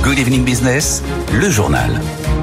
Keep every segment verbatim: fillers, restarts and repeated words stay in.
Good Evening Business, le journal.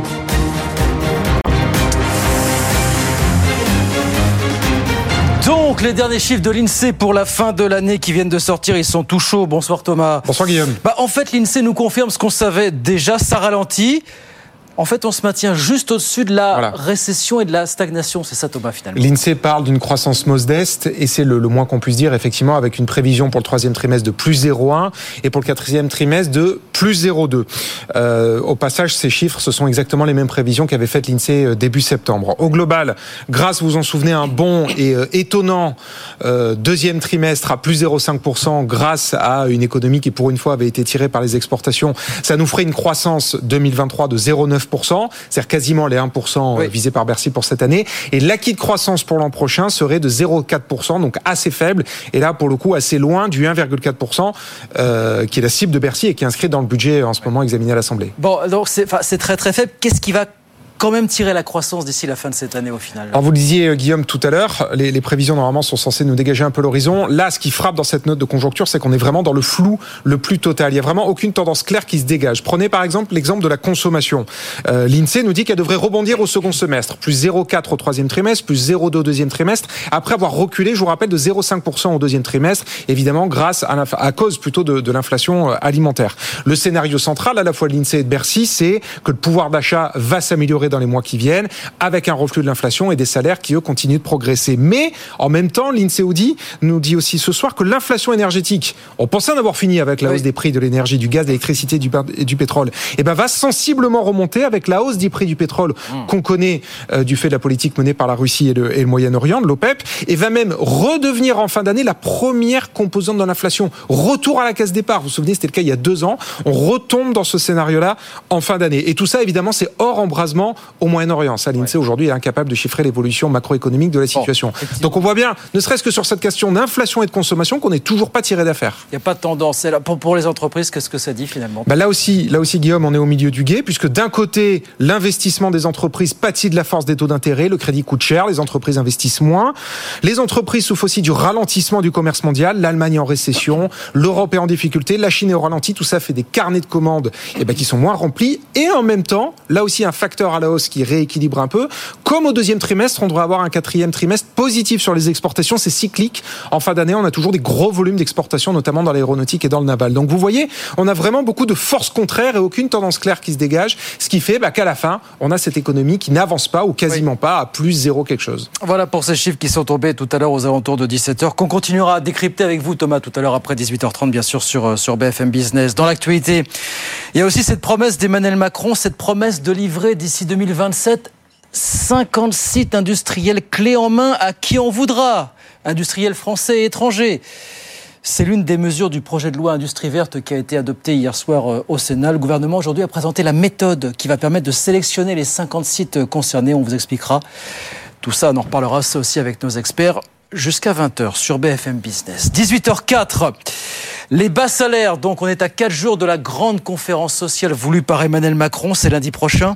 Donc, les derniers chiffres de l'INSEE pour la fin de l'année qui viennent de sortir, ils sont tout chauds. Bonsoir Thomas. Bonsoir Guillaume. Bah, en fait, l'INSEE nous confirme ce qu'on savait déjà, ça ralentit. En fait, on se maintient juste au-dessus de la voilà. récession et de la stagnation. C'est ça, Thomas, finalement. L'INSEE parle d'une croissance modeste et c'est le, le moins qu'on puisse dire, effectivement, avec une prévision pour le troisième trimestre de plus zéro virgule un et pour le quatrième trimestre de plus zéro virgule deux. Euh, au passage, ces chiffres, ce sont exactement les mêmes prévisions qu'avait faites l'INSEE début septembre. Au global, grâce, vous vous en souvenez, un bon et euh, étonnant euh, deuxième trimestre à plus zéro virgule cinq pour cent grâce à une économie qui, pour une fois, avait été tirée par les exportations, ça nous ferait une croissance deux mille vingt-trois de zéro virgule neuf pour cent, c'est-à-dire quasiment les un pour cent oui. visés par Bercy pour cette année. Et l'acquis de croissance pour l'an prochain serait de zéro virgule quatre pour cent, donc assez faible. Et là, pour le coup, assez loin du un virgule quatre pour cent euh, qui est la cible de Bercy et qui est inscrit dans le budget en ce moment examiné à l'Assemblée. Bon, donc c'est, c'est très très faible. Qu'est-ce qui va quand même tirer la croissance d'ici la fin de cette année au final? Alors vous le disiez Guillaume tout à l'heure, les, les prévisions normalement sont censées nous dégager un peu l'horizon. Là, ce qui frappe dans cette note de conjoncture, c'est qu'on est vraiment dans le flou le plus total. Il n'y a vraiment aucune tendance claire qui se dégage. Prenez par exemple l'exemple de la consommation. Euh, L'INSEE nous dit qu'elle devrait rebondir au second semestre, plus zéro virgule quatre au troisième trimestre, plus zéro virgule deux au deuxième trimestre, après avoir reculé, je vous rappelle, de zéro virgule cinq pour cent au deuxième trimestre, évidemment grâce à, à cause plutôt de, de l'inflation alimentaire. Le scénario central à la fois de l'INSEE et de Bercy, c'est que le pouvoir d'achat va s'améliorer dans les mois qui viennent, avec un reflux de l'inflation et des salaires qui, eux, continuent de progresser. Mais, en même temps, l'INSEE nous dit aussi ce soir que l'inflation énergétique, on pensait en avoir fini avec la oui. hausse des prix de l'énergie, du gaz, de l'électricité du, et du pétrole, et ben, va sensiblement remonter avec la hausse des prix du pétrole mmh. qu'on connaît euh, du fait de la politique menée par la Russie et le, et le Moyen-Orient, de l'OPEP, et va même redevenir en fin d'année la première composante de l'inflation. Retour à la case départ. Vous vous souvenez, c'était le cas il y a deux ans. On retombe dans ce scénario-là en fin d'année. Et tout ça, évidemment, c'est hors embrasement au Moyen-Orient. Ça, l'INSEE, ouais. aujourd'hui, est incapable de chiffrer l'évolution macroéconomique de la situation. Bon, donc on voit bien, ne serait-ce que sur cette question d'inflation et de consommation, qu'on n'est toujours pas tiré d'affaire. Il n'y a pas de tendance. Là, pour, pour les entreprises, qu'est-ce que ça dit finalement? bah là, aussi, là aussi, Guillaume, on est au milieu du gué, puisque d'un côté, l'investissement des entreprises pâtit de la force des taux d'intérêt, le crédit coûte cher, les entreprises investissent moins. Les entreprises souffrent aussi du ralentissement du commerce mondial, l'Allemagne est en récession, l'Europe est en difficulté, la Chine est au ralenti, tout ça fait des carnets de commandes eh ben, qui sont moins remplis. Et en même temps, là aussi, un facteur à la hausse qui rééquilibre un peu. Comme au deuxième trimestre, on devrait avoir un quatrième trimestre positif sur les exportations. C'est cyclique. En fin d'année, on a toujours des gros volumes d'exportation, notamment dans l'aéronautique et dans le naval. Donc vous voyez, on a vraiment beaucoup de forces contraires et aucune tendance claire qui se dégage. Ce qui fait bah, qu'à la fin, on a cette économie qui n'avance pas ou quasiment oui. pas à plus zéro quelque chose. Voilà pour ces chiffres qui sont tombés tout à l'heure aux alentours de dix-sept heures, qu'on continuera à décrypter avec vous, Thomas, tout à l'heure après dix-huit heures trente, bien sûr, sur, sur B F M Business. Dans l'actualité, il y a aussi cette promesse d'Emmanuel Macron, cette promesse de livrer d'ici deux mille vingt-sept cinquante sites industriels clés en main à qui on voudra, industriels français et étrangers. C'est l'une des mesures du projet de loi Industrie verte qui a été adopté hier soir au Sénat. Le gouvernement aujourd'hui a présenté la méthode qui va permettre de sélectionner les cinquante sites concernés. On vous expliquera tout ça, on en reparlera ça aussi avec nos experts jusqu'à vingt heures sur B F M Business. dix-huit heures quatre, les bas salaires. Donc on est à quatre jours de la grande conférence sociale voulue par Emmanuel Macron, c'est lundi prochain.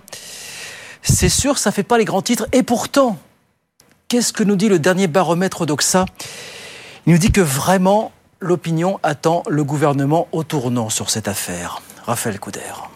C'est sûr, ça ne fait pas les grands titres. Et pourtant, qu'est-ce que nous dit le dernier baromètre Doxa? Il nous dit que vraiment, l'opinion attend le gouvernement au tournant sur cette affaire. Raphaël Couder.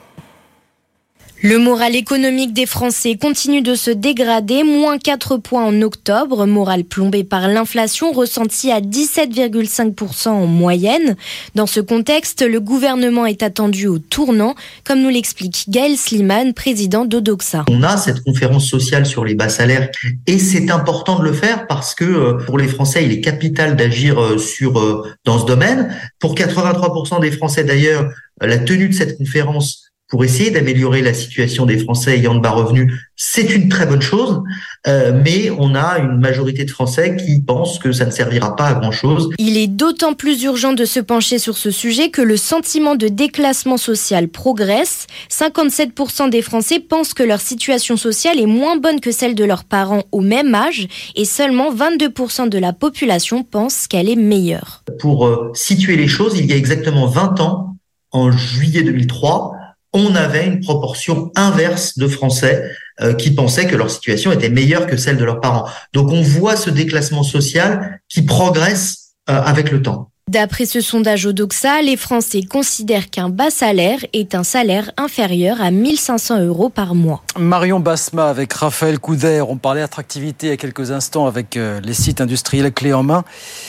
Le moral économique des Français continue de se dégrader, moins quatre points en octobre, moral plombé par l'inflation ressentie à dix-sept virgule cinq pour cent en moyenne. Dans ce contexte, le gouvernement est attendu au tournant, comme nous l'explique Gaël Sliman, président d'Odoxa. On a cette conférence sociale sur les bas salaires et c'est important de le faire parce que pour les Français, il est capital d'agir sur, dans ce domaine. Pour quatre-vingt-trois pour cent des Français d'ailleurs, la tenue de cette conférence pour essayer d'améliorer la situation des Français ayant de bas revenus, c'est une très bonne chose, euh, mais on a une majorité de Français qui pensent que ça ne servira pas à grand-chose. Il est d'autant plus urgent de se pencher sur ce sujet que le sentiment de déclassement social progresse. cinquante-sept pour cent des Français pensent que leur situation sociale est moins bonne que celle de leurs parents au même âge et seulement vingt-deux pour cent de la population pensent qu'elle est meilleure. Pour euh, situer les choses, il y a exactement vingt ans, en juillet deux mille trois, on avait une proportion inverse de Français euh, qui pensaient que leur situation était meilleure que celle de leurs parents. Donc on voit ce déclassement social qui progresse euh, avec le temps. D'après ce sondage Odoxa, les Français considèrent qu'un bas salaire est un salaire inférieur à mille cinq cents euros par mois. Marion Basma avec Raphaël Couder. On parlait attractivité il y a quelques instants avec les sites industriels clés en main.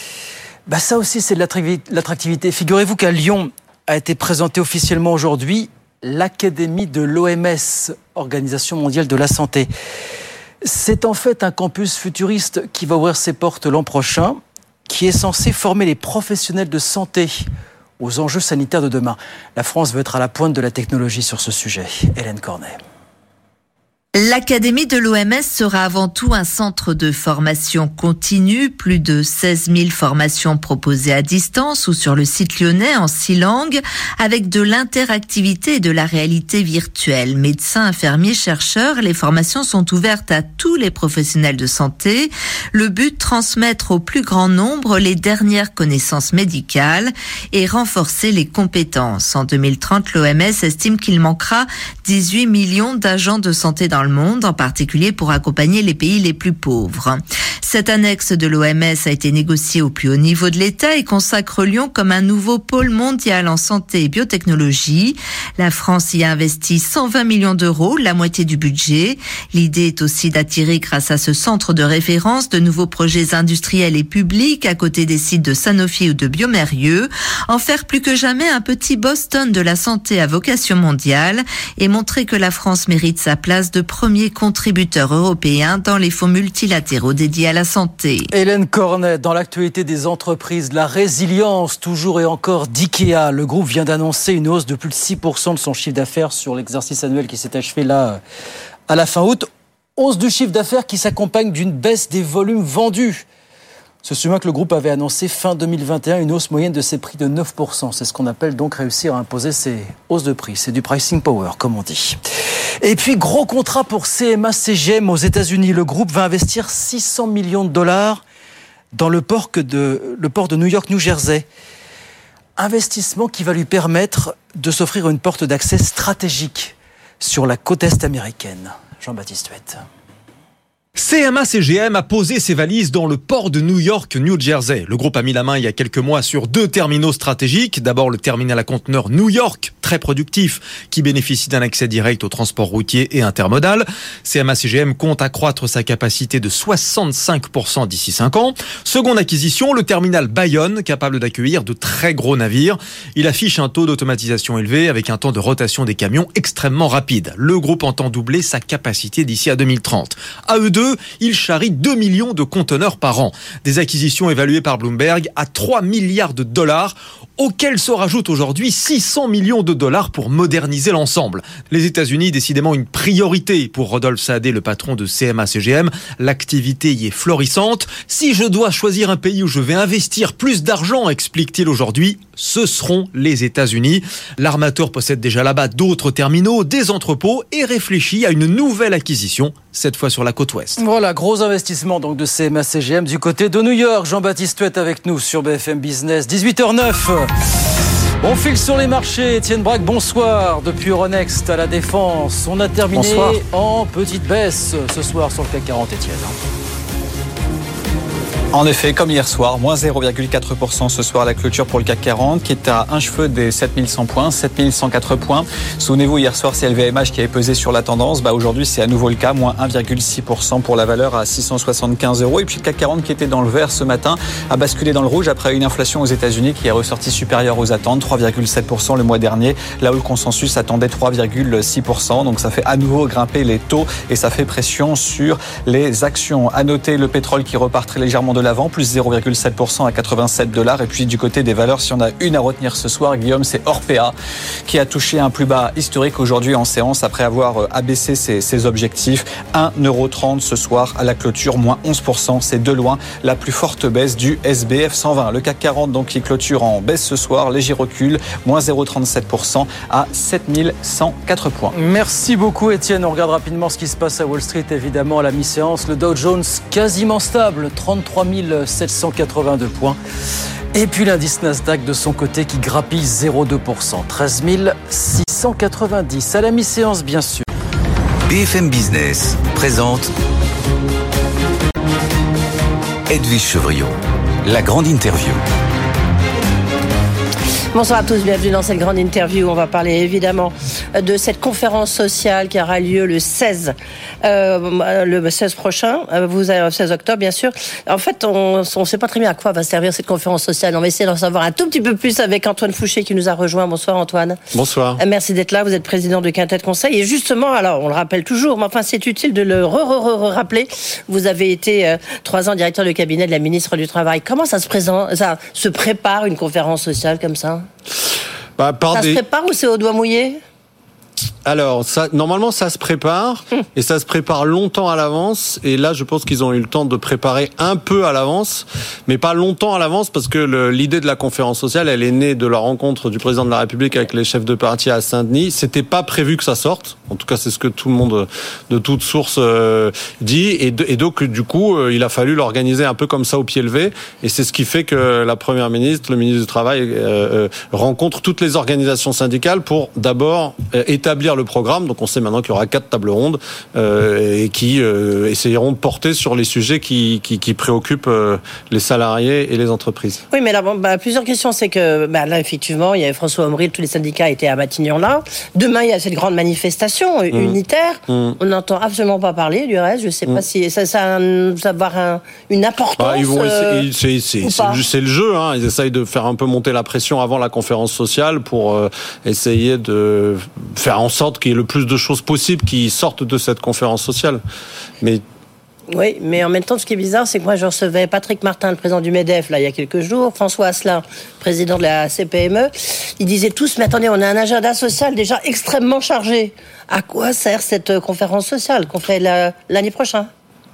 Bah ça aussi, c'est de l'attractivité. Figurez-vous qu'à Lyon a été présentée officiellement aujourd'hui l'Académie de l'O M S, Organisation mondiale de la santé. C'est en fait un campus futuriste qui va ouvrir ses portes l'an prochain, qui est censé former les professionnels de santé aux enjeux sanitaires de demain. La France veut être à la pointe de la technologie sur ce sujet. Hélène Cornet. L'Académie de l'O M S sera avant tout un centre de formation continue, plus de seize mille formations proposées à distance ou sur le site lyonnais en six langues, avec de l'interactivité et de la réalité virtuelle. Médecins, infirmiers, chercheurs, les formations sont ouvertes à tous les professionnels de santé. Le but, transmettre au plus grand nombre les dernières connaissances médicales et renforcer les compétences. En deux mille trente, l'O M S estime qu'il manquera dix-huit millions d'agents de santé dans le monde, en particulier pour accompagner les pays les plus pauvres. Cette annexe de l'O M S a été négociée au plus haut niveau de l'État et consacre Lyon comme un nouveau pôle mondial en santé et biotechnologie. La France y a investi cent vingt millions d'euros, la moitié du budget. L'idée est aussi d'attirer, grâce à ce centre de référence, de nouveaux projets industriels et publics à côté des sites de Sanofi ou de Biomérieux, en faire plus que jamais un petit Boston de la santé à vocation mondiale et montrer que la France mérite sa place de premier contributeur européen dans les fonds multilatéraux dédiés à la santé. Hélène Cornet, dans l'actualité des entreprises, la résilience toujours et encore d'IKEA. Le groupe vient d'annoncer une hausse de plus de six pour cent de son chiffre d'affaires sur l'exercice annuel qui s'est achevé là à la fin août. Hausse du chiffre d'affaires qui s'accompagne d'une baisse des volumes vendus. Ce souvient que le groupe avait annoncé fin deux mille vingt et un une hausse moyenne de ses prix de neuf pour cent. C'est ce qu'on appelle donc réussir à imposer ces hausses de prix. C'est du pricing power, comme on dit. Et puis, gros contrat pour C M A C G M aux États-Unis. Le groupe va investir six cents millions de dollars dans le port, que de, le port de New York, New Jersey. Investissement qui va lui permettre de s'offrir une porte d'accès stratégique sur la côte est américaine. Jean-Baptiste Huette. C M A C G M a posé ses valises dans le port de New York, New Jersey. Le groupe a mis la main il y a quelques mois sur deux terminaux stratégiques. D'abord le terminal à conteneurs New York, très productif, qui bénéficie d'un accès direct au transport routier et intermodal. C M A C G M compte accroître sa capacité de soixante-cinq pour cent d'ici cinq ans. Seconde acquisition, le terminal Bayonne, capable d'accueillir de très gros navires. Il affiche un taux d'automatisation élevé avec un temps de rotation des camions extrêmement rapide. Le groupe entend doubler sa capacité d'ici à deux mille trente. À eux deux, il charrie deux millions de conteneurs par an. Des acquisitions évaluées par Bloomberg à trois milliards de dollars, auxquels se rajoutent aujourd'hui six cents millions de dollars pour moderniser l'ensemble. Les États-Unis, décidément une priorité pour Rodolphe Saadé, le patron de C M A C G M. L'activité y est florissante. Si je dois choisir un pays où je vais investir plus d'argent, explique-t-il aujourd'hui, ce seront les États-Unis. L'armateur possède déjà là-bas d'autres terminaux, des entrepôts et réfléchit à une nouvelle acquisition, cette fois sur la côte ouest. Voilà, gros investissement donc de C M A C G M du côté de New York. Jean-Baptiste Huette avec nous sur B F M Business, dix-huit heures neuf. On file sur les marchés. Étienne Braque, bonsoir. Depuis Euronext à la Défense, on a terminé bonsoir. En petite baisse ce soir sur le C A C quarante, Étienne. En effet, comme hier soir, moins zéro virgule quatre pour cent ce soir à la clôture pour le C A C quarante, qui est à un cheveu des sept mille cent points, sept mille cent quatre points. Souvenez-vous, hier soir, c'est L V M H qui avait pesé sur la tendance. Bah, aujourd'hui, c'est à nouveau le cas, moins un virgule six pour cent pour la valeur à six cent soixante-quinze euros. Et puis le C A C quarante qui était dans le vert ce matin a basculé dans le rouge après une inflation aux États-Unis qui est ressortie supérieure aux attentes, trois virgule sept pour cent le mois dernier, là où le consensus attendait trois virgule six pour cent. Donc ça fait à nouveau grimper les taux et ça fait pression sur les actions. À noter le pétrole qui repart très légèrement de l'avant, plus zéro virgule sept pour cent à quatre-vingt-sept dollars. Et puis du côté des valeurs, si on a une à retenir ce soir, Guillaume, c'est Orpea qui a touché un plus bas historique aujourd'hui en séance après avoir abaissé ses, ses objectifs. un euro trente ce soir à la clôture, moins onze pour cent. C'est de loin la plus forte baisse du S B F cent vingt. Le C A C quarante donc qui clôture en baisse ce soir, léger recul, moins zéro virgule trente-sept pour cent à sept mille cent quatre points. Merci beaucoup Étienne. On regarde rapidement ce qui se passe à Wall Street évidemment à la mi-séance. Le Dow Jones quasiment stable, trente-trois mille sept cent quatre-vingt-deux points. Et puis l'indice Nasdaq de son côté qui grappille zéro virgule deux pour cent, treize mille six cent quatre-vingt-dix. À la mi-séance bien sûr. B F M Business présente Edwige Chevrillon, la grande interview. Bonsoir à tous, bienvenue dans cette grande interview. On va parler évidemment de cette conférence sociale qui aura lieu le seize, euh, le seize prochain, vous avez le seize octobre bien sûr. En fait, on ne sait pas très bien à quoi va servir cette conférence sociale. On va essayer d'en savoir un tout petit peu plus avec Antoine Fouché qui nous a rejoint. Bonsoir Antoine. Bonsoir. Merci d'être là, vous êtes président de Quintet Conseil. Et justement, alors on le rappelle toujours, mais enfin c'est utile de le re-re-re-rappeler. Vous avez été euh, trois ans directeur de cabinet de la ministre du Travail. Comment ça se présente, ça se prépare une conférence sociale comme ça? Bah, par ça des... se prépare ou c'est au doigt mouillé? Alors, ça, normalement, ça se prépare, mmh. et ça se prépare longtemps à l'avance. Et là, je pense qu'ils ont eu le temps de préparer un peu à l'avance, mais pas longtemps à l'avance, parce que le, l'idée de la conférence sociale, elle est née de la rencontre du président de la République avec les chefs de parti à Saint-Denis. C'était pas prévu que ça sorte. En tout cas, c'est ce que tout le monde, de toute source, euh, dit. Et, de, et donc, du coup, euh, il a fallu l'organiser un peu comme ça au pied levé. Et c'est ce qui fait que la première ministre, le ministre du Travail, euh, euh, rencontre toutes les organisations syndicales pour d'abord euh, établir le programme. Donc on sait maintenant qu'il y aura quatre tables rondes euh, et qui euh, essayeront de porter sur les sujets qui, qui, qui préoccupent euh, les salariés et les entreprises. Oui, mais là, bon, bah, plusieurs questions. C'est que bah, là, effectivement, il y avait François Omril, tous les syndicats étaient à Matignon là. Demain, il y a cette grande manifestation mmh. unitaire. Mmh. On n'entend absolument pas parler du reste. Je ne sais mmh. pas si ça, ça, ça va avoir un, une importance. Bah, ils vont euh, essayer, c'est, c'est, c'est, c'est le jeu. Hein. Ils essayent de faire un peu monter la pression avant la conférence sociale pour euh, essayer de faire en sorte qu'il y ait le plus de choses possibles qui sortent de cette conférence sociale. Mais oui, mais en même temps, ce qui est bizarre, c'est que moi, je recevais Patrick Martin, le président du MEDEF, là, il y a quelques jours, François Asselin, président de la C P M E. Ils disaient tous, mais attendez, on a un agenda social déjà extrêmement chargé. À quoi sert cette conférence sociale qu'on fait la, l'année prochaine?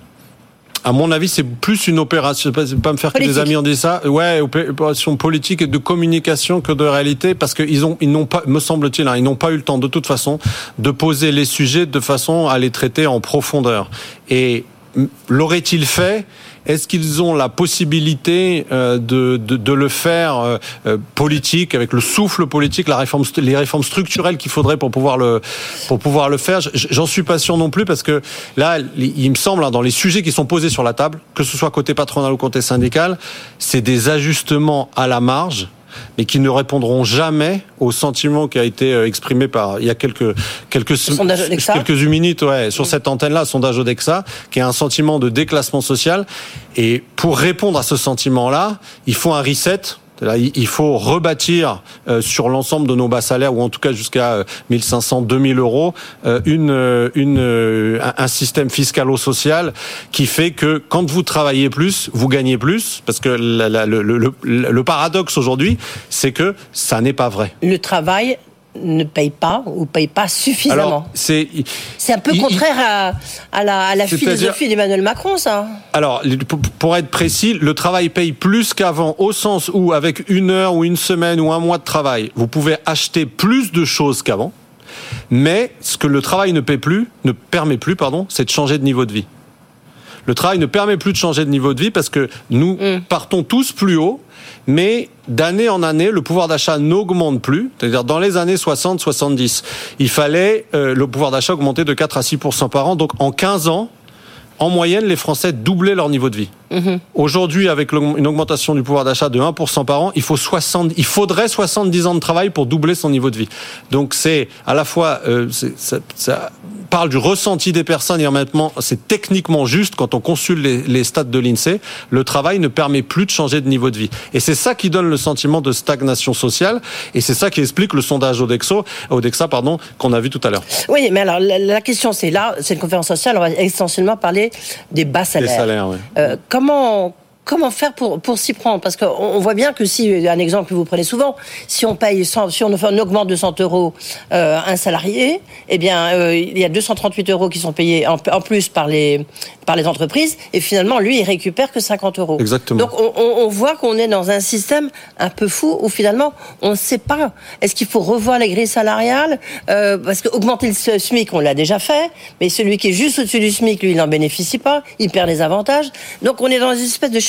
À mon avis, c'est plus une opération, je ne vais pas me faire politique. Que des amis ont dit ça, ouais, opération politique et de communication que de réalité, parce qu'ils ont, ils n'ont pas, me semble-t-il, hein, ils n'ont pas eu le temps de toute façon de poser les sujets de façon à les traiter en profondeur. Et l'auraient-ils fait? Est-ce qu'ils ont la possibilité euh, de, de, de le faire euh, politique, avec le souffle politique, la réforme, les réformes structurelles qu'il faudrait pour pouvoir le, pour pouvoir le faire? J'en suis pas sûr non plus, parce que là, il me semble, hein, dans les sujets qui sont posés sur la table, que ce soit côté patronal ou côté syndical, c'est des ajustements à la marge, mais qui ne répondront jamais au sentiment qui a été exprimé par il y a quelques quelques quelques minutes ouais, sur cette antenne-là, sondage Odexa, qui est un sentiment de déclassement social. Et pour répondre à ce sentiment-là, il faut un reset. Il faut rebâtir euh, sur l'ensemble de nos bas salaires, ou en tout cas jusqu'à euh, mille cinq cents, deux mille euros, euh, une, une, euh, un système fiscalo-social qui fait que quand vous travaillez plus, vous gagnez plus. Parce que la, la, le, le, le paradoxe aujourd'hui, c'est que ça n'est pas vrai. Le travail ne paye pas ou paye pas suffisamment. Alors, c'est, c'est un peu contraire à, à la, à la philosophie d'Emmanuel Macron, ça. Alors, pour être précis, le travail paye plus qu'avant, au sens où, avec une heure ou une semaine ou un mois de travail, vous pouvez acheter plus de choses qu'avant, mais ce que le travail ne paie plus, ne permet plus, pardon, c'est de changer de niveau de vie. Le travail ne permet plus de changer de niveau de vie parce que nous mmh. partons tous plus haut, mais d'année en année, le pouvoir d'achat n'augmente plus. C'est-à-dire, dans les années soixante soixante-dix, il fallait euh, le pouvoir d'achat augmenter de quatre à six pour cent par an. Donc, en quinze ans, en moyenne, les Français doublaient leur niveau de vie. Mmh. Aujourd'hui, avec une augmentation du pouvoir d'achat de un pour cent par an, il faut soixante, il faudrait soixante-dix ans de travail pour doubler son niveau de vie. Donc c'est à la fois, euh, c'est, ça, ça parle du ressenti des personnes et en même temps, c'est techniquement juste quand on consulte les, les stats de l'INSEE. Le travail ne permet plus de changer de niveau de vie. Et c'est ça qui donne le sentiment de stagnation sociale. Et c'est ça qui explique le sondage Odexo, Odexa, pardon, qu'on a vu tout à l'heure. Oui, mais alors la, la question, c'est là, c'est une conférence sociale. On va essentiellement parler des bas salaires. Des salaires, oui. Euh, comment Comment faire pour, pour s'y prendre? Parce qu'on voit bien que si, un exemple que vous prenez souvent, si on paye cent, si on, on augmente de cent euros euh, un salarié, eh bien, euh, il y a deux cent trente-huit euros qui sont payés en, en plus par les, par les entreprises, et finalement, lui, il récupère que cinquante euros. Exactement. Donc, on, on, on voit qu'on est dans un système un peu fou où finalement, on ne sait pas. Est-ce qu'il faut revoir les grilles salariales? euh, Parce qu'augmenter le SMIC, on l'a déjà fait, mais celui qui est juste au-dessus du SMIC, lui, il n'en bénéficie pas, il perd les avantages. Donc, on est dans une espèce de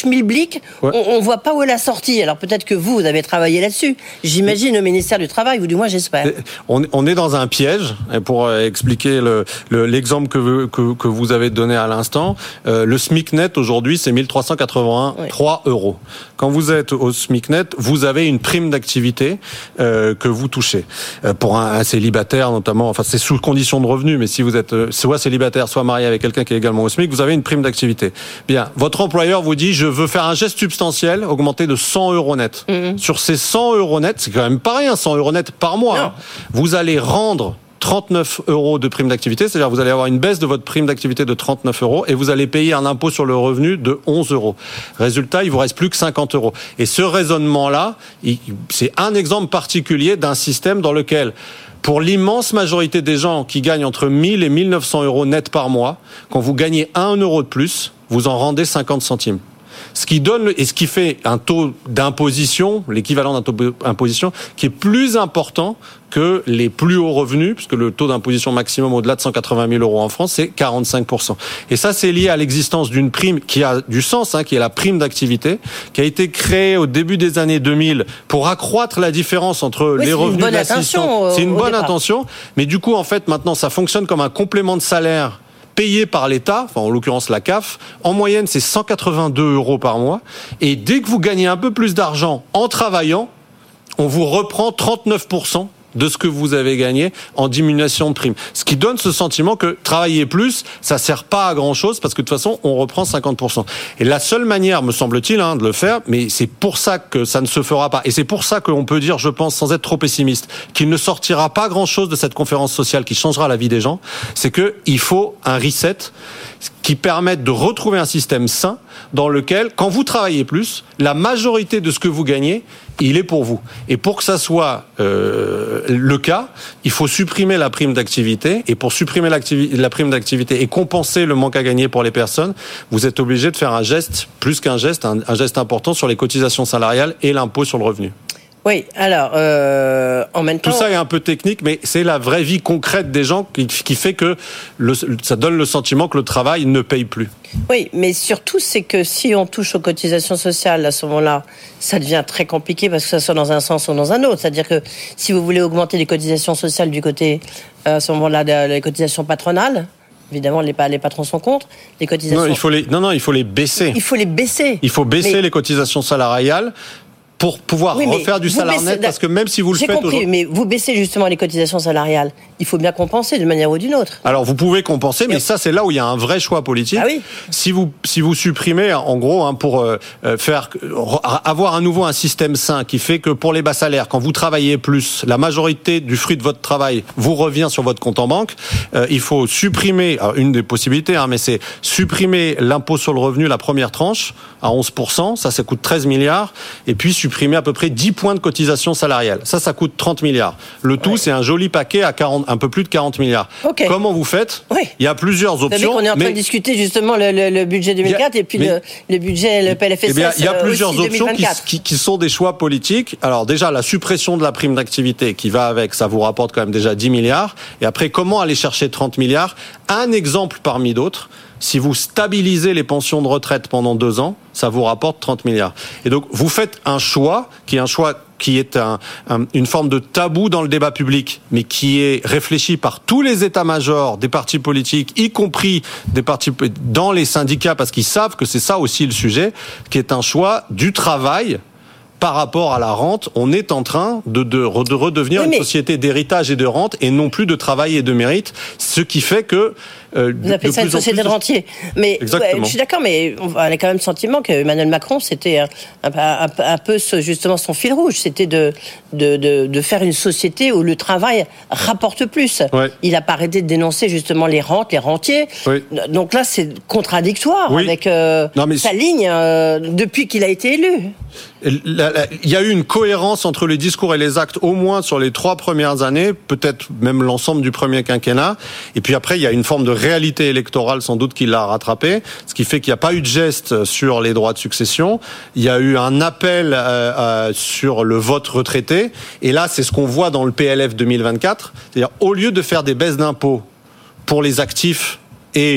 schmilblick, ouais. on ne voit pas où est la sortie. Alors peut-être que vous, vous avez travaillé là-dessus. J'imagine au ministère du Travail, ou du moins j'espère. On, on est dans un piège, et pour expliquer le, le, l'exemple que, vous, que, que vous avez donné à l'instant, euh, le SMIC net aujourd'hui, c'est mille trois cent quatre-vingt-trois oui. euros. Quand vous êtes au SMIC net, vous avez une prime d'activité euh, que vous touchez. Euh, pour un, un célibataire notamment, enfin c'est sous condition de revenu, mais si vous êtes euh, soit célibataire, soit marié avec quelqu'un qui est également au SMIC, vous avez une prime d'activité. Bien, votre employeur vous dit, je veux faire un geste substantiel, augmenter de cent euros net. Mmh. Sur ces cent euros net, c'est quand même pas rien, cent euros net par mois. Hein, vous allez rendre trente-neuf euros de prime d'activité, c'est-à-dire vous allez avoir une baisse de votre prime d'activité de trente-neuf euros et vous allez payer un impôt sur le revenu de onze euros. Résultat, il vous reste plus que cinquante euros. Et ce raisonnement-là, c'est un exemple particulier d'un système dans lequel, pour l'immense majorité des gens qui gagnent entre mille et mille neuf cents euros net par mois, quand vous gagnez un euro de plus, vous en rendez cinquante centimes. Ce qui donne, et ce qui fait un taux d'imposition, l'équivalent d'un taux d'imposition, qui est plus important que les plus hauts revenus, puisque le taux d'imposition maximum au-delà de cent quatre-vingt mille euros en France, c'est quarante-cinq pour cent. Et ça, c'est lié à l'existence d'une prime qui a du sens, hein, qui est la prime d'activité, qui a été créée au début des années deux mille pour accroître la différence entre oui, les revenus de l'assistant. C'est une bonne intention, mais du coup, en fait, maintenant, ça fonctionne comme un complément de salaire payé par l'État, enfin en l'occurrence la C A F. En moyenne, c'est cent quatre-vingt-deux euros par mois. Et dès que vous gagnez un peu plus d'argent en travaillant, on vous reprend trente-neuf pour cent de ce que vous avez gagné en diminution de prime. Ce qui donne ce sentiment que travailler plus, ça sert pas à grand chose parce que de toute façon, on reprend cinquante pour cent. Et la seule manière, me semble-t-il, hein, de le faire, mais c'est pour ça que ça ne se fera pas. Et c'est pour ça qu'on peut dire, je pense, sans être trop pessimiste, qu'il ne sortira pas grand chose de cette conférence sociale qui changera la vie des gens. C'est que il faut un reset qui permette de retrouver un système sain dans lequel, quand vous travaillez plus, la majorité de ce que vous gagnez, il est pour vous. Et pour que ça soit euh, le cas, il faut supprimer la prime d'activité. Et pour supprimer la prime d'activité et compenser le manque à gagner pour les personnes, vous êtes obligé de faire un geste, plus qu'un geste, un, un geste important sur les cotisations salariales et l'impôt sur le revenu. Oui, alors, euh, en même temps... Tout ça est un peu technique, mais c'est la vraie vie concrète des gens qui, qui fait que le, ça donne le sentiment que le travail ne paye plus. Oui, mais surtout, c'est que si on touche aux cotisations sociales, à ce moment-là, ça devient très compliqué parce que ça soit dans un sens ou dans un autre. C'est-à-dire que si vous voulez augmenter les cotisations sociales du côté, à ce moment-là, des cotisations patronales, évidemment, les, les patrons sont contre. Les cotisations... Non, il faut les, non, non, il faut les baisser. Il faut les baisser. Il faut baisser mais... les cotisations salariales pour pouvoir oui, refaire du salaire baissez, net, parce que même si vous le j'ai faites... J'ai compris, mais vous baissez justement les cotisations salariales. Il faut bien compenser d'une manière ou d'une autre. Alors, vous pouvez compenser, mais Et ça, c'est là où il y a un vrai choix politique. Ah oui. Si vous, si vous supprimez, en gros, hein, pour euh, faire avoir à nouveau un système sain qui fait que pour les bas salaires, quand vous travaillez plus, la majorité du fruit de votre travail vous revient sur votre compte en banque, euh, il faut supprimer, alors une des possibilités, hein, mais c'est supprimer l'impôt sur le revenu, la première tranche, à onze pour cent, ça, ça coûte treize milliards, et puis supprimer à peu près dix points de cotisation salariale. Ça, ça coûte trente milliards. Le tout, ouais. c'est un joli paquet à quarante, un peu plus de quarante milliards. Okay. Comment vous faites ? Oui. Il y a plusieurs options. Vous savez qu'on est en train mais... de discuter justement le, le, le budget deux mille quatre a, et puis mais... le, le budget, le P L F S S. Eh bien, il y a plusieurs options qui, qui, qui sont des choix politiques. Alors déjà, la suppression de la prime d'activité qui va avec, ça vous rapporte quand même déjà dix milliards. Et après, comment aller chercher trente milliards ? Un exemple parmi d'autres. Si vous stabilisez les pensions de retraite pendant deux ans, ça vous rapporte trente milliards. Et donc, vous faites un choix qui est un choix qui est un, un, une forme de tabou dans le débat public, mais qui est réfléchi par tous les états-majors des partis politiques, y compris des partis dans les syndicats, parce qu'ils savent que c'est ça aussi le sujet, qui est un choix du travail par rapport à la rente. On est en train de, de, de redevenir oui, mais... une société d'héritage et de rente et non plus de travail et de mérite, ce qui fait que... Euh, Vous appelez ça une société de, de rentier. Mais ouais, je suis d'accord, mais on a quand même le sentiment que Emmanuel Macron, c'était un, un, un, un peu ce, justement son fil rouge, c'était de, de, de, de faire une société où le travail rapporte plus. Ouais. Il n'a pas arrêté de dénoncer justement les rentes, les rentiers. Oui. Donc là, c'est contradictoire oui. avec euh, non, mais... sa ligne euh, depuis qu'il a été élu. Il y a eu une cohérence entre les discours et les actes, au moins sur les trois premières années, peut-être même l'ensemble du premier quinquennat. Et puis après, il y a une forme de réalité électorale, sans doute, qui l'a rattrapé, ce qui fait qu'il n'y a pas eu de geste sur les droits de succession. Il y a eu un appel euh, euh, sur le vote retraité. Et là, c'est ce qu'on voit dans le P L F deux mille vingt-quatre. C'est-à-dire, au lieu de faire des baisses d'impôts pour les actifs et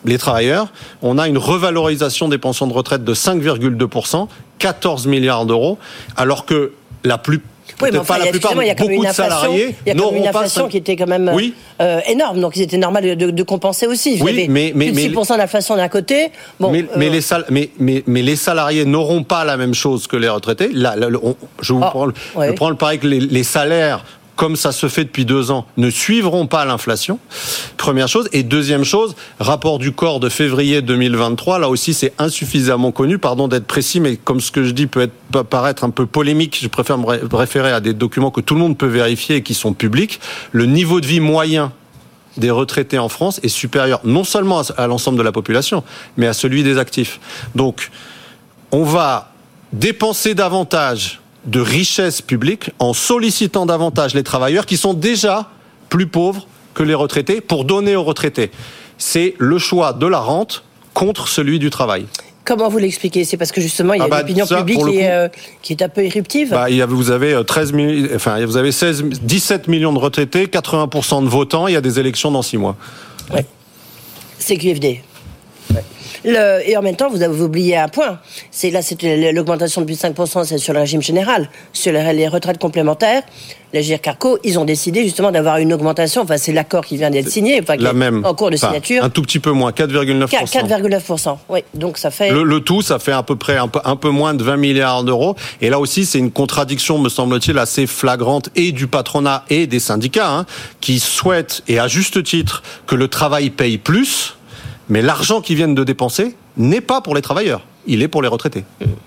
les travailleurs, on a une revalorisation des pensions de retraite de cinq virgule deux pour cent, quatorze milliards d'euros, alors que la plus Oui, mais enfin, pas la plupart, il y a quand même beaucoup une de salariés il y a quand même une inflation pas... qui était quand même oui. euh, énorme, donc il était normal de, de, de compenser aussi. Vous oui, avez mais, mais, plus de six pour cent mais, d'inflation d'un côté. Bon, mais, euh... mais, les sal... mais, mais, mais les salariés n'auront pas la même chose que les retraités. Là, là, on, je vous oh, prends, ouais. je prends le pari que les, les salaires, comme ça se fait depuis deux ans, ne suivront pas l'inflation. Première chose. Et deuxième chose, rapport du corps de février deux mille vingt-trois, là aussi c'est insuffisamment connu, pardon d'être précis, mais comme ce que je dis peut être, peut paraître un peu polémique, je préfère me référer à des documents que tout le monde peut vérifier et qui sont publics. Le niveau de vie moyen des retraités en France est supérieur non seulement à l'ensemble de la population, mais à celui des actifs. Donc, on va dépenser davantage de richesse publique en sollicitant davantage les travailleurs qui sont déjà plus pauvres que les retraités pour donner aux retraités. C'est le choix de la rente contre celui du travail. Comment vous l'expliquez ? C'est parce que justement il y a ah bah, l'opinion ça, publique qui, coup, est, euh, qui est un peu éruptive. Bah, il y a, vous avez treize mille, enfin vous avez seize, dix-sept millions de retraités, quatre-vingts pour cent de votants. Il y a des élections dans six mois. Ouais. C'est Q F D. Ouais. Le, et en même temps, vous avez oublié un point. C'est là, c'était l'augmentation de plus de cinq pour cent, c'est sur le régime général. Sur les, les retraites complémentaires, les G I R Carco, ils ont décidé justement d'avoir une augmentation. Enfin, c'est l'accord qui vient d'être signé, enfin, la même, en cours de enfin, signature. Un tout petit peu moins, quatre virgule neuf pour cent. quatre virgule neuf pour cent, oui. Donc ça fait. Le, le tout, ça fait à peu près un peu, un peu moins de vingt milliards d'euros. Et là aussi, c'est une contradiction, me semble-t-il, assez flagrante et du patronat et des syndicats, hein, qui souhaitent, et à juste titre, que le travail paye plus. Mais l'argent qu'ils viennent de dépenser n'est pas pour les travailleurs, il est pour les retraités.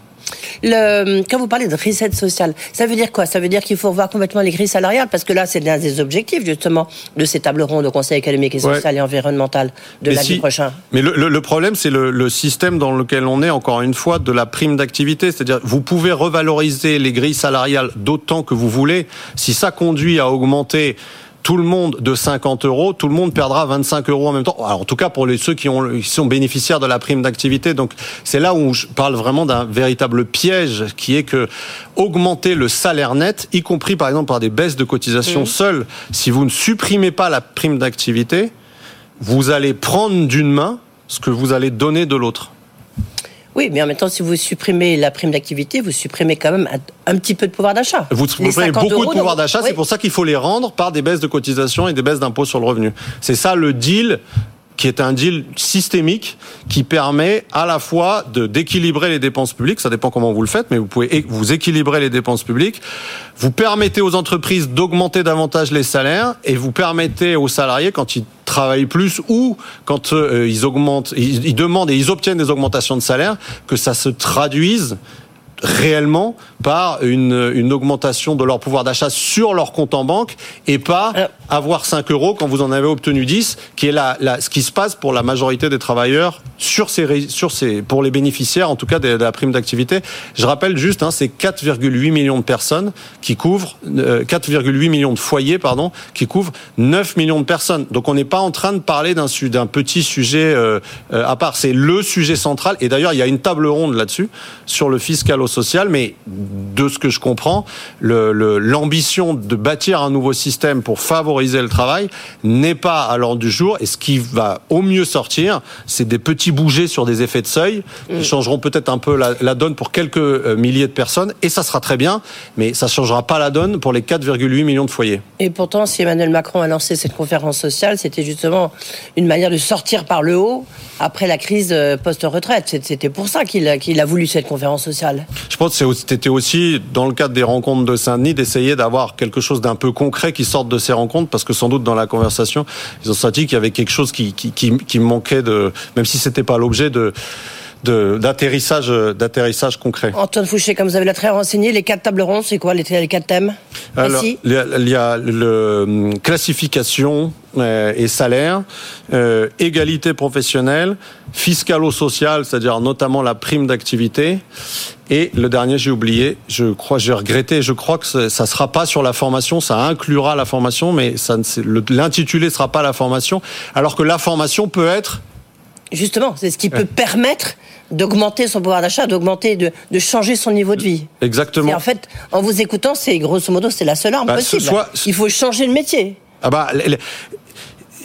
Le, quand vous parlez de reset social, ça veut dire quoi ? Ça veut dire qu'il faut revoir complètement les grilles salariales, parce que là, c'est l'un des objectifs, justement, de ces tables rondes au Conseil économique et social ouais. et environnemental de lundi si, prochain. Mais le, le, le problème, c'est le, le système dans lequel on est, encore une fois, de la prime d'activité. C'est-à-dire, vous pouvez revaloriser les grilles salariales d'autant que vous voulez. Si ça conduit à augmenter tout le monde de cinquante euros, tout le monde perdra vingt-cinq euros en même temps. Alors, en tout cas, pour les, ceux qui, ont, qui sont bénéficiaires de la prime d'activité. Donc, c'est là où je parle vraiment d'un véritable piège qui est que augmenter le salaire net, y compris par exemple par des baisses de cotisations mmh. seules, si vous ne supprimez pas la prime d'activité, vous allez prendre d'une main ce que vous allez donner de l'autre. Oui, mais en même temps, si vous supprimez la prime d'activité, vous supprimez quand même un, un petit peu de pouvoir d'achat. Vous supprimez beaucoup de pouvoir d'achat, oui. C'est pour ça qu'il faut les rendre par des baisses de cotisations et des baisses d'impôts sur le revenu. C'est ça le deal, qui est un deal systémique qui permet à la fois de d'équilibrer les dépenses publiques, ça dépend comment vous le faites, mais vous pouvez vous équilibrer les dépenses publiques, vous permettez aux entreprises d'augmenter davantage les salaires et vous permettez aux salariés, quand ils travaillent plus ou quand euh, ils augmentent, ils, ils demandent et ils obtiennent des augmentations de salaire, que ça se traduise réellement par une, une augmentation de leur pouvoir d'achat sur leur compte en banque et pas avoir cinq euros quand vous en avez obtenu dix, qui est la, la, ce qui se passe pour la majorité des travailleurs sur ces, sur ces, pour les bénéficiaires en tout cas de, de la prime d'activité. Je rappelle juste, hein, c'est quatre virgule huit millions de personnes qui couvrent, euh, quatre virgule huit millions de foyers, pardon, qui couvrent neuf millions de personnes. Donc on n'est pas en train de parler d'un, d'un petit sujet euh, euh, à part. C'est le sujet central. Et d'ailleurs, il y a une table ronde là-dessus sur le fiscal social, mais de ce que je comprends, le, le, l'ambition de bâtir un nouveau système pour favoriser le travail n'est pas à l'ordre du jour, et ce qui va au mieux sortir, c'est des petits bougers sur des effets de seuil qui changeront peut-être un peu la, la donne pour quelques euh, milliers de personnes, et ça sera très bien, mais ça ne changera pas la donne pour les quatre virgule huit millions de foyers. Et pourtant, si Emmanuel Macron a lancé cette conférence sociale, c'était justement une manière de sortir par le haut après la crise post-retraite. C'était pour ça qu'il, qu'il a voulu cette conférence sociale. Je pense que c'était aussi, dans le cadre des rencontres de Saint-Denis, d'essayer d'avoir quelque chose d'un peu concret qui sorte de ces rencontres, parce que sans doute dans la conversation, ils ont senti qu'il y avait quelque chose qui, qui, qui, qui manquait, de, même si c'était pas l'objet de... De, d'atterrissage, d'atterrissage concret. Antoine Fouché, comme vous avez la très renseigné, les quatre tables rondes, c'est quoi les, les quatre thèmes? Alors, il y a, il y a le classification euh, et salaire, euh, égalité professionnelle, fiscalo-sociale, c'est-à-dire notamment la prime d'activité, et le dernier, j'ai oublié, je crois, j'ai regretté, je crois que ça ne sera pas sur la formation, ça inclura la formation, mais ça, le, l'intitulé ne sera pas la formation, alors que la formation peut être... Justement, c'est ce qui peut permettre d'augmenter son pouvoir d'achat, d'augmenter, de, de changer son niveau de vie. Exactement. Et en fait, en vous écoutant, c'est grosso modo, c'est la seule arme bah, possible. Soit... Il faut changer de métier. Ah bah,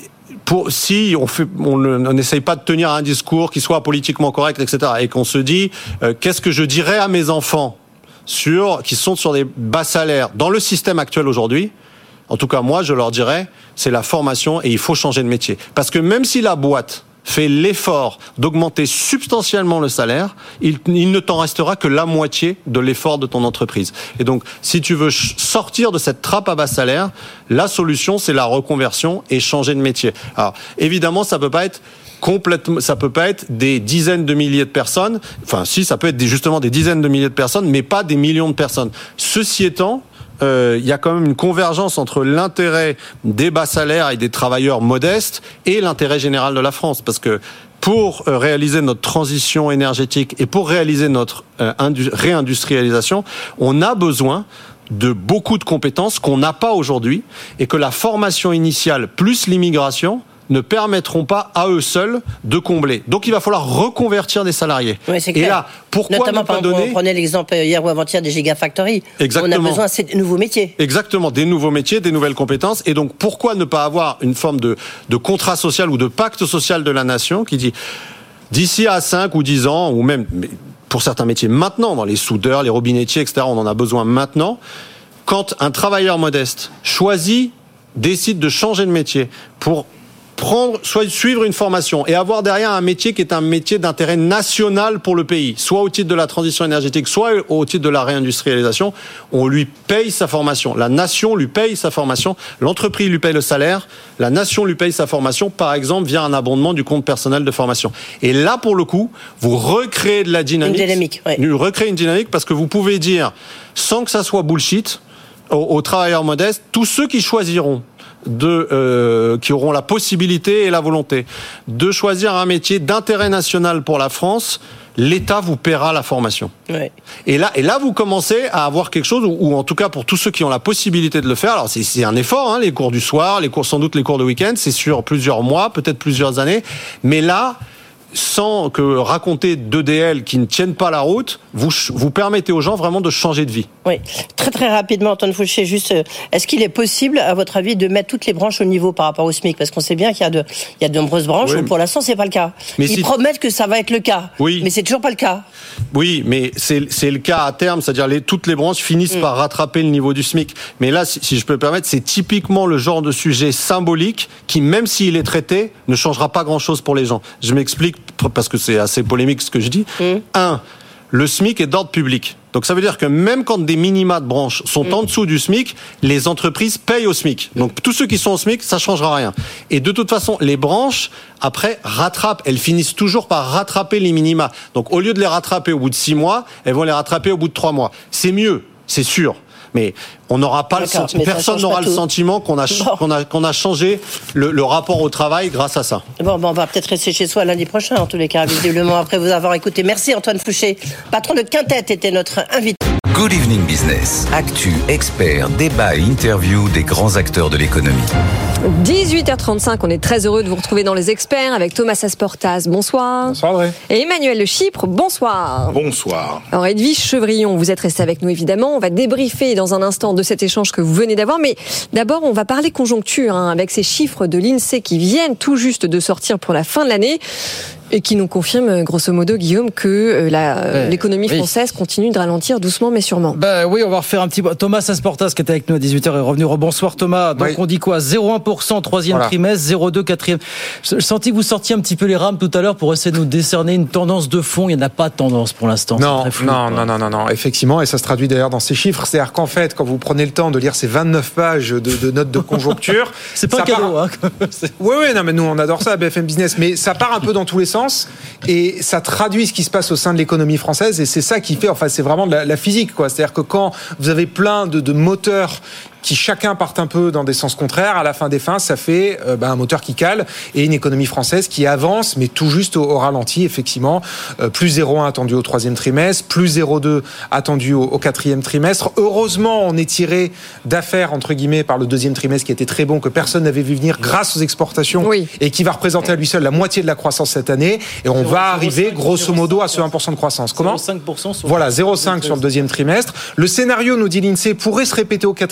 pour, si on fait, on n'essaye pas de tenir un discours qui soit politiquement correct, et cetera, et qu'on se dit, euh, qu'est-ce que je dirais à mes enfants sur, qui sont sur des bas salaires dans le système actuel aujourd'hui? En tout cas, moi, je leur dirais, c'est la formation et il faut changer de métier. Parce que même si la boîte fait l'effort d'augmenter substantiellement le salaire, il, il ne t'en restera que la moitié de l'effort de ton entreprise. Et donc, si tu veux sortir de cette trappe à bas salaire, la solution, c'est la reconversion et changer de métier. Alors, évidemment, ça peut pas être complètement, ça peut pas être des dizaines de milliers de personnes. Enfin, si, ça peut être des, justement des dizaines de milliers de personnes, mais pas des millions de personnes. Ceci étant, il euh, y a quand même une convergence entre l'intérêt des bas salaires et des travailleurs modestes et l'intérêt général de la France. Parce que pour euh, réaliser notre transition énergétique et pour réaliser notre euh, indu- réindustrialisation, on a besoin de beaucoup de compétences qu'on n'a pas aujourd'hui et que la formation initiale plus l'immigration ne permettront pas à eux seuls de combler. Donc il va falloir reconvertir des salariés. Oui, c'est et clair. là, pourquoi Notamment, ne pas par donner... exemple, on prenait l'exemple hier ou avant-hier des gigafactories. Exactement. On a besoin de nouveaux métiers. Exactement, des nouveaux métiers, des nouvelles compétences. Et donc pourquoi ne pas avoir une forme de, de contrat social ou de pacte social de la nation qui dit d'ici à cinq ou dix ans, ou même pour certains métiers maintenant, dans les soudeurs, les robinettiers, et cetera, on en a besoin maintenant. Quand un travailleur modeste choisit, décide de changer de métier pour prendre, soit suivre une formation et avoir derrière un métier qui est un métier d'intérêt national pour le pays, soit au titre de la transition énergétique, soit au titre de la réindustrialisation, on lui paye sa formation. La nation lui paye sa formation, l'entreprise lui paye le salaire, la nation lui paye sa formation, par exemple via un abondement du compte personnel de formation. Et là, pour le coup, vous recréez de la dynamique. Une dynamique, ouais. Vous recréez une dynamique parce que vous pouvez dire, sans que ça soit bullshit, aux, aux travailleurs modestes, tous ceux qui choisiront de euh, qui auront la possibilité et la volonté de choisir un métier d'intérêt national pour la France, l'État vous paiera la formation. Ouais. Et là, et là, vous commencez à avoir quelque chose, ou, ou en tout cas pour tous ceux qui ont la possibilité de le faire. Alors c'est, c'est un effort, hein, les cours du soir, les cours sans doute les cours de week-end, c'est sur plusieurs mois, peut-être plusieurs années. Mais là, sans que raconter d'E D L qui ne tiennent pas la route, vous, vous permettez aux gens vraiment de changer de vie. Oui, très très rapidement, Antoine Fouché, juste, est-ce qu'il est possible, à votre avis, de mettre toutes les branches au niveau par rapport au SMIC? Parce qu'on sait bien qu'il y a de, il y a de nombreuses branches oui, où pour l'instant c'est pas le cas. Mais Ils si... promettent que ça va être le cas, oui. mais c'est toujours pas le cas. Oui, mais c'est, c'est le cas à terme, c'est-à-dire les, toutes les branches finissent mmh. par rattraper le niveau du SMIC. Mais là, si, si je peux me permettre, c'est typiquement le genre de sujet symbolique qui, même s'il est traité, ne changera pas grand-chose pour les gens. Je m'explique parce que c'est assez polémique ce que je dis. Mmh. Un, le SMIC est d'ordre public. Donc ça veut dire que même quand des minima de branches sont mmh. en dessous du SMIC, les entreprises payent au SMIC. Donc tous ceux qui sont au SMIC, ça changera rien. Et de toute façon, les branches, après, rattrapent. Elles finissent toujours par rattraper les minima. Donc au lieu de les rattraper au bout de six mois, elles vont les rattraper au bout de trois mois. C'est mieux, c'est sûr. Mais on n'aura pas D'accord, le sentiment, personne n'aura le sentiment qu'on a, bon. qu'on a, qu'on a changé le, le rapport au travail grâce à ça. Bon, bon, on va peut-être rester chez soi lundi prochain, en tous les cas, visiblement, après vous avoir écouté. Merci Antoine Fouché. Patron de Quintet était notre invité. Good Evening Business. Actu, experts, débat et interview des grands acteurs de l'économie. dix-huit heures trente-cinq, on est très heureux de vous retrouver dans Les Experts avec Thomas Asportas, bonsoir. Bonsoir Audrey. Et Emmanuel Le Chypre, bonsoir. Bonsoir. Alors Edwige Chevrillon, vous êtes resté avec nous évidemment, on va débriefer dans un instant de cet échange que vous venez d'avoir, mais d'abord on va parler conjoncture, hein, avec ces chiffres de l'INSEE qui viennent tout juste de sortir pour la fin de l'année. Et qui nous confirme, grosso modo, Guillaume, que la, ouais, l'économie oui. française continue de ralentir doucement mais sûrement. Ben oui, on va refaire un petit... Thomas Asportas, qui était avec nous à dix-huit heures, est revenu. Rebonsoir Thomas. Donc oui. on dit quoi? zéro virgule un pour cent troisième voilà. trimestre, zéro virgule deux quatrième. Je sentis que vous sortiez un petit peu les rames tout à l'heure pour essayer de nous décerner une tendance de fond. Il n'y en a pas de tendance pour l'instant. Non, c'est très flou, non, non, non, non, non. Effectivement, et ça se traduit d'ailleurs dans ces chiffres. C'est-à-dire qu'en fait, quand vous prenez le temps de lire ces vingt-neuf pages de, de notes de conjoncture... c'est pas un cadeau, part... hein. Oui, oui, non, mais nous, on adore ça à B F M Business. Mais ça part un peu dans tous les sens. Et Et ça traduit ce qui se passe au sein de l'économie française, et c'est ça qui fait, enfin, c'est vraiment de la, la physique, quoi. C'est-à-dire que quand vous avez plein de, de moteurs qui chacun partent un peu dans des sens contraires, à la fin des fins, ça fait euh, ben, un moteur qui cale et une économie française qui avance, mais tout juste au, au ralenti, effectivement. Euh, plus zéro virgule un attendu au troisième trimestre, plus zéro virgule deux attendu au, au quatrième trimestre. Heureusement, on est tiré d'affaires, entre guillemets, par le deuxième trimestre qui était très bon, que personne n'avait vu venir grâce aux exportations, oui. et qui va représenter à lui seul la moitié de la croissance cette année. Et on va arriver, grosso modo, à ce un pour cent de croissance. Comment ? zéro virgule cinq pour cent sur Voilà, zéro virgule cinq sur le deuxième trimestre. Le scénario, nous dit l'INSEE, pourrait se répéter au quatrième trimestre.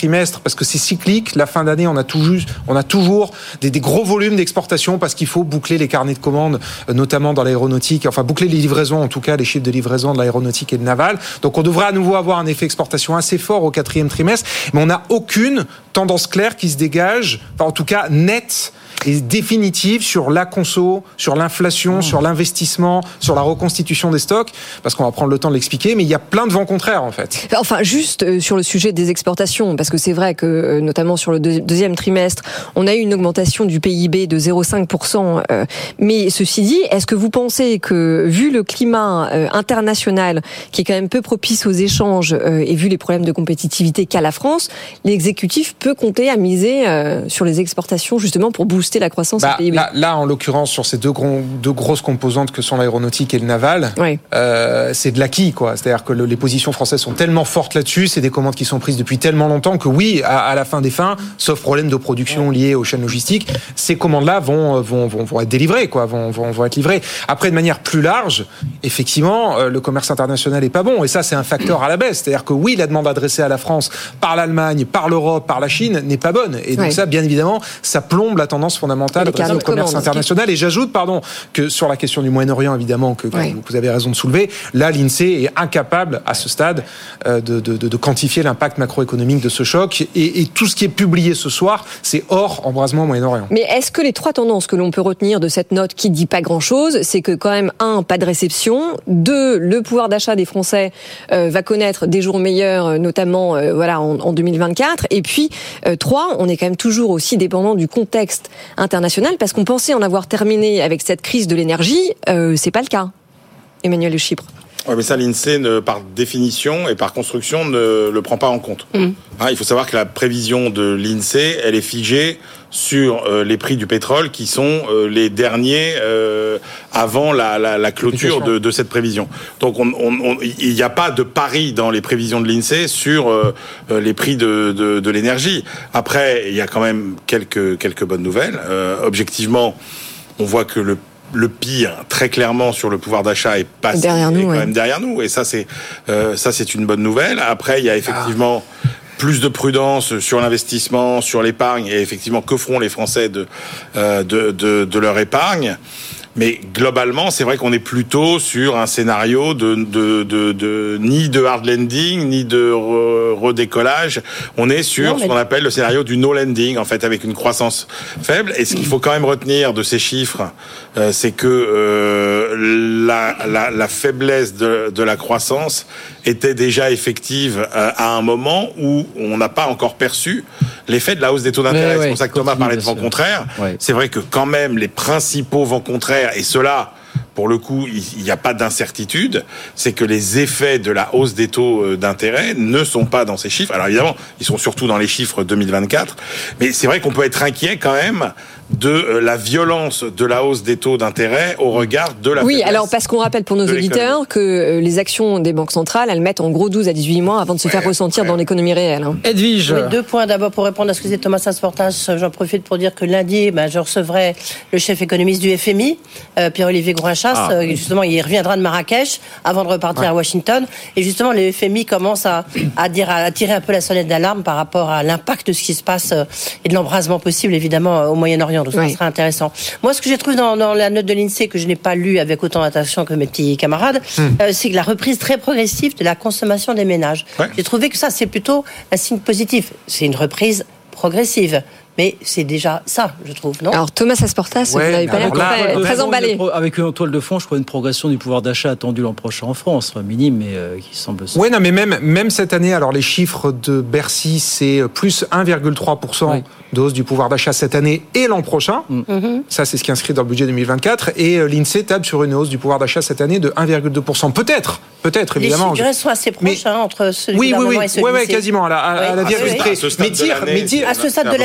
trimestre, parce que c'est cyclique. La fin d'année, on a toujours, on a toujours des, des gros volumes d'exportation parce qu'il faut boucler les carnets de commandes, notamment dans l'aéronautique, enfin boucler les livraisons, en tout cas les chiffres de livraison de l'aéronautique et de naval. Donc on devrait à nouveau avoir un effet exportation assez fort au quatrième trimestre, mais on n'a aucune tendance claire qui se dégage, enfin en tout cas nette et définitive sur la conso, sur l'inflation, mmh. sur l'investissement, sur la reconstitution des stocks, parce qu'on va prendre le temps de l'expliquer, mais il y a plein de vents contraires en fait. Enfin, juste euh, sur le sujet des exportations, parce que c'est vrai que, euh, notamment sur le deux, deuxième trimestre, on a eu une augmentation du P I B de zéro virgule cinq pour cent, euh, mais ceci dit, est-ce que vous pensez que, vu le climat euh, international, qui est quand même peu propice aux échanges, euh, et vu les problèmes de compétitivité qu'a la France, l'exécutif peut compter à miser euh, sur les exportations, justement, pour booster la croissance bah, du P I B. Là, là, en l'occurrence, sur ces deux, gros, deux grosses composantes que sont l'aéronautique et le naval, oui. euh, c'est de l'acquis, quoi. C'est-à-dire que le, les positions françaises sont tellement fortes là-dessus, c'est des commandes qui sont prises depuis tellement longtemps que oui, à, à la fin des fins, sauf problème de production lié aux chaînes logistiques, ces commandes-là vont, vont, vont, vont être délivrées, quoi, vont, vont, vont être livrées. Après, de manière plus large, effectivement, euh, le commerce international est pas bon, et ça, c'est un facteur à la baisse. C'est-à-dire que oui, la demande adressée à la France par l'Allemagne, par l'Europe, par la Chine n'est pas bonne. Et donc oui. ça, bien évidemment, ça plombe la tendance fondamentale au commerce international. Et j'ajoute, pardon, que sur la question du Moyen-Orient, évidemment, que, que oui. vous avez raison de soulever, là, l'INSEE est incapable, à ce stade, euh, de, de, de quantifier l'impact macroéconomique de ce choc. Et, et tout ce qui est publié ce soir, c'est hors embrasement au Moyen-Orient. Mais est-ce que les trois tendances que l'on peut retenir de cette note qui dit pas grand-chose, c'est que quand même, un, pas de réception, deux, le pouvoir d'achat des Français euh, va connaître des jours meilleurs, notamment euh, voilà, en, en deux mille vingt-quatre, et puis euh, trois, on est quand même toujours aussi dépendant du contexte international, parce qu'on pensait en avoir terminé avec cette crise de l'énergie, euh, c'est pas le cas. Emmanuel Le Chypre. Oui, mais ça, l'INSEE, ne, par définition et par construction, ne le prend pas en compte. Mmh. Hein, il faut savoir que la prévision de l'INSEE, elle est figée sur euh, les prix du pétrole qui sont euh, les derniers euh, avant la, la, la clôture de, de cette prévision. Donc on, on, on, il n'y a pas de pari dans les prévisions de l'INSEE sur euh, les prix de, de, de l'énergie. Après, il y a quand même quelques, quelques bonnes nouvelles. Euh, objectivement, on voit que le Le pire, très clairement, sur le pouvoir d'achat est passé, derrière nous, est quand ouais. même derrière nous, et ça c'est euh, ça c'est une bonne nouvelle. Après, il y a effectivement ah. plus de prudence sur l'investissement, sur l'épargne, et effectivement, que feront les Français de euh, de, de de leur épargne. Mais globalement, c'est vrai qu'on est plutôt sur un scénario de, de, de, de ni de hard landing, ni de re, redécollage. On est sur non, ce qu'on appelle le scénario du no landing, en fait, avec une croissance faible. Et ce qu'il faut quand même retenir de ces chiffres, euh, c'est que euh, la, la, la faiblesse de, de la croissance était déjà effective euh, à un moment où on n'a pas encore perçu l'effet de la hausse des taux d'intérêt. Ouais, c'est pour ça que Thomas parlait de vents contraires. Ouais. C'est vrai que quand même, les principaux vents contraires, et cela, pour le coup, il n'y a pas d'incertitude, c'est que les effets de la hausse des taux d'intérêt ne sont pas dans ces chiffres. Alors évidemment, ils sont surtout dans les chiffres deux mille vingt-quatre, mais c'est vrai qu'on peut être inquiet quand même de la violence de la hausse des taux d'intérêt au regard de la Oui, alors parce qu'on rappelle pour nos auditeurs que les actions des banques centrales, elles mettent en gros douze à dix-huit mois avant de se ouais, faire ressentir ouais. dans l'économie réelle. Hein. Edwige. Oui, deux points. D'abord, pour répondre à ce que disait Thomas Asportas, j'en profite pour dire que lundi, ben, je recevrai le chef économiste du F M I, euh, Pierre-Olivier Gourinchas. Ah. Euh, justement, il reviendra de Marrakech avant de repartir ouais. à Washington. Et justement, le F M I commence à, à, dire, à tirer un peu la sonnette d'alarme par rapport à l'impact de ce qui se passe euh, et de l'embrasement possible, évidemment, au Moyen-Orient. Donc, oui. ça sera intéressant. Moi, ce que j'ai trouvé dans, dans la note de l'INSEE, que je n'ai pas lu avec autant d'attention que mes petits camarades, mmh. euh, c'est que la reprise très progressive de la consommation des ménages. Ouais. J'ai trouvé que ça, c'est plutôt un signe positif. C'est une reprise progressive. Mais c'est déjà ça, je trouve, non ? Alors, Thomas Asportas, ouais, vous n'avez pas l'air très, très emballé. Avec une toile de fond, je crois une progression du pouvoir d'achat attendue l'an prochain en France, enfin, minime, mais euh, qui semble... Oui, non, mais même, même cette année, alors les chiffres de Bercy, c'est plus un virgule trois pour cent oui. de hausse du pouvoir d'achat cette année et l'an prochain. Mm-hmm. Ça, c'est ce qui est inscrit dans le budget deux mille vingt-quatre. Et euh, l'INSEE table sur une hausse du pouvoir d'achat cette année de un virgule deux pour cent. Peut-être, peut-être, évidemment. Les chiffres sont assez proches mais... hein, entre ceux du oui, gouvernement oui, oui, et ceux oui, du oui, quasiment, à la, à, oui. à la virgule près. Mais dire, mais dire... À ce stade de l'année,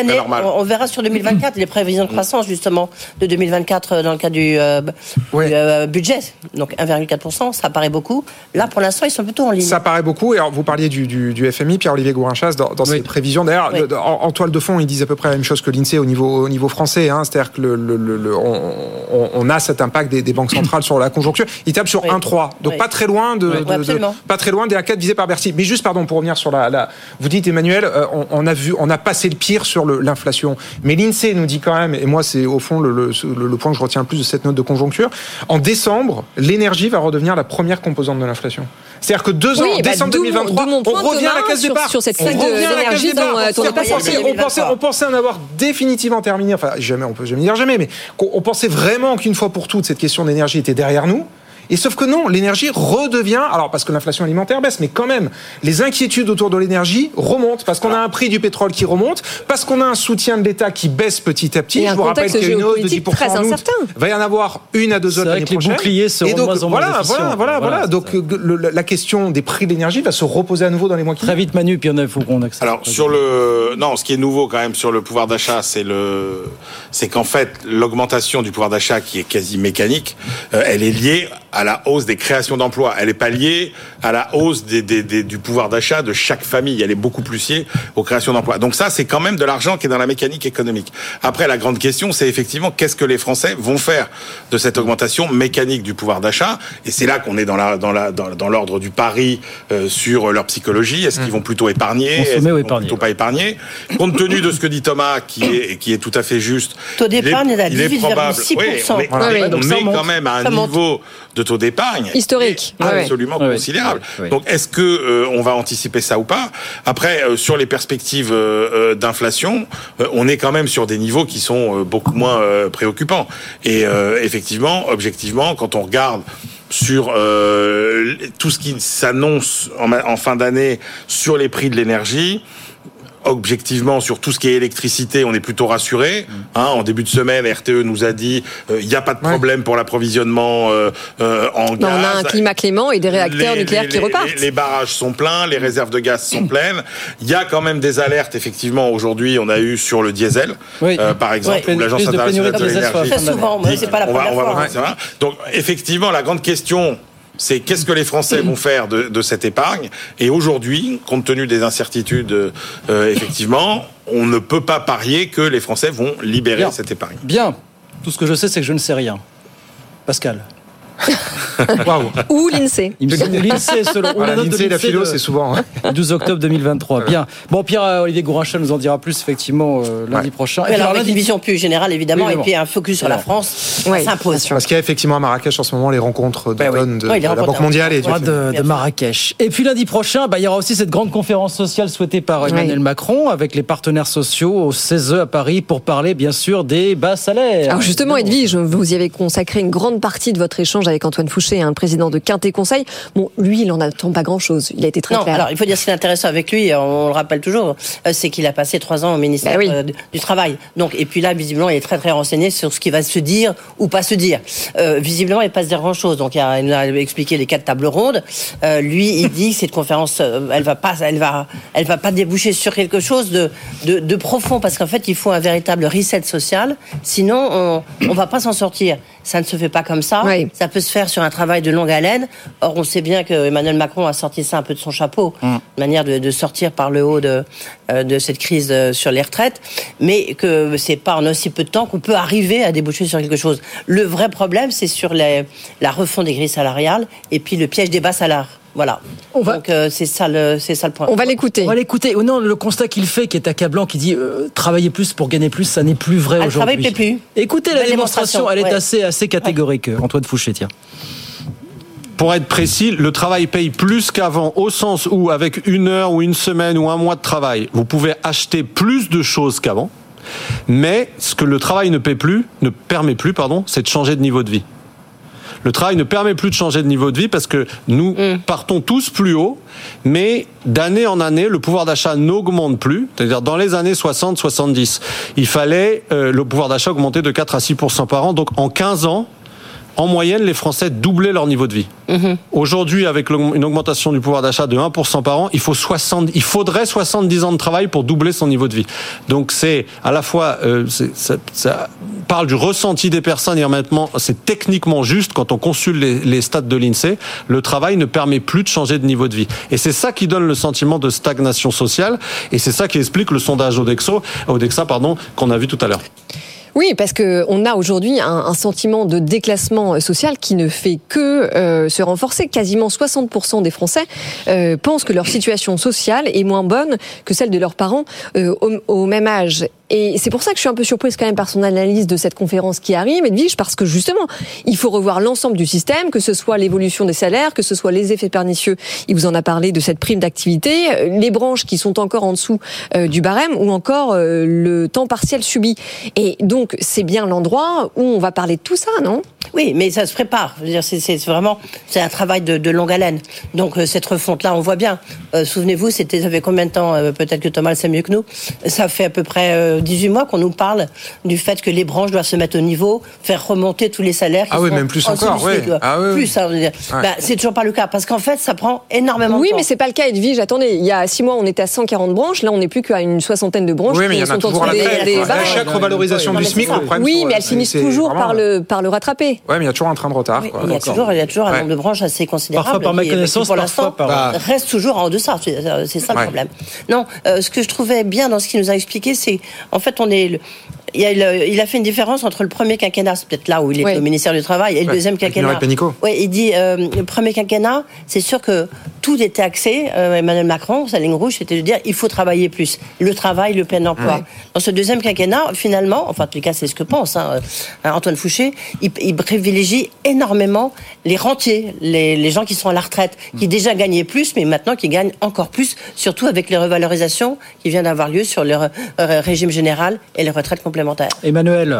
on, on verra sur deux mille vingt-quatre les prévisions de croissance justement de deux mille vingt-quatre dans le cas du, euh, ouais. du euh, budget. Donc un virgule quatre pour cent, ça paraît beaucoup. Là, pour l'instant, ils sont plutôt en ligne. Ça paraît beaucoup. Et alors, vous parliez du, du, du F M I, Pierre-Olivier Gourinchas, dans, dans oui. ses prévisions. D'ailleurs, oui. en, en toile de fond, ils disent à peu près la même chose que l'INSEE au niveau, au niveau français. Hein, c'est-à-dire que le, le, le, on, on a cet impact des, des banques centrales sur la conjoncture. Ils tapent sur oui. un virgule trois. Donc oui. pas très loin de, oui. de, de, de pas très loin des A quatre visés par Bercy. Mais juste, pardon, pour revenir sur la, la vous dites, Emmanuel, euh, on, on a vu, on a passé le pire sur le, l'inflation. Mais l'INSEE nous dit quand même, et moi c'est au fond le, le, le point que je retiens le plus de cette note de conjoncture, en décembre, l'énergie va redevenir la première composante de l'inflation. C'est-à-dire que deux ans, oui, en décembre bah, deux mille vingt-trois, on revient à la case départ. Sur cette feuille de l'énergie dont on on pensait, on, pensait, on pensait en avoir définitivement terminé, enfin jamais, on peut jamais dire jamais, mais on pensait vraiment qu'une fois pour toutes, cette question d'énergie était derrière nous. Et sauf que non, l'énergie redevient, alors parce que l'inflation alimentaire baisse, mais quand même, les inquiétudes autour de l'énergie remontent, parce qu'on a un prix du pétrole qui remonte, parce qu'on a un soutien de l'État qui baisse petit à petit. Et Je vous rappelle qu'il y a une hausse de dix pour cent en août. Il va y en avoir une à deux autres l'année prochaine. Les boucliers seront et donc, moins en moins voilà, voilà, voilà, voilà. Donc le, la question des prix de l'énergie va se reposer à nouveau dans les mois qui viennent. Très vite, Manu, puis il faut qu'on accélère. Alors sur le, non, ce qui est nouveau quand même sur le pouvoir d'achat, c'est le, c'est qu'en fait l'augmentation du pouvoir d'achat qui est quasi mécanique, euh, elle est liée à la hausse des créations d'emplois. Elle est pas liée à la hausse des, des, des, du pouvoir d'achat de chaque famille. Elle est beaucoup plus liée aux créations d'emplois. Donc ça, c'est quand même de l'argent qui est dans la mécanique économique. Après, la grande question, c'est effectivement qu'est-ce que les Français vont faire de cette augmentation mécanique du pouvoir d'achat. Et c'est là qu'on est dans, la, dans, la, dans, dans l'ordre du pari euh, sur leur psychologie. Est-ce qu'ils vont plutôt épargner ? Est-ce qu'ils vont épargner. plutôt pas épargner ? Compte tenu de ce que dit Thomas, qui est, qui est tout à fait juste, taux d'épargne est à dix-huit virgule six pour cent. Oui, on, est, voilà. on, est, on met quand même à un niveau de taux d'épargne historique, absolument ouais, considérable. Ouais, ouais. Donc, est-ce que euh, on va anticiper ça ou pas ? Après, euh, sur les perspectives euh, d'inflation, euh, on est quand même sur des niveaux qui sont euh, beaucoup moins euh, préoccupants. Et euh, effectivement, objectivement, quand on regarde sur euh, tout ce qui s'annonce en, en fin d'année sur les prix de l'énergie, objectivement, sur tout ce qui est électricité, on est plutôt rassuré. Hein, en début de semaine, R T E nous a dit il euh, n'y a pas de problème ouais. pour l'approvisionnement euh, euh, en non, gaz. On a un climat clément et des réacteurs les, nucléaires les, qui repartent. Les, les barrages sont pleins, les réserves de gaz sont pleines. Il y a quand même des alertes, effectivement, aujourd'hui, on a eu sur le diesel, oui. euh, par exemple, oui. où l'Agence internationale de l'énergie. Très souvent, mais c'est pas la première va, fois. Va, hein. Donc, effectivement, la grande question, c'est qu'est-ce que les Français vont faire de, de cette épargne. Et aujourd'hui, compte tenu des incertitudes, euh, effectivement, on ne peut pas parier que les Français vont libérer Bien. cette épargne. Bien. Tout ce que je sais, c'est que je ne sais rien. Pascal. Wow. Ou l'INSEE. Il me semble l'INSEE, selon voilà, la note l'INSEE, de la philo, de, c'est souvent. Hein. douze octobre deux mille vingt-trois. Bien. Bon, Pierre-Olivier Gourinchas nous en dira plus, effectivement, euh, lundi ouais. prochain. Et alors, avec une vision plus générale, évidemment, oui, et puis un focus sur alors. la France, ouais. ça s'impose. Parce qu'il y a effectivement à Marrakech en ce moment les rencontres bah, d'automne oui. de, oui, de la Banque mondiale et du de, de Marrakech. Et puis lundi prochain, bah, il y aura aussi cette grande conférence sociale souhaitée par Emmanuel oui. Macron avec les partenaires sociaux au C E S E à Paris pour parler, bien sûr, des bas salaires. Alors justement, Edwige, vous y avez consacré une grande partie de votre échange avec Antoine Fouché, un président de Quintet Conseil. Bon, lui, il n'en attend pas grand-chose. Il a été très non, clair. Alors, il faut dire ce qui est intéressant avec lui, on le rappelle toujours, c'est qu'il a passé trois ans au ministère bah oui. du Travail. Donc, et puis là, visiblement, il est très très renseigné sur ce qui va se dire ou pas se dire. Euh, visiblement, il ne va pas se dire grand-chose. Donc, il, a, il nous a expliqué les quatre tables rondes. Euh, lui, il dit que cette conférence, elle va pas, elle va, elle va pas déboucher sur quelque chose de, de, de profond, parce qu'en fait, il faut un véritable reset social. Sinon, on, on va pas s'en sortir. Ça ne se fait pas comme ça. Oui. Ça peut se faire sur un travail de longue haleine. Or, on sait bien que Emmanuel Macron a sorti ça un peu de son chapeau, mmh. manière de, de sortir par le haut de, euh, de cette crise de, sur les retraites, mais que c'est pas en aussi peu de temps qu'on peut arriver à déboucher sur quelque chose. Le vrai problème, c'est sur les, la refonte des grilles salariales et puis le piège des bas salaires. Voilà. On va... Donc euh, c'est ça le c'est ça le point. On va l'écouter. On va l'écouter. Oh non, le constat qu'il fait, qui est accablant, qui dit euh, travailler plus pour gagner plus, ça n'est plus vrai ah, aujourd'hui. Le travail plaît plus. Écoutez la, la démonstration, démonstration, elle est ouais. assez assez catégorique. Ouais. Antoine Fouché, tiens. Pour être précis, le travail paye plus qu'avant, au sens où avec une heure ou une semaine ou un mois de travail, vous pouvez acheter plus de choses qu'avant. Mais ce que le travail ne paie plus, ne permet plus, pardon, c'est de changer de niveau de vie. Le travail ne permet plus de changer de niveau de vie parce que nous mmh. partons tous plus haut, mais d'année en année, le pouvoir d'achat n'augmente plus. C'est-à-dire dans les années soixante soixante-dix, il fallait euh, le pouvoir d'achat augmenter de quatre à six pour cent par an. Donc en quinze ans, en moyenne, les Français doublaient leur niveau de vie. Mmh. Aujourd'hui, avec une augmentation du pouvoir d'achat de un pour cent par an, il faut soixante, il faudrait soixante-dix ans de travail pour doubler son niveau de vie. Donc c'est à la fois, euh, c'est, ça, ça parle du ressenti des personnes et en même temps, c'est techniquement juste quand on consulte les, les stats de l'INSEE, le travail ne permet plus de changer de niveau de vie. Et c'est ça qui donne le sentiment de stagnation sociale et c'est ça qui explique le sondage Odexo, Odexa, pardon, qu'on a vu tout à l'heure. Oui, parce que on a aujourd'hui un, un sentiment de déclassement social qui ne fait que euh, se renforcer. Quasiment soixante pour cent des Français euh, pensent que leur situation sociale est moins bonne que celle de leurs parents euh, au, au même âge. Et c'est pour ça que je suis un peu surprise quand même par son analyse de cette conférence qui arrive, Edwige, parce que justement, il faut revoir l'ensemble du système, que ce soit l'évolution des salaires, que ce soit les effets pernicieux. Il vous en a parlé de cette prime d'activité, les branches qui sont encore en dessous euh, du barème ou encore euh, le temps partiel subi. Et donc, c'est bien l'endroit où on va parler de tout ça, non ? Oui, mais ça se prépare. Je veux dire, c'est, c'est vraiment c'est un travail de, de longue haleine. Donc euh, cette refonte-là, on voit bien. Euh, souvenez-vous, c'était ça fait combien de temps euh, peut-être que Thomas le sait mieux que nous. Ça fait à peu près euh, dix-huit mois qu'on nous parle du fait que les branches doivent se mettre au niveau, faire remonter tous les salaires. Qui ah sont oui, même plus encore. Oui. Ah oui, plus, ça, je veux dire. Ouais. Bah, c'est toujours pas le cas parce qu'en fait, ça prend énormément oui, de temps. Oui, mais c'est pas le cas, Edwige. Attendez, il y a six mois, on était à cent quarante branches. Là, on n'est plus qu'à une soixantaine de branches. Oui, mais il y en a toujours la des chaque revalorisation du SMIC. Oui, mais elles finissent toujours par le par le rattraper. Oui, mais il y a toujours un train de retard. Oui, il y a toujours, il y a toujours un ouais. nombre de branches assez considérable. Parfois par méconnaissance, pour parfois l'instant, par... Bah... reste toujours en deçà. C'est, c'est ça le ouais. problème. Non, euh, ce que je trouvais bien dans ce qu'il nous a expliqué, c'est en fait, on est. Le... Il, a, il a fait une différence entre le premier quinquennat, c'est peut-être là où il est ouais. au ministère du Travail, et ouais. le deuxième quinquennat. Oui, il dit euh, le premier quinquennat, c'est sûr que tout était axé. Euh, Emmanuel Macron, sa ligne rouge, c'était de dire il faut travailler plus, le travail, le plein emploi. Ouais. Dans ce deuxième quinquennat, finalement, enfin en tout cas c'est ce que pense hein, Antoine Fouché, il, il privilégie énormément les rentiers, les, les gens qui sont à la retraite, qui déjà gagnaient plus, mais maintenant qui gagnent encore plus, surtout avec les revalorisations qui viennent d'avoir lieu sur le euh, régime général et les retraites complémentaires. Emmanuel.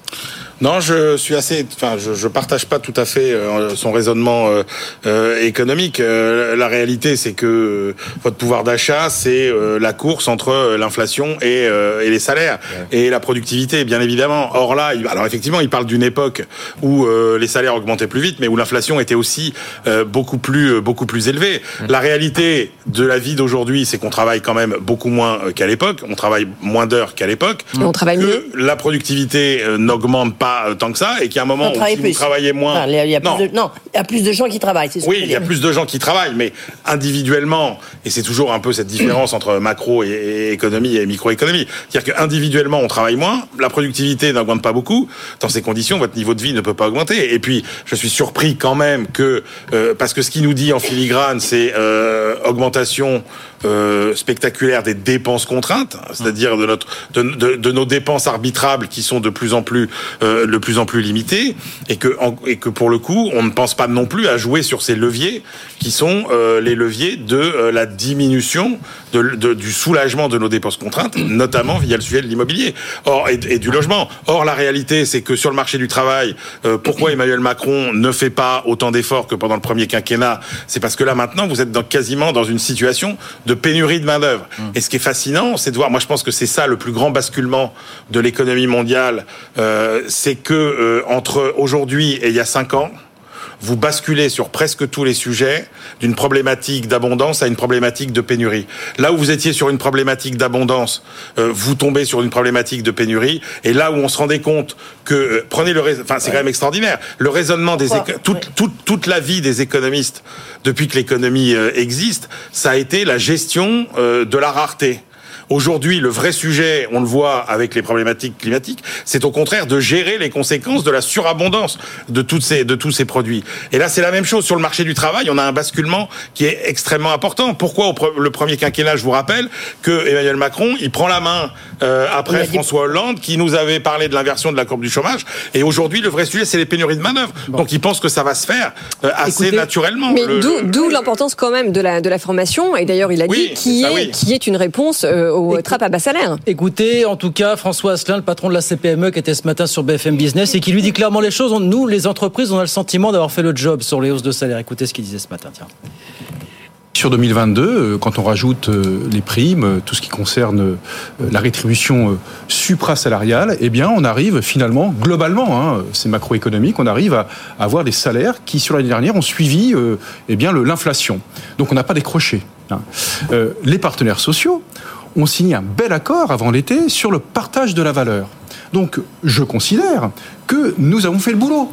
Non, je suis assez. Enfin, je, je partage pas tout à fait euh, son raisonnement euh, euh, économique. Euh, la réalité, c'est que euh, votre pouvoir d'achat, c'est euh, la course entre euh, l'inflation et, euh, et les salaires ouais. et la productivité, bien évidemment. Or là, il, alors effectivement, il parle d'une époque où euh, les salaires augmentaient plus vite, mais où l'inflation était aussi euh, beaucoup plus, euh, beaucoup plus élevée. Mmh. La réalité de la vie d'aujourd'hui, c'est qu'on travaille quand même beaucoup moins qu'à l'époque. On travaille moins d'heures qu'à l'époque. Et on travaille que mieux. La productivité euh, n'augmente pas tant que ça, et qu'il y a un moment où si vous travaillez moins... Non, il y a plus non. De, non, il y a plus de gens qui travaillent. C'est ce oui, il y a plus de gens qui travaillent, mais individuellement, et c'est toujours un peu cette différence entre macro et, et économie et microéconomie, c'est-à-dire qu'individuellement, on travaille moins, la productivité n'augmente pas beaucoup, dans ces conditions, votre niveau de vie ne peut pas augmenter. Et puis, je suis surpris quand même que, euh, parce que ce qu'il nous dit en filigrane, c'est euh, augmentation euh, spectaculaire des dépenses contraintes, c'est-à-dire de, notre, de, de, de nos dépenses arbitrables qui sont de plus en plus... Euh, de plus en plus limité et que, en, et que pour le coup, on ne pense pas non plus à jouer sur ces leviers qui sont euh, les leviers de euh, la diminution de, de, du soulagement de nos dépenses contraintes, notamment via le sujet de l'immobilier or, et, et du logement. Or, la réalité, c'est que sur le marché du travail, euh, pourquoi Emmanuel Macron ne fait pas autant d'efforts que pendant le premier quinquennat? C'est parce que là, maintenant, vous êtes dans, quasiment dans une situation de pénurie de main-d'œuvre. Mmh. Et ce qui est fascinant, c'est de voir, moi je pense que c'est ça le plus grand basculement de l'économie mondiale, euh, c'est que euh, entre aujourd'hui et il y a cinq ans, vous basculez sur presque tous les sujets d'une problématique d'abondance à une problématique de pénurie. Là où vous étiez sur une problématique d'abondance, euh, vous tombez sur une problématique de pénurie. Et là où on se rendait compte que euh, prenez le, rais... enfin c'est ouais. quand même extraordinaire, le raisonnement des éco... toute, ouais. toute toute la vie des économistes depuis que l'économie euh, existe, ça a été la gestion euh, de la rareté. Aujourd'hui, le vrai sujet, on le voit avec les problématiques climatiques, c'est au contraire de gérer les conséquences de la surabondance de toutes ces, de tous ces produits. Et là, c'est la même chose sur le marché du travail. On a un basculement qui est extrêmement important. Pourquoi au pre- le premier quinquennat, je vous rappelle que Emmanuel Macron, il prend la main euh, après François Hollande, qui nous avait parlé de l'inversion de la courbe du chômage. Et aujourd'hui, le vrai sujet, c'est les pénuries de main-d'œuvre. Bon. Donc, il pense que ça va se faire euh, assez Écoutez, naturellement. Mais le, d'où, le, d'où le, l'importance quand même de la de la formation. Et d'ailleurs, il a oui, dit qui est, oui. qui est une réponse euh, aux trappes à bas salaire. Écoutez, en tout cas, François Asselin, le patron de la C P M E, qui était ce matin sur B F M Business et qui lui dit clairement les choses. Nous, les entreprises, on a le sentiment d'avoir fait le job sur les hausses de salaire. Écoutez ce qu'il disait ce matin. Tiens. sur deux mille vingt-deux, quand on rajoute les primes, tout ce qui concerne la rétribution suprasalariale, eh bien, on arrive finalement, globalement, hein, c'est macroéconomique, on arrive à avoir des salaires qui, sur l'année dernière, ont suivi euh, eh bien, le, l'inflation. Donc, on n'a pas décroché. Hein. Euh, les partenaires sociaux ont signé un bel accord avant l'été sur le partage de la valeur. Donc, je considère que nous avons fait le boulot.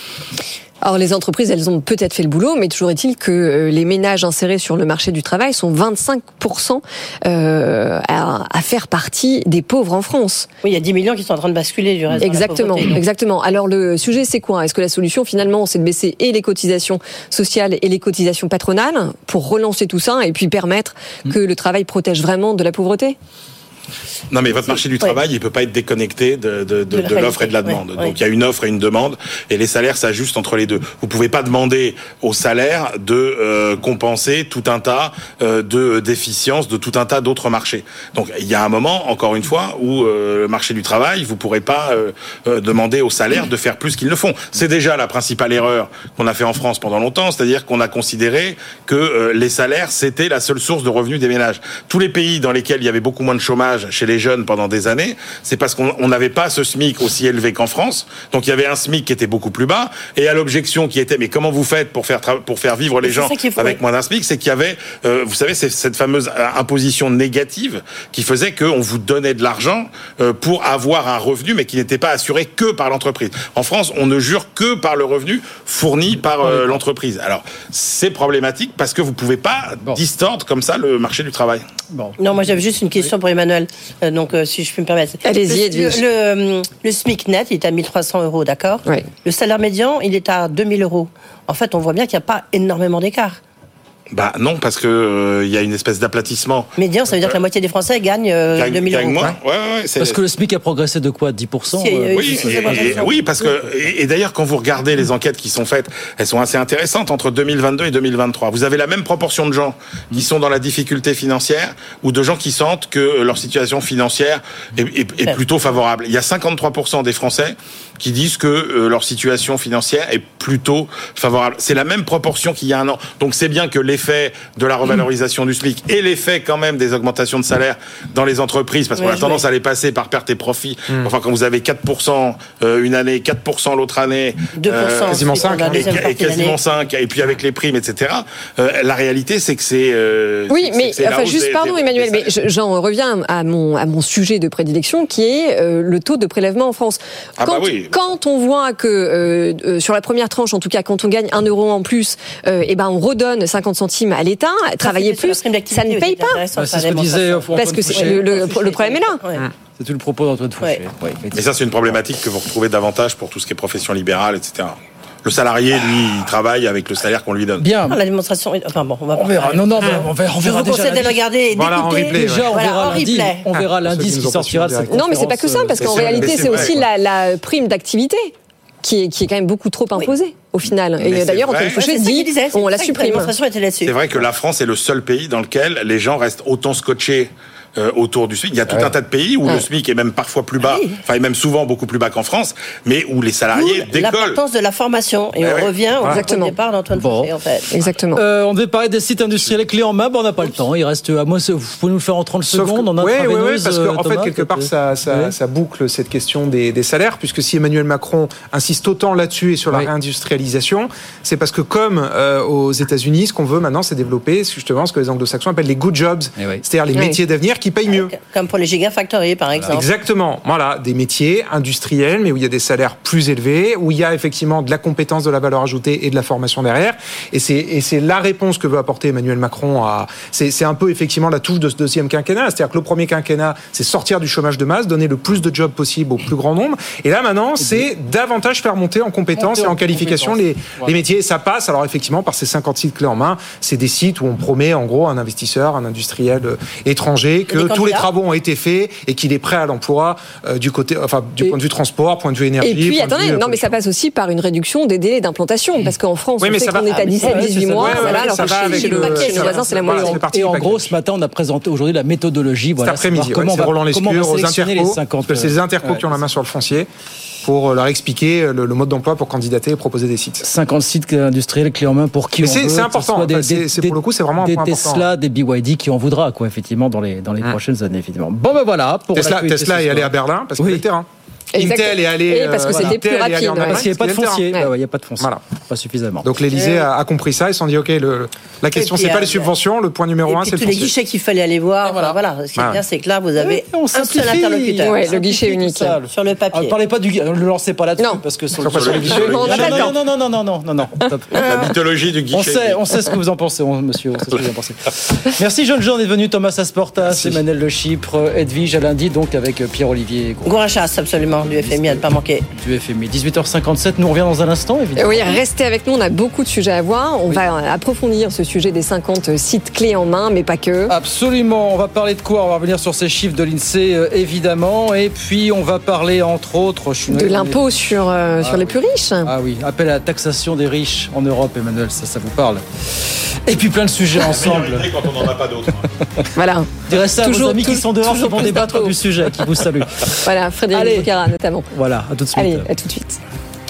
Alors les entreprises, elles ont peut-être fait le boulot, mais toujours est-il que les ménages insérés sur le marché du travail sont vingt-cinq pour cent euh, à, à faire partie des pauvres en France. Oui, il y a dix millions qui sont en train de basculer du reste. Exactement, de la exactement. Alors le sujet, c'est quoi ? Est-ce que la solution, finalement, c'est de baisser et les cotisations sociales et les cotisations patronales pour relancer tout ça et puis permettre mmh. que le travail protège vraiment de la pauvreté ? Non, mais votre marché du travail, ouais. il peut pas être déconnecté de, de, de, de, de l'offre et de la demande. Ouais, ouais. Donc, il y a une offre et une demande, et les salaires s'ajustent entre les deux. Vous pouvez pas demander aux salaires de euh, compenser tout un tas euh, de déficiences de tout un tas d'autres marchés. Donc, il y a un moment, encore une fois, où euh, le marché du travail, vous pourrez pas euh, euh, demander aux salaires de faire plus qu'ils ne font. C'est déjà la principale erreur qu'on a fait en France pendant longtemps, c'est-à-dire qu'on a considéré que euh, les salaires, c'était la seule source de revenus des ménages. Tous les pays dans lesquels il y avait beaucoup moins de chômage chez les jeunes pendant des années, c'est parce qu'on n'avait pas ce SMIC aussi élevé qu'en France. Donc il y avait un SMIC qui était beaucoup plus bas, et à l'objection qui était mais comment vous faites pour faire tra- pour faire vivre les gens avec moins d'un SMIC, c'est qu'il y avait euh, vous savez c'est cette fameuse imposition négative qui faisait qu'on vous donnait de l'argent euh, pour avoir un revenu mais qui n'était pas assuré que par l'entreprise. En France, on ne jure que par le revenu fourni par euh, l'entreprise. Alors c'est problématique parce que vous pouvez pas bon. distordre comme ça le marché du travail. Bon. Non, moi j'avais juste une question pour Emmanuel. Euh, donc, euh, si je peux me permettre. Allez-y, le, le, le, le SMIC net, il est à mille trois cents euros, d'accord ? Oui. Le salaire médian, il est à deux mille euros. En fait, on voit bien qu'il n'y a pas énormément d'écart. Bah non, parce que il euh, y a une espèce d'aplatissement. Médian, ça veut dire que la moitié des Français gagnent euh, gagne, deux mille euros. Moins. Ouais, ouais, c'est... Parce que le SMIC a progressé de quoi, dix pour cent si, euh, Oui, et, et, oui, parce que et, et d'ailleurs quand vous regardez les enquêtes qui sont faites, elles sont assez intéressantes entre deux mille vingt-deux et deux mille vingt-trois. Vous avez la même proportion de gens qui sont dans la difficulté financière ou de gens qui sentent que leur situation financière est, est, est plutôt favorable. Il y a cinquante-trois pour cent des Français qui disent que euh, leur situation financière est plutôt favorable. C'est la même proportion qu'il y a un an. Donc c'est bien que l'effet de la revalorisation du SMIC et l'effet quand même des augmentations de salaire dans les entreprises, parce qu'on ouais, a tendance à les passer par perte et profit. Mmh. Enfin, quand vous avez quatre pour cent une année, quatre pour cent l'autre année, deux pour cent, euh, quasiment cinq, et, et quasiment cinq, et puis avec les primes, et cetera. Euh, la réalité, c'est que c'est... Euh, oui, c'est, mais c'est enfin, juste, des, pardon des, Emmanuel, des mais j'en reviens à mon, à mon sujet de prédilection, qui est euh, le taux de prélèvement en France. Quand, ah bah oui. quand on voit que euh, euh, sur la première tranche, en tout cas, quand on gagne un euro en plus, euh, et ben on redonne cinquante centimes à l'État, travailler plus, ça ne paye pas. Bah, c'est ce que disait parce que c'est, le, le, le problème est là. Ouais. C'est tout le propos d'Antoine Fouché. Ouais. Ouais. Et ça, c'est une problématique que vous retrouvez davantage pour tout ce qui est profession libérale, et cetera. Le salarié, lui, il travaille avec le salaire qu'on lui donne. Bien. Ah, la démonstration. Enfin bon, on va. On verra. Non, non, on verra. On verra je vous conseille de le regarder. Voilà, en replay. Déjà, on voilà, verra en lundi. replay. On verra lundi ce qui sortira de cette conférence. Non, mais c'est pas que ça, parce qu'en réalité, c'est aussi la, la prime d'activité qui est, qui est quand même beaucoup trop imposée. Oui. Au final. Et mais d'ailleurs, Antoine Fouché dit, disait, on la supprime. C'est vrai que la France est le seul pays dans lequel les gens restent autant scotchés Euh, autour du SMIC. Il y a tout ouais. un tas de pays où ouais. le SMIC est même parfois plus bas, oui. enfin et même souvent beaucoup plus bas qu'en France, mais où les salariés Où décollent. L'importance de la formation. Et ouais, on ouais. revient au Exactement. départ d'Antoine bon. Fouché, en fait. Exactement. Euh, on devait parler des sites industriels clés en main, ben on n'a pas le temps. Il reste à moi, vous pouvez nous le faire en trente Sauf secondes, que, en oui, oui, oui, parce qu'en en fait, quelque part, ça, ça, ouais. ça boucle cette question des, des salaires, puisque si Emmanuel Macron insiste autant là-dessus et sur la oui. réindustrialisation, c'est parce que comme euh, aux États-Unis, ce qu'on veut maintenant, c'est développer justement ce que les anglo-saxons appellent les good jobs, oui. c'est-à-dire les oui. métiers d'avenir qui payent mieux. Comme pour les gigafactories, par exemple. Exactement. Voilà, des métiers industriels, mais où il y a des salaires plus élevés, où il y a effectivement de la compétence, de la valeur ajoutée et de la formation derrière. Et c'est, et c'est la réponse que veut apporter Emmanuel Macron à. C'est, c'est un peu effectivement la touche de ce deuxième quinquennat. C'est-à-dire que le premier quinquennat, c'est sortir du chômage de masse, donner le plus de jobs possible au plus grand nombre. Et là, maintenant, c'est davantage faire monter en compétences et en qualification les, les métiers. Et ça passe, alors effectivement, par ces cinquante sites clés en main. C'est des sites où on promet, en gros, un investisseur, un industriel étranger, que tous les travaux ont été faits et qu'il est prêt à l'emploi euh, du côté, enfin du et point de vue transport, point de vue énergie. Et puis attendez, vue, non mais ça passe aussi par une réduction des délais d'implantation, parce qu'en France, oui, on sait qu'on va, est à dix-sept à dix-huit mois, voilà, alors que chez, chez le paquet, nos voisins, c'est la moyenne. Et en gros, ce matin, on a présenté aujourd'hui la méthodologie. Cet après-midi, comment on va sélectionner les cinquante. Parce que c'est les intercos qui ont la main sur le foncier. pour leur expliquer le, le mode d'emploi pour candidater et proposer des sites. cinquante sites industriels clés en main pour qui Mais on c'est, veut. c'est important. Des, c'est, c'est, pour le coup, c'est vraiment des un point Tesla, important. des B Y D qui en voudra, quoi, effectivement, dans les, dans les mmh. prochaines années, évidemment. Bon, ben voilà. Pour Tesla, Tesla est allé à Berlin parce qu'il y a le terrain. Intel est allé. Et parce que c'était plus rapide. Ouais. Parce qu'il n'y a pas de foncier. Il ouais. n'y a pas de foncier. Voilà. Pas suffisamment. Donc l'Élysée a, a compris ça. Ils se sont dit, OK, le, la question, c'est pas les subventions. Le point numéro un, c'est le foncier. tous les guichets qu'il fallait aller voir. Voilà. voilà. Ce qui est bien, c'est que là, vous avez oui, un seul interlocuteur. Ouais, le guichet unique. Ça, sur le papier. Ne parlez pas du ne le lancez pas là-dessus. Non. Parce que sur, sur, sur le guichet. Non, non, non, non, non, non, non, non. La mythologie du guichet. On sait, on sait ce que vous en pensez, monsieur. On sait ce que vous en pensez. Merci, jeune Jean, d'être venu. Thomas Asportas, Emmanuel Le Chypre, Edwige à lundi, donc avec Pierre-Olivier Gros. Gourachas, absolument, du F M I, à ne pas manquer. Du F M I. dix-huit heures cinquante-sept, nous on revient dans un instant, évidemment. Oui, restez avec nous, on a beaucoup de sujets à voir. On oui. va approfondir ce sujet des cinquante sites clés en main, mais pas que. Absolument, on va parler de quoi ? On va revenir sur ces chiffres de l'INSEE, euh, évidemment. Et puis, on va parler, entre autres... Je suis de l'impôt les... sur, euh, ah, sur les plus riches. Ah oui, appel à la taxation des riches en Europe, Emmanuel, ça, ça vous parle. Et puis, plein de sujets ensemble. Quand on n'en a pas d'autres. Voilà. Je dirais ça toujours, à vos amis tout, qui sont dehors, qui vont débattre d'impôt. Du sujet, qui vous saluent. Voilà, Frédéric Boucara, notamment. Voilà, à tout de suite. Allez, à tout de suite.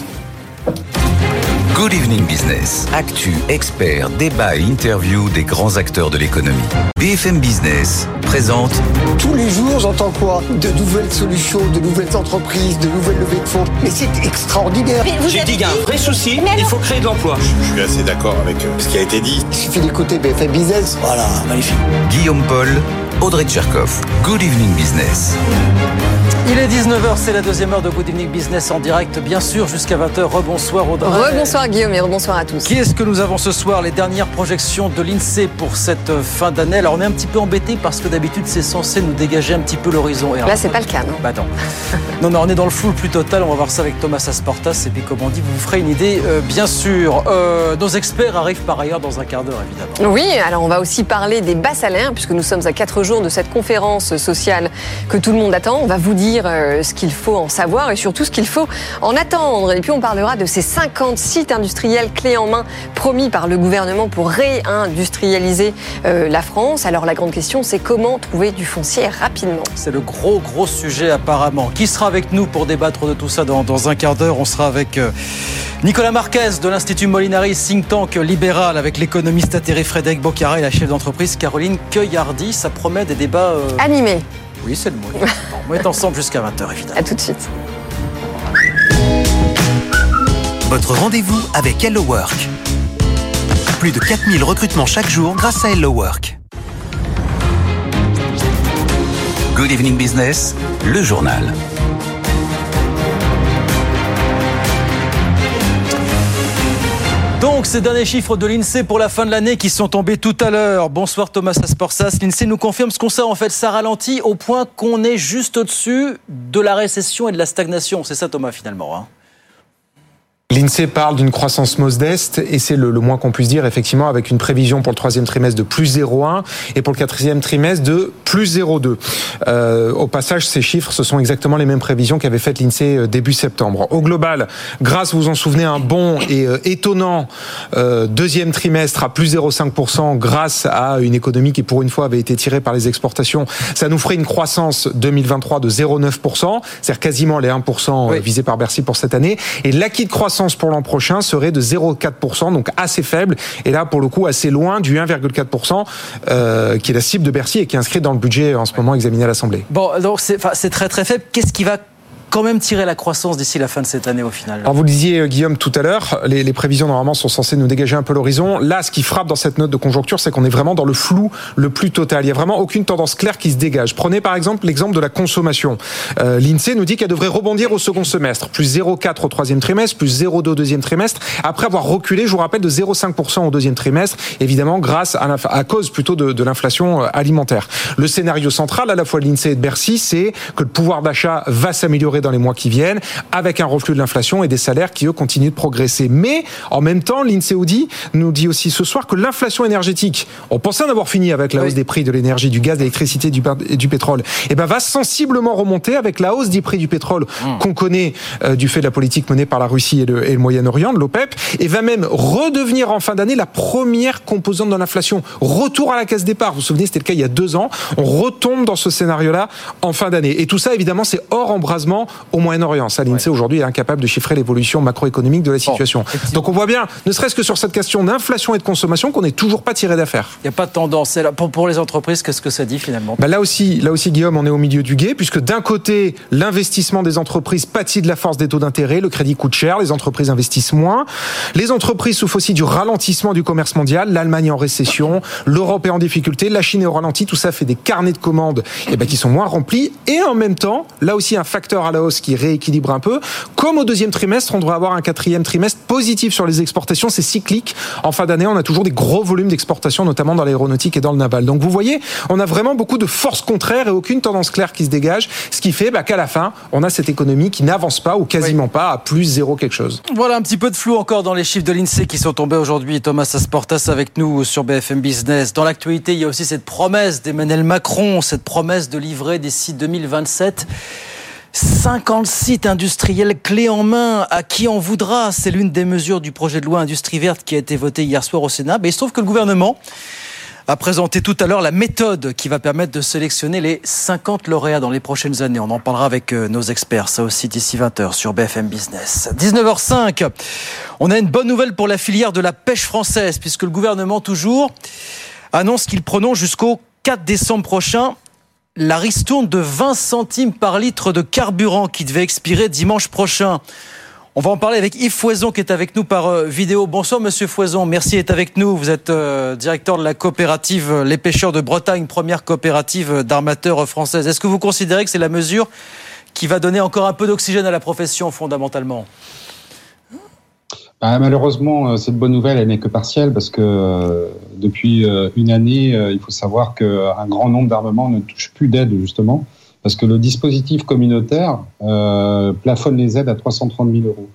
Good Evening Business. Actu, experts, débat et interview des grands acteurs de l'économie. B F M Business présente... Tous les jours, j'entends quoi ? De nouvelles solutions, de nouvelles entreprises, de nouvelles levées de fonds. Mais c'est extraordinaire. J'ai dit qu'il y a un vrai souci, il faut créer de l'emploi. Je, je suis assez d'accord avec ce qui a été dit. Il suffit d'écouter B F M Business. Voilà, magnifique. Guillaume Paul, Audrey Tcherkov. Good Evening Business. Il est dix-neuf heures, c'est la deuxième heure de Good Evening Business en direct, bien sûr, jusqu'à vingt heures. Rebonsoir Audrey. Rebonsoir Guillaume et rebonsoir à tous. Qui est-ce que nous avons ce soir ? Les dernières projections de l'INSEE pour cette fin d'année. Alors on est un petit peu embêtés parce que d'habitude c'est censé nous dégager un petit peu l'horizon. Là c'est pas le cas, non ? Bah non. non, non, on est dans le flou le plus total. On va voir ça avec Thomas Asportas. Et puis comme on dit, vous vous ferez une idée, euh, bien sûr. Euh, nos experts arrivent par ailleurs dans un quart d'heure, évidemment. Oui, alors on va aussi parler des bas salaires, puisque nous sommes à quatre jours de cette conférence sociale que tout le monde attend. On va vous dire euh, ce qu'il faut en savoir et surtout ce qu'il faut en attendre. Et puis on parlera de ces cinquante sites industriels clés en main promis par le gouvernement pour réindustrialiser euh, la France. Alors la grande question, c'est comment trouver du foncier rapidement. C'est le gros gros sujet apparemment. Qui sera avec nous pour débattre de tout ça dans, dans un quart d'heure ? On sera avec euh, Nicolas Marquez de l'Institut Molinari, think tank libéral, avec l'économiste atterré Frédéric Boucara et la chef d'entreprise Caroline Cueillardi. Ça promet des débats euh... animés. Oui, c'est le mot. On est ensemble jusqu'à vingt heures, évidemment. À tout de suite. Votre rendez-vous avec Hello Work. Plus de quatre mille recrutements chaque jour grâce à Hello Work. Good Evening Business, le journal. Donc, ces derniers chiffres de l'INSEE pour la fin de l'année qui sont tombés tout à l'heure. Bonsoir Thomas Asportas. L'INSEE nous confirme ce qu'on sait. En fait, ça ralentit au point qu'on est juste au-dessus de la récession et de la stagnation. C'est ça Thomas, finalement, hein. L'INSEE parle d'une croissance modeste et c'est le, le moins qu'on puisse dire, effectivement, avec une prévision pour le troisième trimestre de plus zéro virgule un et pour le quatrième trimestre de plus zéro virgule deux. Euh, au passage, ces chiffres, ce sont exactement les mêmes prévisions qu'avait faites l'INSEE début septembre. Au global, grâce, vous vous en souvenez, un bon et euh, étonnant euh, deuxième trimestre à plus zéro virgule cinq pour cent grâce à une économie qui, pour une fois, avait été tirée par les exportations, ça nous ferait une croissance deux mille vingt-trois de zéro virgule neuf pour cent, c'est-à-dire quasiment les un pour cent oui. visés par Bercy pour cette année. Et l'acquis de croissance pour l'an prochain serait de zéro virgule quatre pour cent, donc assez faible, et là pour le coup assez loin du un virgule quatre pour cent euh, qui est la cible de Bercy et qui est inscrite dans le budget en ce moment examiné à l'Assemblée. Bon, donc c'est, c'est très très faible. Qu'est-ce qui va quand même tirer la croissance d'ici la fin de cette année au final? Alors vous le disiez Guillaume tout à l'heure, les, les prévisions normalement sont censées nous dégager un peu l'horizon. Là, ce qui frappe dans cette note de conjoncture, c'est qu'on est vraiment dans le flou le plus total. Il n'y a vraiment aucune tendance claire qui se dégage. Prenez par exemple l'exemple de la consommation. Euh, L'INSEE nous dit qu'elle devrait rebondir au second semestre, plus zéro virgule quatre au troisième trimestre, plus zéro virgule deux au deuxième trimestre, après avoir reculé, je vous rappelle, de zéro virgule cinq pour cent au deuxième trimestre, évidemment grâce à, à cause plutôt de, de l'inflation alimentaire. Le scénario central, à la fois de l'INSEE et de Bercy, c'est que le pouvoir d'achat va s'améliorer dans les mois qui viennent, avec un reflux de l'inflation et des salaires qui, eux, continuent de progresser. Mais, en même temps, l'INSEE nous dit aussi ce soir que l'inflation énergétique, on pensait en avoir fini avec la oui. hausse des prix de l'énergie, du gaz, de l'électricité du, et du pétrole, et ben va sensiblement remonter avec la hausse des prix du pétrole mmh. qu'on connaît euh, du fait de la politique menée par la Russie et le, et le Moyen-Orient, de l'OPEP, et va même redevenir en fin d'année la première composante de l'inflation. Retour à la case départ. Vous vous souvenez, c'était le cas il y a deux ans. On retombe dans ce scénario-là en fin d'année. Et tout ça, évidemment, c'est hors embrasement au Moyen-Orient. Ça, l'INSEE ouais. aujourd'hui est incapable de chiffrer l'évolution macroéconomique de la situation. Bon, donc on voit bien, ne serait-ce que sur cette question d'inflation et de consommation, qu'on n'est toujours pas tiré d'affaire. Il n'y a pas de tendance. Pour, pour les entreprises, qu'est-ce que ça dit finalement? Ben là aussi, là aussi, Guillaume, on est au milieu du gué, puisque d'un côté, l'investissement des entreprises pâtit de la force des taux d'intérêt, le crédit coûte cher, les entreprises investissent moins. Les entreprises souffrent aussi du ralentissement du commerce mondial, l'Allemagne est en récession, l'Europe est en difficulté, la Chine est au ralenti, tout ça fait des carnets de commandes eh ben, qui sont moins remplis. Et en même temps, là aussi, un facteur à la hausse qui rééquilibre un peu. Comme au deuxième trimestre, on devrait avoir un quatrième trimestre positif sur les exportations, c'est cyclique. En fin d'année, on a toujours des gros volumes d'exportations, notamment dans l'aéronautique et dans le naval. Donc vous voyez, on a vraiment beaucoup de forces contraires et aucune tendance claire qui se dégage, ce qui fait bah, qu'à la fin, on a cette économie qui n'avance pas ou quasiment oui. pas à plus zéro quelque chose. Voilà un petit peu de flou encore dans les chiffres de l'INSEE qui sont tombés aujourd'hui. Thomas Asportas avec nous sur B F M Business. Dans l'actualité, il y a aussi cette promesse d'Emmanuel Macron, cette promesse de livrer d'ici deux mille vingt-sept cinquante sites industriels clés en main. À qui en voudra? C'est l'une des mesures du projet de loi Industrie verte qui a été votée hier soir au Sénat. Mais il se trouve que le gouvernement a présenté tout à l'heure la méthode qui va permettre de sélectionner les cinquante lauréats dans les prochaines années. On en parlera avec nos experts, ça aussi d'ici vingt heures sur B F M Business. dix-neuf heures cinq, on a une bonne nouvelle pour la filière de la pêche française, puisque le gouvernement toujours annonce qu'il prolonge jusqu'au quatre décembre prochain la ristourne de vingt centimes par litre de carburant qui devait expirer dimanche prochain. On va en parler avec Yves Fouezon qui est avec nous par vidéo. Bonsoir Monsieur Fouezon, merci d'être avec nous. Vous êtes euh, directeur de la coopérative Les Pêcheurs de Bretagne, première coopérative d'armateurs française. Est-ce que vous considérez que c'est la mesure qui va donner encore un peu d'oxygène à la profession fondamentalement ? Bah, malheureusement, cette bonne nouvelle, elle n'est que partielle parce que euh, depuis euh, une année, euh, il faut savoir qu'un grand nombre d'armements ne touchent plus d'aide justement. Parce que le dispositif communautaire euh, plafonne les aides à trois cent trente mille euros.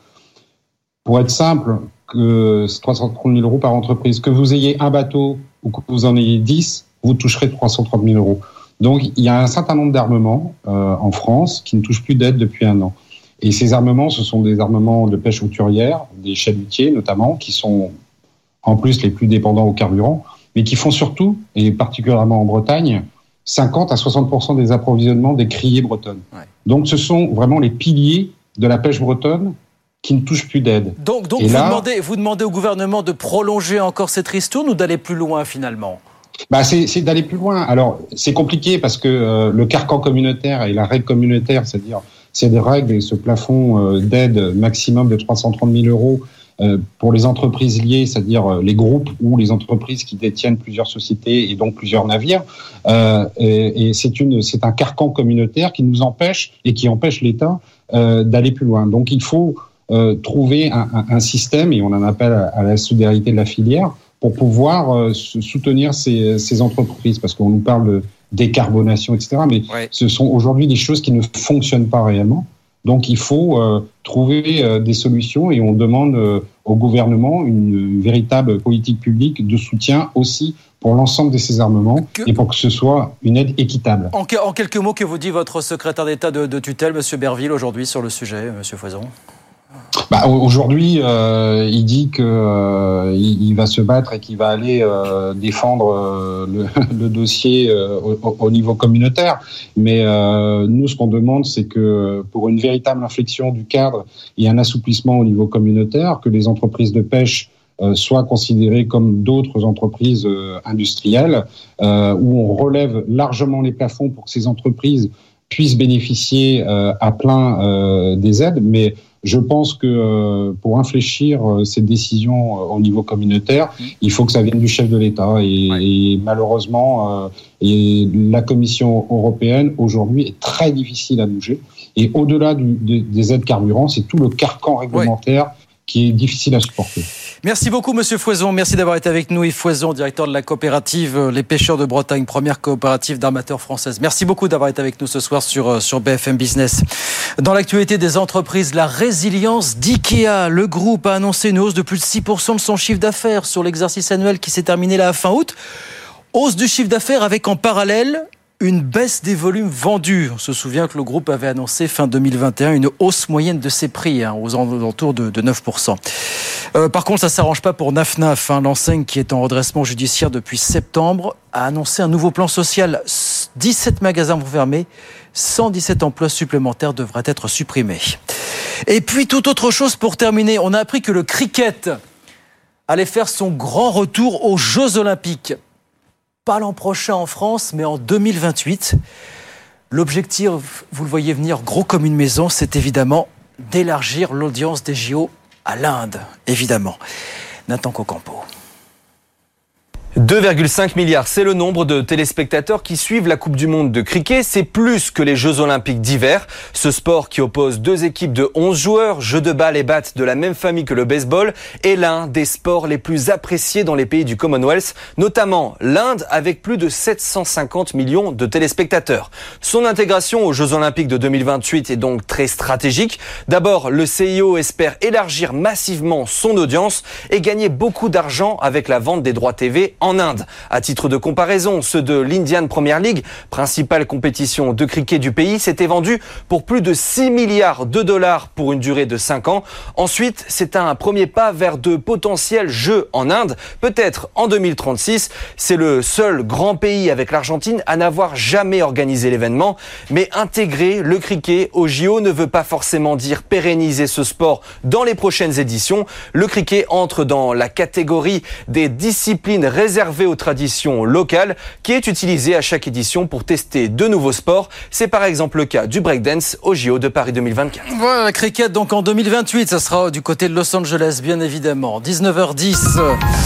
Pour être simple, que c'est trois cent trente mille euros par entreprise. Que vous ayez un bateau ou que vous en ayez dix, vous toucherez trois cent trente mille euros. Donc, il y a un certain nombre d'armements euh, en France qui ne touchent plus d'aide depuis un an. Et ces armements, ce sont des armements de pêche hauturière, des chalutiers notamment, qui sont en plus les plus dépendants au carburant, mais qui font surtout, et particulièrement en Bretagne, cinquante à soixante pour cent des approvisionnements des criées bretonnes. Ouais. Donc, ce sont vraiment les piliers de la pêche bretonne qui ne touchent plus d'aide. Donc, donc vous, là, demandez, vous demandez au gouvernement de prolonger encore cette ristourne ou d'aller plus loin finalement ? Bah, c'est, c'est d'aller plus loin. Alors, c'est compliqué parce que euh, le carcan communautaire et la règle communautaire, c'est-à-dire c'est des règles et ce plafond euh, d'aide maximum de trois cent trente mille euros euh, pour les entreprises liées, c'est-à-dire euh, les groupes ou les entreprises qui détiennent plusieurs sociétés et donc plusieurs navires. Euh, et, et c'est une, c'est un carcan communautaire qui nous empêche et qui empêche l'État euh, d'aller plus loin. Donc il faut euh, trouver un, un, un système, et on en appelle à, à la solidarité de la filière, pour pouvoir euh, soutenir ces, ces entreprises, parce qu'on nous parle de décarbonation, et cetera. Mais ouais. ce sont aujourd'hui des choses qui ne fonctionnent pas réellement. Donc il faut euh, trouver euh, des solutions, et on demande euh, au gouvernement une, une véritable politique publique de soutien aussi pour l'ensemble de ces armements que... et pour que ce soit une aide équitable. En, que, en quelques mots, que vous dit votre secrétaire d'État de, de tutelle, Monsieur Berville, aujourd'hui sur le sujet, Monsieur Fouezon ? Bah, aujourd'hui, euh, il dit que euh, il, il va se battre et qu'il va aller euh, défendre euh, le, le dossier euh, au, au niveau communautaire. Mais euh, nous, ce qu'on demande, c'est que pour une véritable inflexion du cadre et un assouplissement au niveau communautaire, que les entreprises de pêche euh, soient considérées comme d'autres entreprises euh, industrielles, euh, où on relève largement les plafonds pour que ces entreprises puissent bénéficier euh, à plein euh, des aides, mais je pense que euh, pour infléchir euh, cette décision euh, au niveau communautaire, mmh. il faut que ça vienne du chef de l'État. Et, ouais. et malheureusement, euh, et la Commission européenne, aujourd'hui, est très difficile à bouger. Et au-delà du, de, des aides carburant, c'est tout le carcan réglementaire ouais. qui est difficile à supporter. Merci beaucoup, Monsieur Fouezon. Merci d'avoir été avec nous. Yves Fouezon, directeur de la coopérative Les Pêcheurs de Bretagne, première coopérative d'armateurs française. Merci beaucoup d'avoir été avec nous ce soir sur, sur B F M Business. Dans l'actualité des entreprises, la résilience d'IKEA. Le groupe a annoncé une hausse de plus de six pour cent de son chiffre d'affaires sur l'exercice annuel qui s'est terminé là à fin août. Hausse du chiffre d'affaires avec en parallèle une baisse des volumes vendus. On se souvient que le groupe avait annoncé fin deux mille vingt et un une hausse moyenne de ses prix, hein, aux alentours de, de neuf pour cent. Euh, par contre, ça ne s'arrange pas pour Nafnaf. Hein, l'enseigne qui est en redressement judiciaire depuis septembre a annoncé un nouveau plan social dix-sept magasins vont fermer, cent dix-sept emplois supplémentaires devraient être supprimés. Et puis, toute autre chose pour terminer, on a appris que le cricket allait faire son grand retour aux Jeux Olympiques. Pas l'an prochain en France, mais en deux mille vingt-huit. L'objectif, vous le voyez venir gros comme une maison, c'est évidemment d'élargir l'audience des J O à l'Inde, évidemment. Nathan Cocampo. deux virgule cinq milliards, c'est le nombre de téléspectateurs qui suivent la Coupe du Monde de cricket. C'est plus que les Jeux Olympiques d'hiver. Ce sport qui oppose deux équipes de onze joueurs, jeux de balle et batte de la même famille que le baseball, est l'un des sports les plus appréciés dans les pays du Commonwealth, notamment l'Inde avec plus de sept cent cinquante millions de téléspectateurs. Son intégration aux Jeux Olympiques de deux mille vingt-huit est donc très stratégique. D'abord, le C I O espère élargir massivement son audience et gagner beaucoup d'argent avec la vente des droits T V en Inde. À titre de comparaison, ceux de l'Indian Premier League, principale compétition de cricket du pays, s'étaient vendus pour plus de six milliards de dollars pour une durée de cinq ans. Ensuite, c'est un premier pas vers de potentiels jeux en Inde, peut-être en deux mille trente-six. C'est le seul grand pays avec l'Argentine à n'avoir jamais organisé l'événement. Mais intégrer le cricket au J O ne veut pas forcément dire pérenniser ce sport dans les prochaines éditions. Le cricket entre dans la catégorie des disciplines réservées réservé aux traditions locales qui est utilisé à chaque édition pour tester de nouveaux sports. C'est par exemple le cas du breakdance au J O de Paris deux mille vingt-quatre. Voilà, cricket donc en deux mille vingt-huit, ça sera du côté de Los Angeles bien évidemment. dix-neuf heures dix.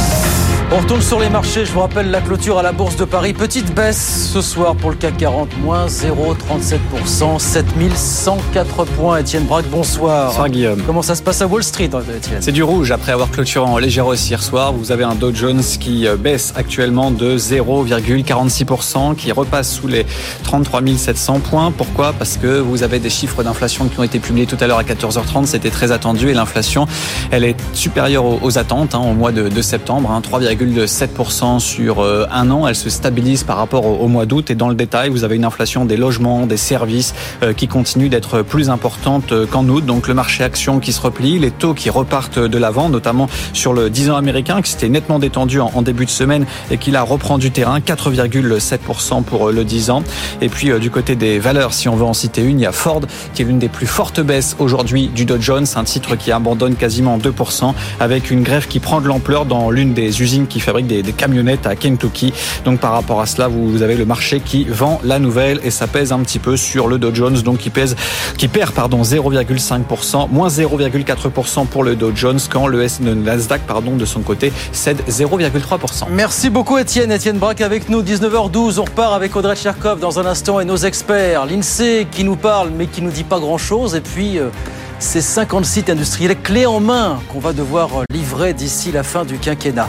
On retourne sur les marchés, je vous rappelle la clôture à la Bourse de Paris. Petite baisse ce soir pour le C A C quarante, moins zéro virgule trente-sept pour cent, sept mille cent quatre points. Étienne Braque, bonsoir. Bonsoir Guillaume. Comment ça se passe à Wall Street, Étienne ? C'est du rouge après avoir clôturé en légère hausse hier soir. Vous avez un Dow Jones qui baisse actuellement de zéro virgule quarante-six pour cent, qui repasse sous les trente-trois mille sept cents points. Pourquoi ? Parce que vous avez des chiffres d'inflation qui ont été publiés tout à l'heure à quatorze heures trente. C'était très attendu et l'inflation, elle est supérieure aux, aux attentes hein, au mois de, de septembre, hein, trois virgule sept pour cent sur euh, un an. Elle se stabilise par rapport au, au mois d'août. Et dans le détail, vous avez une inflation des logements, des services euh, qui continue d'être plus importante euh, qu'en août. Donc le marché action qui se replie, les taux qui repartent de l'avant, notamment sur le dix ans américain qui s'était nettement détendu en, en début de semaine et qui là reprend du terrain, quatre virgule sept pour cent pour euh, le dix ans. Et puis euh, du côté des valeurs, si on veut en citer une, il y a Ford qui est l'une des plus fortes baisses aujourd'hui du Dow Jones, un titre qui abandonne quasiment deux pour cent avec une grève qui prend de l'ampleur dans l'une des usines qui fabrique des, des camionnettes à Kentucky. Donc par rapport à cela, vous, vous avez le marché qui vend la nouvelle et ça pèse un petit peu sur le Dow Jones, donc qui pèse, qui perd pardon zéro virgule cinq pour cent, moins zéro virgule quatre pour cent pour le Dow Jones, quand le, S, le Nasdaq pardon de son côté cède zéro virgule trois pour cent. Merci beaucoup Étienne. Étienne Braque avec nous, dix-neuf heures douze. On repart avec Audrey Tcherkov dans un instant et nos experts. L'I N S E E qui nous parle mais qui nous dit pas grand chose. Et puis euh, ces cinquante sites industriels clés en main qu'on va devoir livrer d'ici la fin du quinquennat.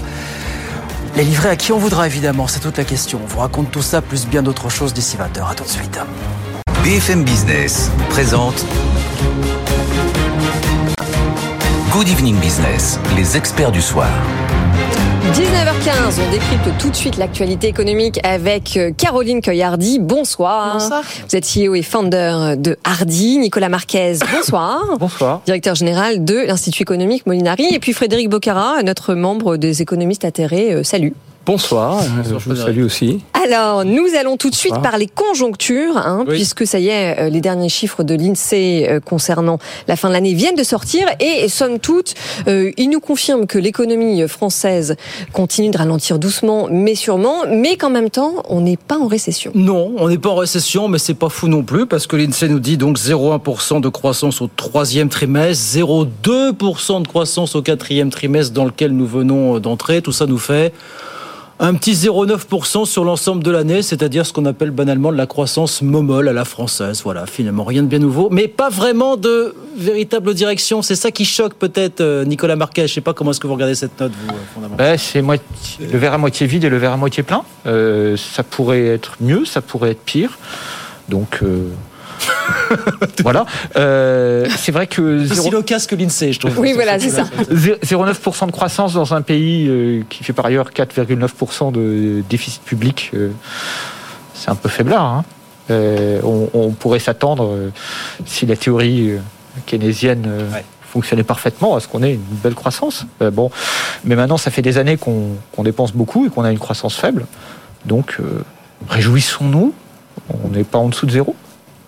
Les livrer à qui on voudra évidemment, c'est toute la question. On vous raconte tout ça plus bien d'autres choses d'ici vingt heures. À tout de suite. B F M Business présente Good Evening Business, les experts du soir. dix-neuf heures quinze, on décrypte tout de suite l'actualité économique avec Caroline Cueil-Hardy. Bonsoir. Bonsoir. Vous êtes C E O et founder de Hardy. Nicolas Marquez, bonsoir. Bonsoir. Directeur général de l'Institut économique Molinari. Et puis Frédéric Boccara, notre membre des économistes atterrés. Salut. Bonsoir, je vous salue aussi. Alors, nous allons tout de suite parler conjoncture, hein, oui. puisque ça y est, les derniers chiffres de l'I N S E E concernant la fin de l'année viennent de sortir et, somme toute, euh, ils nous confirment que l'économie française continue de ralentir doucement, mais sûrement, mais qu'en même temps, on n'est pas en récession. Non, on n'est pas en récession, mais c'est pas fou non plus, parce que l'I N S E E nous dit donc zéro virgule un pour cent de croissance au troisième trimestre, zéro virgule deux pour cent de croissance au quatrième trimestre dans lequel nous venons d'entrer. Tout ça nous fait un petit zéro virgule neuf pour cent sur l'ensemble de l'année, c'est-à-dire ce qu'on appelle banalement de la croissance momolle à la française. Voilà, finalement, rien de bien nouveau, mais pas vraiment de véritable direction. C'est ça qui choque peut-être Nicolas Marquez. Je ne sais pas comment est-ce que vous regardez cette note, vous, fondamentalement. Ben, c'est moitié, le verre à moitié vide et le verre à moitié plein. Euh, ça pourrait être mieux, ça pourrait être pire. Donc... Euh... voilà. Euh, c'est vrai que c'est aussi loquace que l'I N S E E, je trouve. Oui, voilà, c'est ça. zéro virgule neuf pour cent de croissance dans un pays euh, qui fait par ailleurs quatre virgule neuf pour cent de déficit public, euh, c'est un peu faiblard. Hein. Euh, on, on pourrait s'attendre, euh, si la théorie euh, keynésienne euh, ouais. fonctionnait parfaitement, à ce qu'on ait une belle croissance. Euh, bon, mais maintenant, ça fait des années qu'on, qu'on dépense beaucoup et qu'on a une croissance faible. Donc, euh, réjouissons-nous. on n'est pas en dessous de zéro.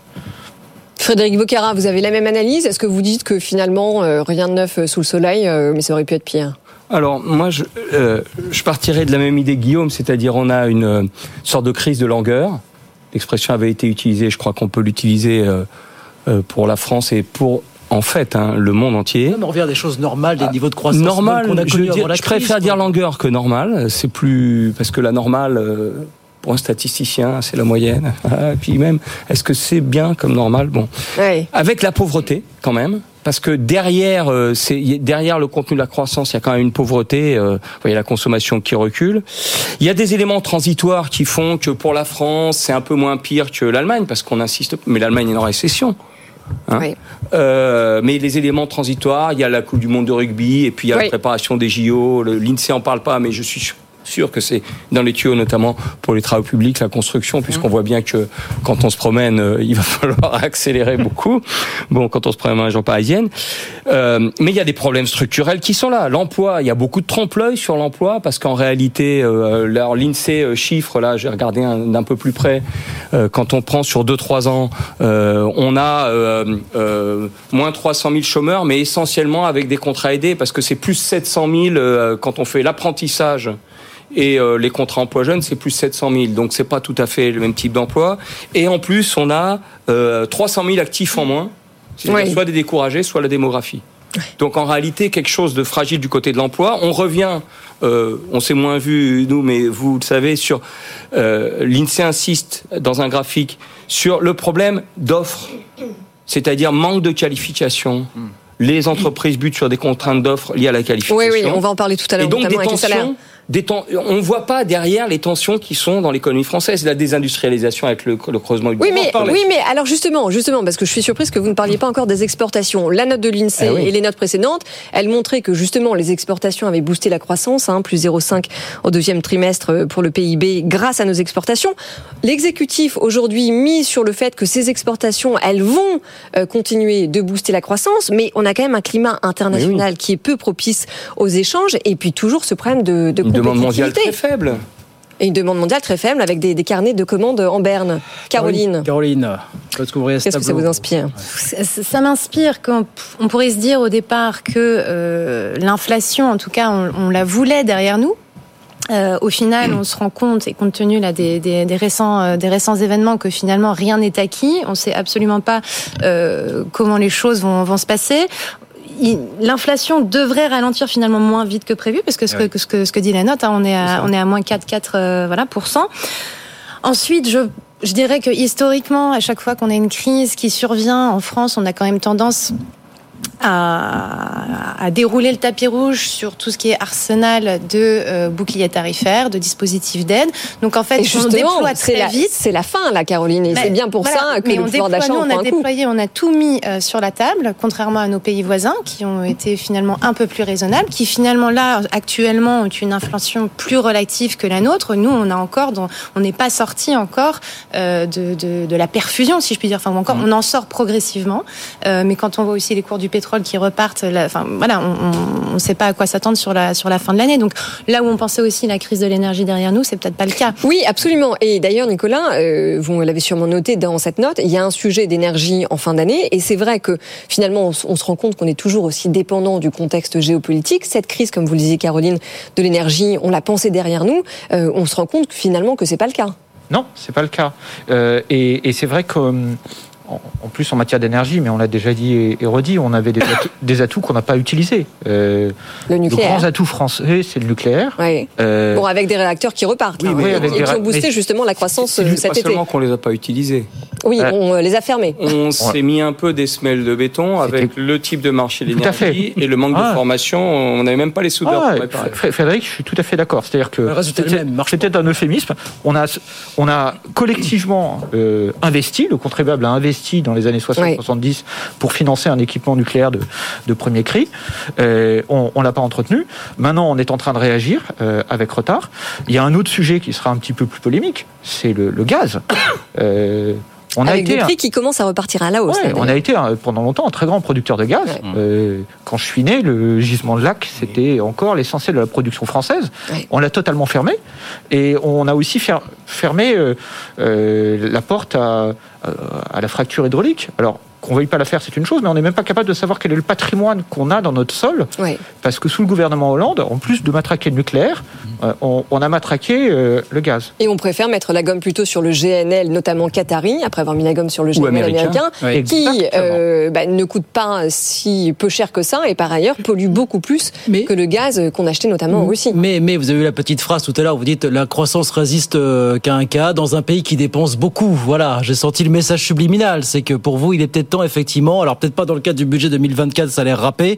Frédéric Voccara, vous avez la même analyse. Est-ce que vous dites que finalement, euh, rien de neuf sous le soleil, euh, mais ça aurait pu être pire ? Alors moi, je, euh, je partirais de la même idée que Guillaume, c'est-à-dire on a une euh, sorte de crise de langueur. L'expression avait été utilisée, je crois qu'on peut l'utiliser euh, euh, pour la France et pour, en fait, hein, le monde entier. On revient à des choses normales, des ah, niveaux de croissance normal, qu'on a je, connus avant dire, la je crise. préfère dire langueur que normal. C'est plus parce que la normale, euh, pour un statisticien, c'est la moyenne. Ah, et puis même, est-ce que c'est bien comme normal ? Bon, ouais. Avec la pauvreté, quand même. Parce que derrière, euh, c'est, derrière le contenu de la croissance, il y a quand même une pauvreté. Euh, vous voyez la consommation qui recule. Il y a des éléments transitoires qui font que pour la France, c'est un peu moins pire que l'Allemagne, parce qu'on insiste. Mais l'Allemagne est en récession. Hein oui. euh, mais les éléments transitoires, il y a la Coupe du Monde de rugby, et puis il y a oui. la préparation des J O. Le, l'INSEE en parle pas, mais je suis sûr. sûr que c'est dans les tuyaux, notamment pour les travaux publics, la construction, puisqu'on voit bien que quand on se promène, euh, il va falloir accélérer beaucoup. Bon, quand on se promène en région parisienne. Euh, mais il y a des problèmes structurels qui sont là. L'emploi, il y a beaucoup de trompe-l'œil sur l'emploi, parce qu'en réalité, euh, alors, l'INSEE euh, chiffre, là, j'ai regardé un, d'un peu plus près, euh, quand on prend sur deux trois ans, euh, on a euh, euh, moins trois cent mille chômeurs, mais essentiellement avec des contrats aidés, parce que c'est plus sept cent mille euh, quand on fait l'apprentissage. Et euh, les contrats emploi jeunes, c'est plus sept cent mille. Donc, c'est pas tout à fait le même type d'emploi. Et en plus, on a euh, trois cent mille actifs en moins. C'est-à-dire oui. soit des découragés, soit la démographie. Oui. Donc, en réalité, quelque chose de fragile du côté de l'emploi. On revient, euh, on s'est moins vu, nous, mais vous le savez, sur... Euh, l'INSEE insiste dans un graphique sur le problème d'offres. C'est-à-dire manque de qualification. Mm. Les entreprises butent sur des contraintes d'offres liées à la qualification. Oui, oui, on va en parler tout à l'heure. Et donc, notamment des avec tensions... les salaires. Des temps, on ne voit pas derrière les tensions qui sont dans l'économie française, la désindustrialisation avec le, le creusement du oui, mais oui, mais alors justement, justement, parce que je suis surprise que vous ne parliez pas encore des exportations. La note de l'INSEE ah oui. et les notes précédentes, elles montraient que justement les exportations avaient boosté la croissance, hein, plus zéro virgule cinq au deuxième trimestre pour le P I B grâce à nos exportations. L'exécutif aujourd'hui mise sur le fait que ces exportations, elles vont euh, continuer de booster la croissance, mais on a quand même un climat international oui. qui est peu propice aux échanges, et puis toujours ce problème de, de compétitivité. Une demande mondiale très faible. Et une demande mondiale très faible avec des, des carnets de commandes en berne. Caroline. Caroline, qu'est-ce que ça vous inspire ? ça, ça m'inspire qu'on on pourrait se dire au départ que euh, l'inflation, en tout cas, on, on la voulait derrière nous. Euh, au final, on se rend compte, et compte tenu là des, des, des récents, euh, des récents événements, que finalement rien n'est acquis. On ne sait absolument pas euh, comment les choses vont, vont se passer. L'inflation devrait ralentir finalement moins vite que prévu, parce que ce, oui. que, ce, que, ce que dit la note, hein, on est à, on est à moins quatre virgule quatre euh, voilà, pour cent. Ensuite, je, je dirais que historiquement, à chaque fois qu'on a une crise qui survient en France, on a quand même tendance à, à dérouler le tapis rouge sur tout ce qui est arsenal de euh, boucliers tarifaires, de dispositifs d'aide. Donc en fait, et on déploie très c'est la, vite. C'est la fin, là, Caroline, et bah, c'est bien pour voilà. ça que mais le pouvoir d'achat nous, en on prend a un déployé, coup. On a tout mis euh, sur la table, contrairement à nos pays voisins qui ont été finalement un peu plus raisonnables, qui finalement là actuellement ont une inflation plus relative que la nôtre. Nous, on a encore, dans, on n'est pas sorti encore euh, de, de, de la perfusion, si je puis dire. Enfin, encore, mmh. on en sort progressivement, euh, mais quand on voit aussi les cours du pétrole qui repartent. La, enfin, voilà, on ne sait pas à quoi s'attendre sur la, sur la fin de l'année. Donc là où on pensait aussi la crise de l'énergie derrière nous, c'est peut-être pas le cas. Oui, absolument. Et d'ailleurs, Nicolas, euh, vous l'avez sûrement noté dans cette note, il y a un sujet d'énergie en fin d'année. Et c'est vrai que finalement, on, on se rend compte qu'on est toujours aussi dépendant du contexte géopolitique. Cette crise, comme vous le disiez, Caroline, de l'énergie, on l'a pensée derrière nous. Euh, on se rend compte que, finalement que c'est pas le cas. Non, c'est pas le cas. Euh, et, et c'est vrai que... En plus, en matière d'énergie, mais on l'a déjà dit et redit, on avait des atouts, des atouts qu'on n'a pas utilisés. Euh, le nucléaire. Le grand atout français, c'est le nucléaire. Oui. Euh... Bon, avec des réacteurs qui repartent, oui, hein, oui, avec et des qui ont boosté justement la croissance c'est, c'est cet pas été. Pas seulement qu'on les a pas utilisés. Oui, euh, on les a fermés. On s'est mis un peu des semelles de béton avec C'était... le type de marché de l'énergie et le manque ah. de formation. On n'avait même pas les soudeurs ah, pour réparer. Frédéric, je suis tout à fait d'accord. C'est-à-dire que c'était, c'était un euphémisme. On a, on a collectivement euh, investi, le contribuable a investi dans les années soixante soixante-dix oui. pour financer un équipement nucléaire de, de premier cri. Euh, on ne l'a pas entretenu. Maintenant, on est en train de réagir euh, avec retard. Il y a un autre sujet qui sera un petit peu plus polémique, c'est le, le gaz. Euh, On Avec a été des prix un... qui commencent à repartir à la hausse. Ouais, on a été un, pendant longtemps un très grand producteur de gaz. Ouais. Euh, quand je suis né, le gisement de Lac, c'était encore l'essentiel de la production française. Ouais. On l'a totalement fermé. Et on a aussi fer... fermé euh, euh, la porte à, à la fracture hydraulique. Alors, qu'on ne veuille pas la faire, c'est une chose, mais on n'est même pas capable de savoir quel est le patrimoine qu'on a dans notre sol. Oui. Parce que sous le gouvernement Hollande, en plus de matraquer le nucléaire, mmh. euh, on, on a matraqué euh, le gaz. Et on préfère mettre la gomme plutôt sur le G N L, notamment qatari, après avoir mis la gomme sur le G N L américain, américain oui. qui euh, bah, ne coûte pas si peu cher que ça, et par ailleurs pollue beaucoup plus mais, que le gaz qu'on achetait notamment en Russie. Mais, mais vous avez eu la petite phrase tout à l'heure, vous dites la croissance résiste euh, qu'à un cas dans un pays qui dépense beaucoup. Voilà, j'ai senti le message subliminal, c'est que pour vous, il est peut-être temps, effectivement, alors peut-être pas dans le cadre du budget deux mille vingt-quatre, ça a l'air râpé,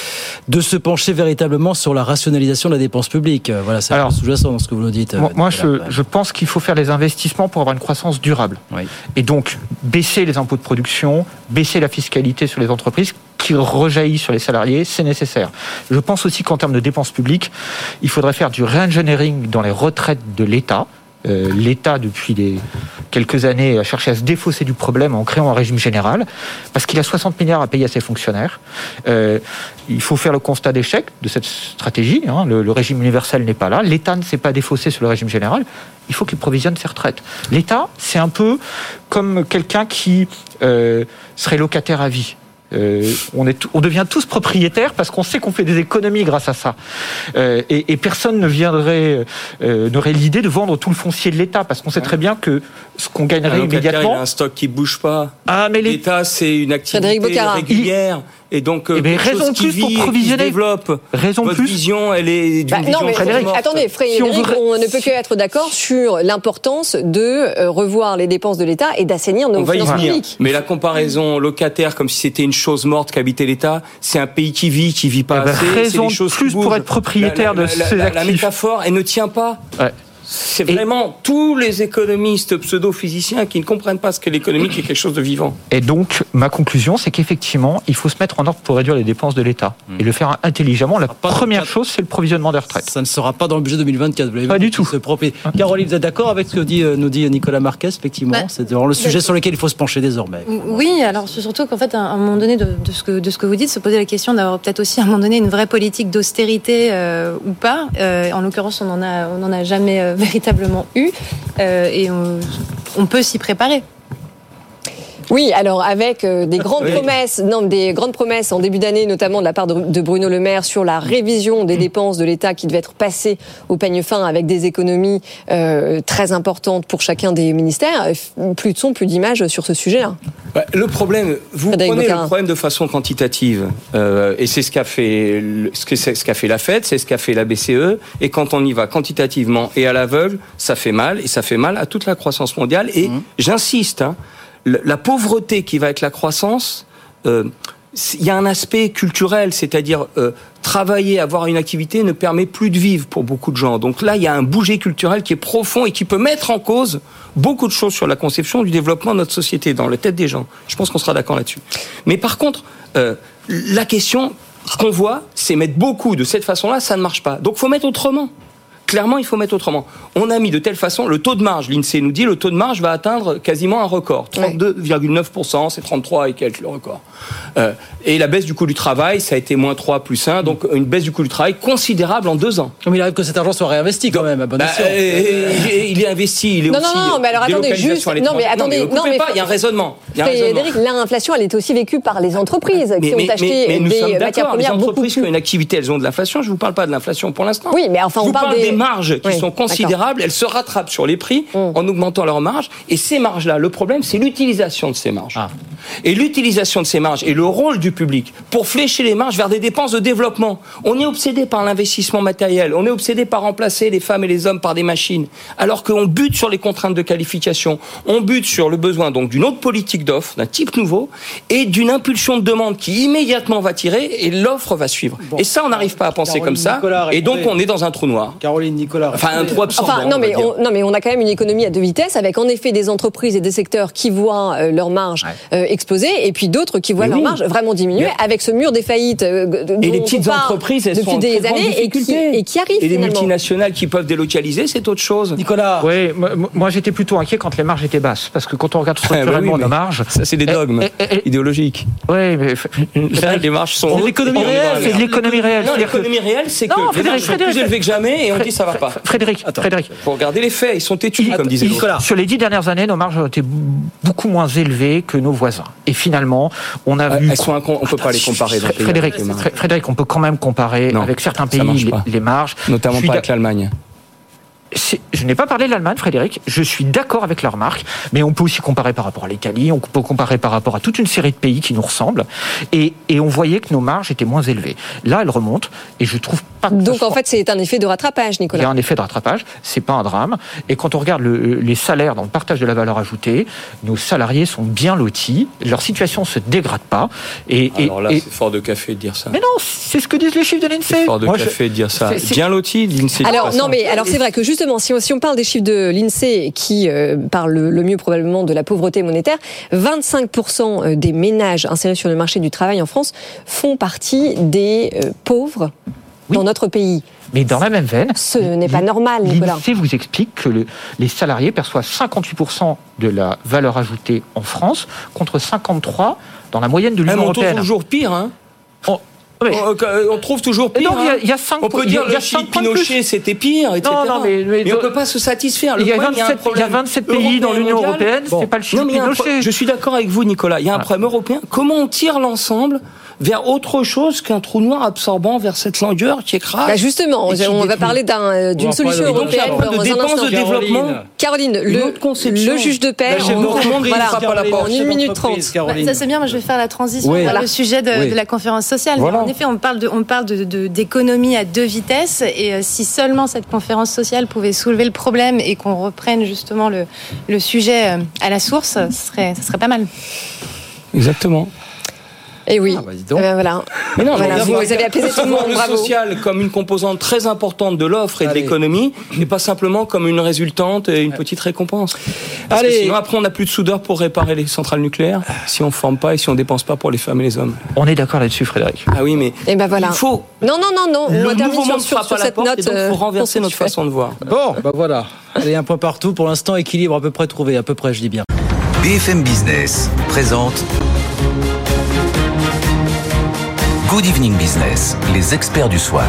de se pencher véritablement sur la rationalisation de la dépense publique. Voilà, c'est alors, un peu sous-jacent dans ce que vous nous dites. Moi, moi je, je pense qu'il faut faire des investissements pour avoir une croissance durable. Oui. Et donc, baisser les impôts de production, baisser la fiscalité sur les entreprises, qui rejaillit sur les salariés, c'est nécessaire. Je pense aussi qu'en termes de dépenses publiques, il faudrait faire du re-engineering dans les retraites de l'État. Euh, L'État, depuis des quelques années, a cherché à se défausser du problème en créant un régime général, parce qu'il a soixante milliards à payer à ses fonctionnaires. Euh, il faut faire le constat d'échec de cette stratégie. Hein. Le, le régime universel n'est pas là. L'État ne s'est pas défaussé sur le régime général. Il faut qu'il provisionne ses retraites. L'État, c'est un peu comme quelqu'un qui euh, serait locataire à vie. Euh, on, est, on devient tous propriétaires parce qu'on sait qu'on fait des économies grâce à ça. Euh, et, et personne ne viendrait, euh, n'aurait l'idée de vendre tout le foncier de l'État parce qu'on sait très bien que ce qu'on gagnerait un immédiatement. Il a un stock qui bouge pas. Ah, mais l'État, c'est une activité régulière. Et donc, eh bien, raison de plus vit, pour provisionner. Développe. Raison Votre plus. vision, elle est d'une bah, vision non, mais Frédéric, attendez, Frédéric, si on, veut... on ne peut que être d'accord sur l'importance de revoir les dépenses de l'État et d'assainir nos finances publiques. Mais la comparaison locataire, comme si c'était une chose morte qu'habitait l'État, c'est un pays qui vit, qui vit pas eh ben, assez. Raison c'est des choses de plus pour être propriétaire la, la, de la, ces la, actifs. La métaphore, elle ne tient pas. Ouais. C'est vraiment et tous les économistes pseudo-physiciens qui ne comprennent pas ce qu'est l'économie, qui est quelque chose de vivant. Et donc, ma conclusion, c'est qu'effectivement, il faut se mettre en ordre pour réduire les dépenses de l'État. Mmh. Et le faire intelligemment. La pas première chose, c'est le provisionnement des retraites. Ça ne sera pas dans le budget deux mille vingt-quatre. Vous l'avez pas vu, du tout. Caroline, vous êtes d'accord avec ce que dit, nous dit Nicolas Marquez, effectivement bah, c'est le sujet bah, sur lequel il faut se pencher désormais. Oui, alors c'est surtout qu'en fait, à un moment donné, de, de, ce que, de ce que vous dites, se poser la question d'avoir peut-être aussi à un moment donné une vraie politique d'austérité euh, ou pas. Euh, en l'occurrence, on n'en a, on n'en a jamais euh, véritablement eu. Euh, et on, on peut s'y préparer. Oui, alors avec euh, des grandes oui. promesses, non, des grandes promesses en début d'année, notamment de la part de, de Bruno Le Maire sur la révision des dépenses de l'État qui devait être passée au peigne fin avec des économies euh, très importantes pour chacun des ministères. Plus de son, plus d'images sur ce sujet-là. Bah, le problème, vous Frédéric prenez Boccarin. Le problème de façon quantitative, euh, et c'est ce qu'a fait, ce, que c'est ce qu'a fait la Fed, c'est ce qu'a fait la B C E. Et quand on y va quantitativement et à l'aveugle, ça fait mal, et ça fait mal à toute la croissance mondiale. Et mmh. j'insiste. Hein, la pauvreté qui va avec la croissance, euh, il y a un aspect culturel, c'est-à-dire euh, travailler, avoir une activité ne permet plus de vivre pour beaucoup de gens. Donc là, il y a un bouger culturel qui est profond et qui peut mettre en cause beaucoup de choses sur la conception du développement de notre société dans la tête des gens. Je pense qu'on sera d'accord là-dessus. Mais par contre, euh, la question qu'on voit, c'est mettre beaucoup de cette façon-là, ça ne marche pas. Donc il faut mettre autrement. Clairement, il faut mettre autrement. On a mis de telle façon, le taux de marge, l'INSEE nous dit, le taux de marge va atteindre quasiment un record. trente-deux virgule neuf pour cent, c'est trente-trois et quelques le record. Euh, et la baisse du coût du travail, ça a été moins trois plus un, donc une baisse du coût du travail considérable en deux ans. Mais il arrive que cet argent soit réinvesti quand même, à bon escient. Bah, euh, il est investi, il est non, aussi... Non, non, mais alors attendez, juste... Non, mais attendez... Non, mais, non, mais pas, il y a un raisonnement. Frédéric, l'inflation, elle est aussi vécue par les entreprises mais, qui mais, ont acheté mais, mais des matières premières. Les entreprises qui ont une activité, elles ont de l'inflation. Je ne vous parle pas de l'inflation pour l'instant. Oui, mais enfin, on parle des... des marges qui oui. sont considérables, elles se rattrapent sur les prix mmh. en augmentant leurs marges. Et ces marges-là, le problème, c'est l'utilisation de ces marges. Ah. Et l'utilisation de ces marges et le rôle du public pour flécher les marges vers des dépenses de développement. On est obsédé par l'investissement matériel, on est obsédé par remplacer les femmes et les hommes par des machines, alors qu'on bute sur les contraintes de qualification, on bute sur le besoin donc d'une autre politique d'offre, d'un type nouveau, et d'une impulsion de demande qui immédiatement va tirer et l'offre va suivre. Bon. Et ça, on n'arrive pas à penser Caroline comme Nicolas, ça, et donc on est dans un trou noir. Caroline Nicolas. Enfin, un trou absorbant. Enfin, non, mais on, non, mais on a quand même une économie à deux vitesses, avec en effet des entreprises et des secteurs qui voient euh, leurs marges ouais. euh, exploser, et puis d'autres qui voient Mais leur oui. marge vraiment diminuer Bien. avec ce mur des faillites. Euh, Et les petites entreprises, elles depuis sont en des très grande années et qui, difficulté. et qui arrivent Et les finalement. multinationales qui peuvent délocaliser, c'est autre chose. Nicolas. Oui, moi, moi, j'étais plutôt inquiet quand les marges étaient basses, parce que quand on regarde structurellement Ah bah oui, nos mais marges, ça c'est des dogmes eh, eh, eh, idéologiques. Oui, mais Là, les marges sont c'est de hautes, l'économie et on est dans réelle. la C'est de merde. l'économie réelle. Non, C'est-à-dire que- l'économie réelle, c'est que Non, les Frédéric, marges sont plus Frédéric, élevées que jamais et on dit ça va pas. Frédéric, Frédéric. Faut regarder les faits, ils sont têtus, comme disait l'autre. Nicolas. Sur les dix dernières années, nos marges ont été beaucoup moins élevées que nos voisins. Et finalement, on a Euh, vu. elles sont incom- on peut pas les comparer. dans le pays Frédéric, avec les marges. Fré- Frédéric, on peut quand même comparer Non, avec certains ça pays marche les, pas. les marges. Notamment Je suis pas d'a- avec l'Allemagne. C'est- Je n'ai pas parlé de l'Allemagne, Frédéric. Je suis d'accord avec la remarque, mais on peut aussi comparer par rapport à l'Italie, on peut comparer par rapport à toute une série de pays qui nous ressemblent, et, et on voyait que nos marges étaient moins élevées. Là, elles remontent, et je trouve pas que Donc ce soit- en fait, c'est un effet de rattrapage, il y Nicolas. a un effet de rattrapage, c'est pas un drame. Et quand on regarde le- les salaires dans le partage de la valeur ajoutée, nos salariés sont bien lotis, leur situation se dégrade pas. Et, et- Alors là, et- c'est fort de café de dire ça. mais non, c'est ce que disent les chiffres de l'INSEE. C'est fort de Moi, je- café de dire ça. c'est- c'est- Bien loti, l'INSEE. dit Alors pas non, ça. mais alors c'est vrai que justement, si on, si on parle des chiffres de l'INSEE qui euh, parlent le, le mieux probablement de la pauvreté monétaire, vingt-cinq pour cent des ménages insérés sur le marché du travail en France font partie des euh, pauvres dans notre pays. Mais dans la même veine, Ce n'est pas normal, Nicolas. l'INSEE vous explique que le- les salariés perçoivent cinquante-huit pour cent de la valeur ajoutée en France, contre cinquante-trois dans la moyenne de Eh, mais l'Union on trouve européenne. toujours pire, hein. Oh, mais- On, euh, on trouve toujours Et pire. donc, il y a- hein. il y a cinq on peut points- il y dire a- il y a le cinq Chili de points de Pinochet, plus. c'était pire, et cetera. Non, non, mais- mais- on ne peut pas se satisfaire. Le Il y a problème, vingt-sept un problème il y a vingt-sept pays dans européen et l'Union mondial. européenne, c'est pas le Chili Non, mais il y a un pro- Pinochet. Je suis d'accord avec vous, Nicolas. Il y a un Ah. problème européen. Comment on tire l'ensemble vers autre chose qu'un trou noir absorbant vers cette longueur qui écrase Bah justement, et qui on va détruit. parler d'un, euh, d'une On va solution parler de- européenne Donc, il y a dans de un dépenses instant. de développement. Caroline, Une le, autre conception. le juge de paix, La chef en, d'entreprise, voilà, frappe à la porte. en une minute trente. Caroline. Bah, ça c'est bien, moi je vais faire la transition Oui. vers Voilà. le sujet de, Oui. de la conférence sociale. Voilà. Mais en effet, on parle de, on parle de, de- d'économie à deux vitesses, et euh, si seulement cette conférence sociale pouvait soulever le problème et qu'on reprenne justement le, le sujet euh, à la source, ce serait, ça serait pas mal. Exactement. Et oui, Ah, bah, dis donc. Eh ben, voilà. Mais non, Voilà, mais vous, on vous avez apaisé tout le voir monde, le bravo. social comme une composante très importante de l'offre et de Allez. l'économie, et pas simplement comme une résultante et une petite récompense. Parce Allez. que sinon, après, on n'a plus de soudeurs pour réparer les centrales nucléaires si on ne forme pas et si on ne dépense pas pour les femmes et les hommes. On est d'accord là-dessus, Frédéric. Ah oui, mais Et ben voilà. il faut. Non, non, non, non. Le On termine nouveau sur, monde sur, frappe sur à la cette porte, note. et donc il euh, faut renverser notre consensuelle. façon de voir. Bon, bah voilà. Allez, un point partout. Pour l'instant, équilibre à peu près trouvé. À peu près, je dis bien. B F M Business présente Good Evening Business, les experts du soir.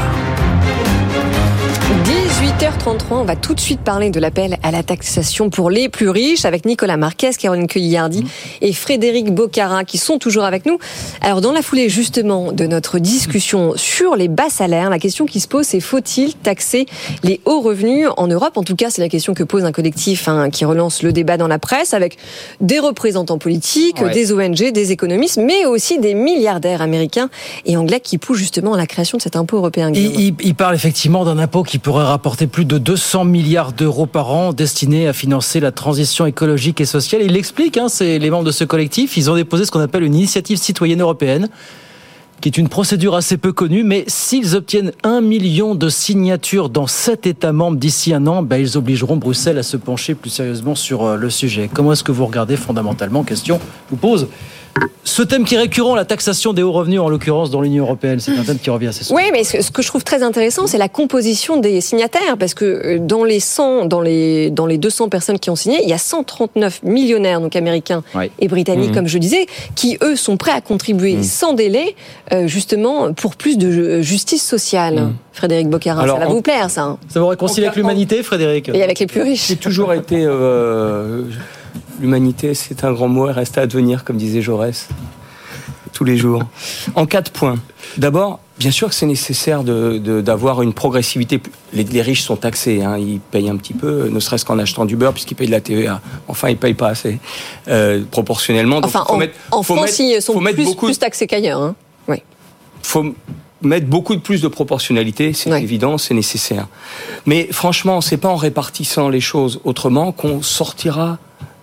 dix-huit heures trente-trois, on va tout de suite parler de l'appel à la taxation pour les plus riches avec Nicolas Marquez, Caroline Cueillardi et Frédéric Boccara qui sont toujours avec nous. Alors dans la foulée justement de notre discussion sur les bas salaires, la question qui se pose c'est faut-il taxer les hauts revenus en Europe? En tout cas c'est la question que pose un collectif hein, qui relance le débat dans la presse avec des représentants politiques, Ouais. des O N G, des économistes, mais aussi des milliardaires américains et anglais qui poussent justement à la création de cet impôt européen. Guillaume. Il, il- il parle effectivement d'un impôt qui pourrait rapporter plus de deux cents milliards d'euros par an destiné à financer la transition écologique et sociale. Il l'explique, hein, c'est les membres de ce collectif. Ils ont déposé ce qu'on appelle une initiative citoyenne européenne, qui est une procédure assez peu connue, mais s'ils obtiennent un million de signatures dans sept États membres d'ici un an, ben, ils obligeront Bruxelles à se pencher plus sérieusement sur euh, le sujet. Comment est-ce que vous regardez fondamentalement, question, je vous pose, ce thème qui est récurrent, la taxation des hauts revenus, en l'occurrence dans l'Union européenne, c'est un thème qui revient assez souvent. Oui, mais ce ce que je trouve très intéressant, c'est la composition des signataires, parce que dans les cent, dans les dans les deux cents personnes qui ont signé, il y a cent trente-neuf millionnaires, donc américains Ouais. et britanniques, Mmh. comme je disais, qui eux sont prêts à contribuer Mmh. sans délai, euh, justement pour plus de ju- justice sociale. Mmh. Frédéric Boccara, Alors, ça va on- vous plaire, ça, hein. Ça vous réconcilie avec l'humanité, Frédéric? Et avec les plus riches. J'ai toujours été. euh, L'humanité, c'est un grand mot, elle reste à advenir, comme disait Jaurès, tous les jours. En quatre points. D'abord, bien sûr que c'est nécessaire de, de- d'avoir une progressivité. Les, les riches sont taxés, hein, ils payent un petit peu, ne serait-ce qu'en achetant du beurre, puisqu'ils payent de la T V A. Enfin, ils payent pas assez, euh, proportionnellement. Donc, Enfin, faut en, mettre, en faut France, mettre- ils sont faut mettre plus, beaucoup de- plus taxés qu'ailleurs. Hein. Oui. faut mettre beaucoup de plus de proportionnalité, c'est Ouais. évident, c'est nécessaire. Mais franchement, c'est pas en répartissant les choses autrement qu'on sortira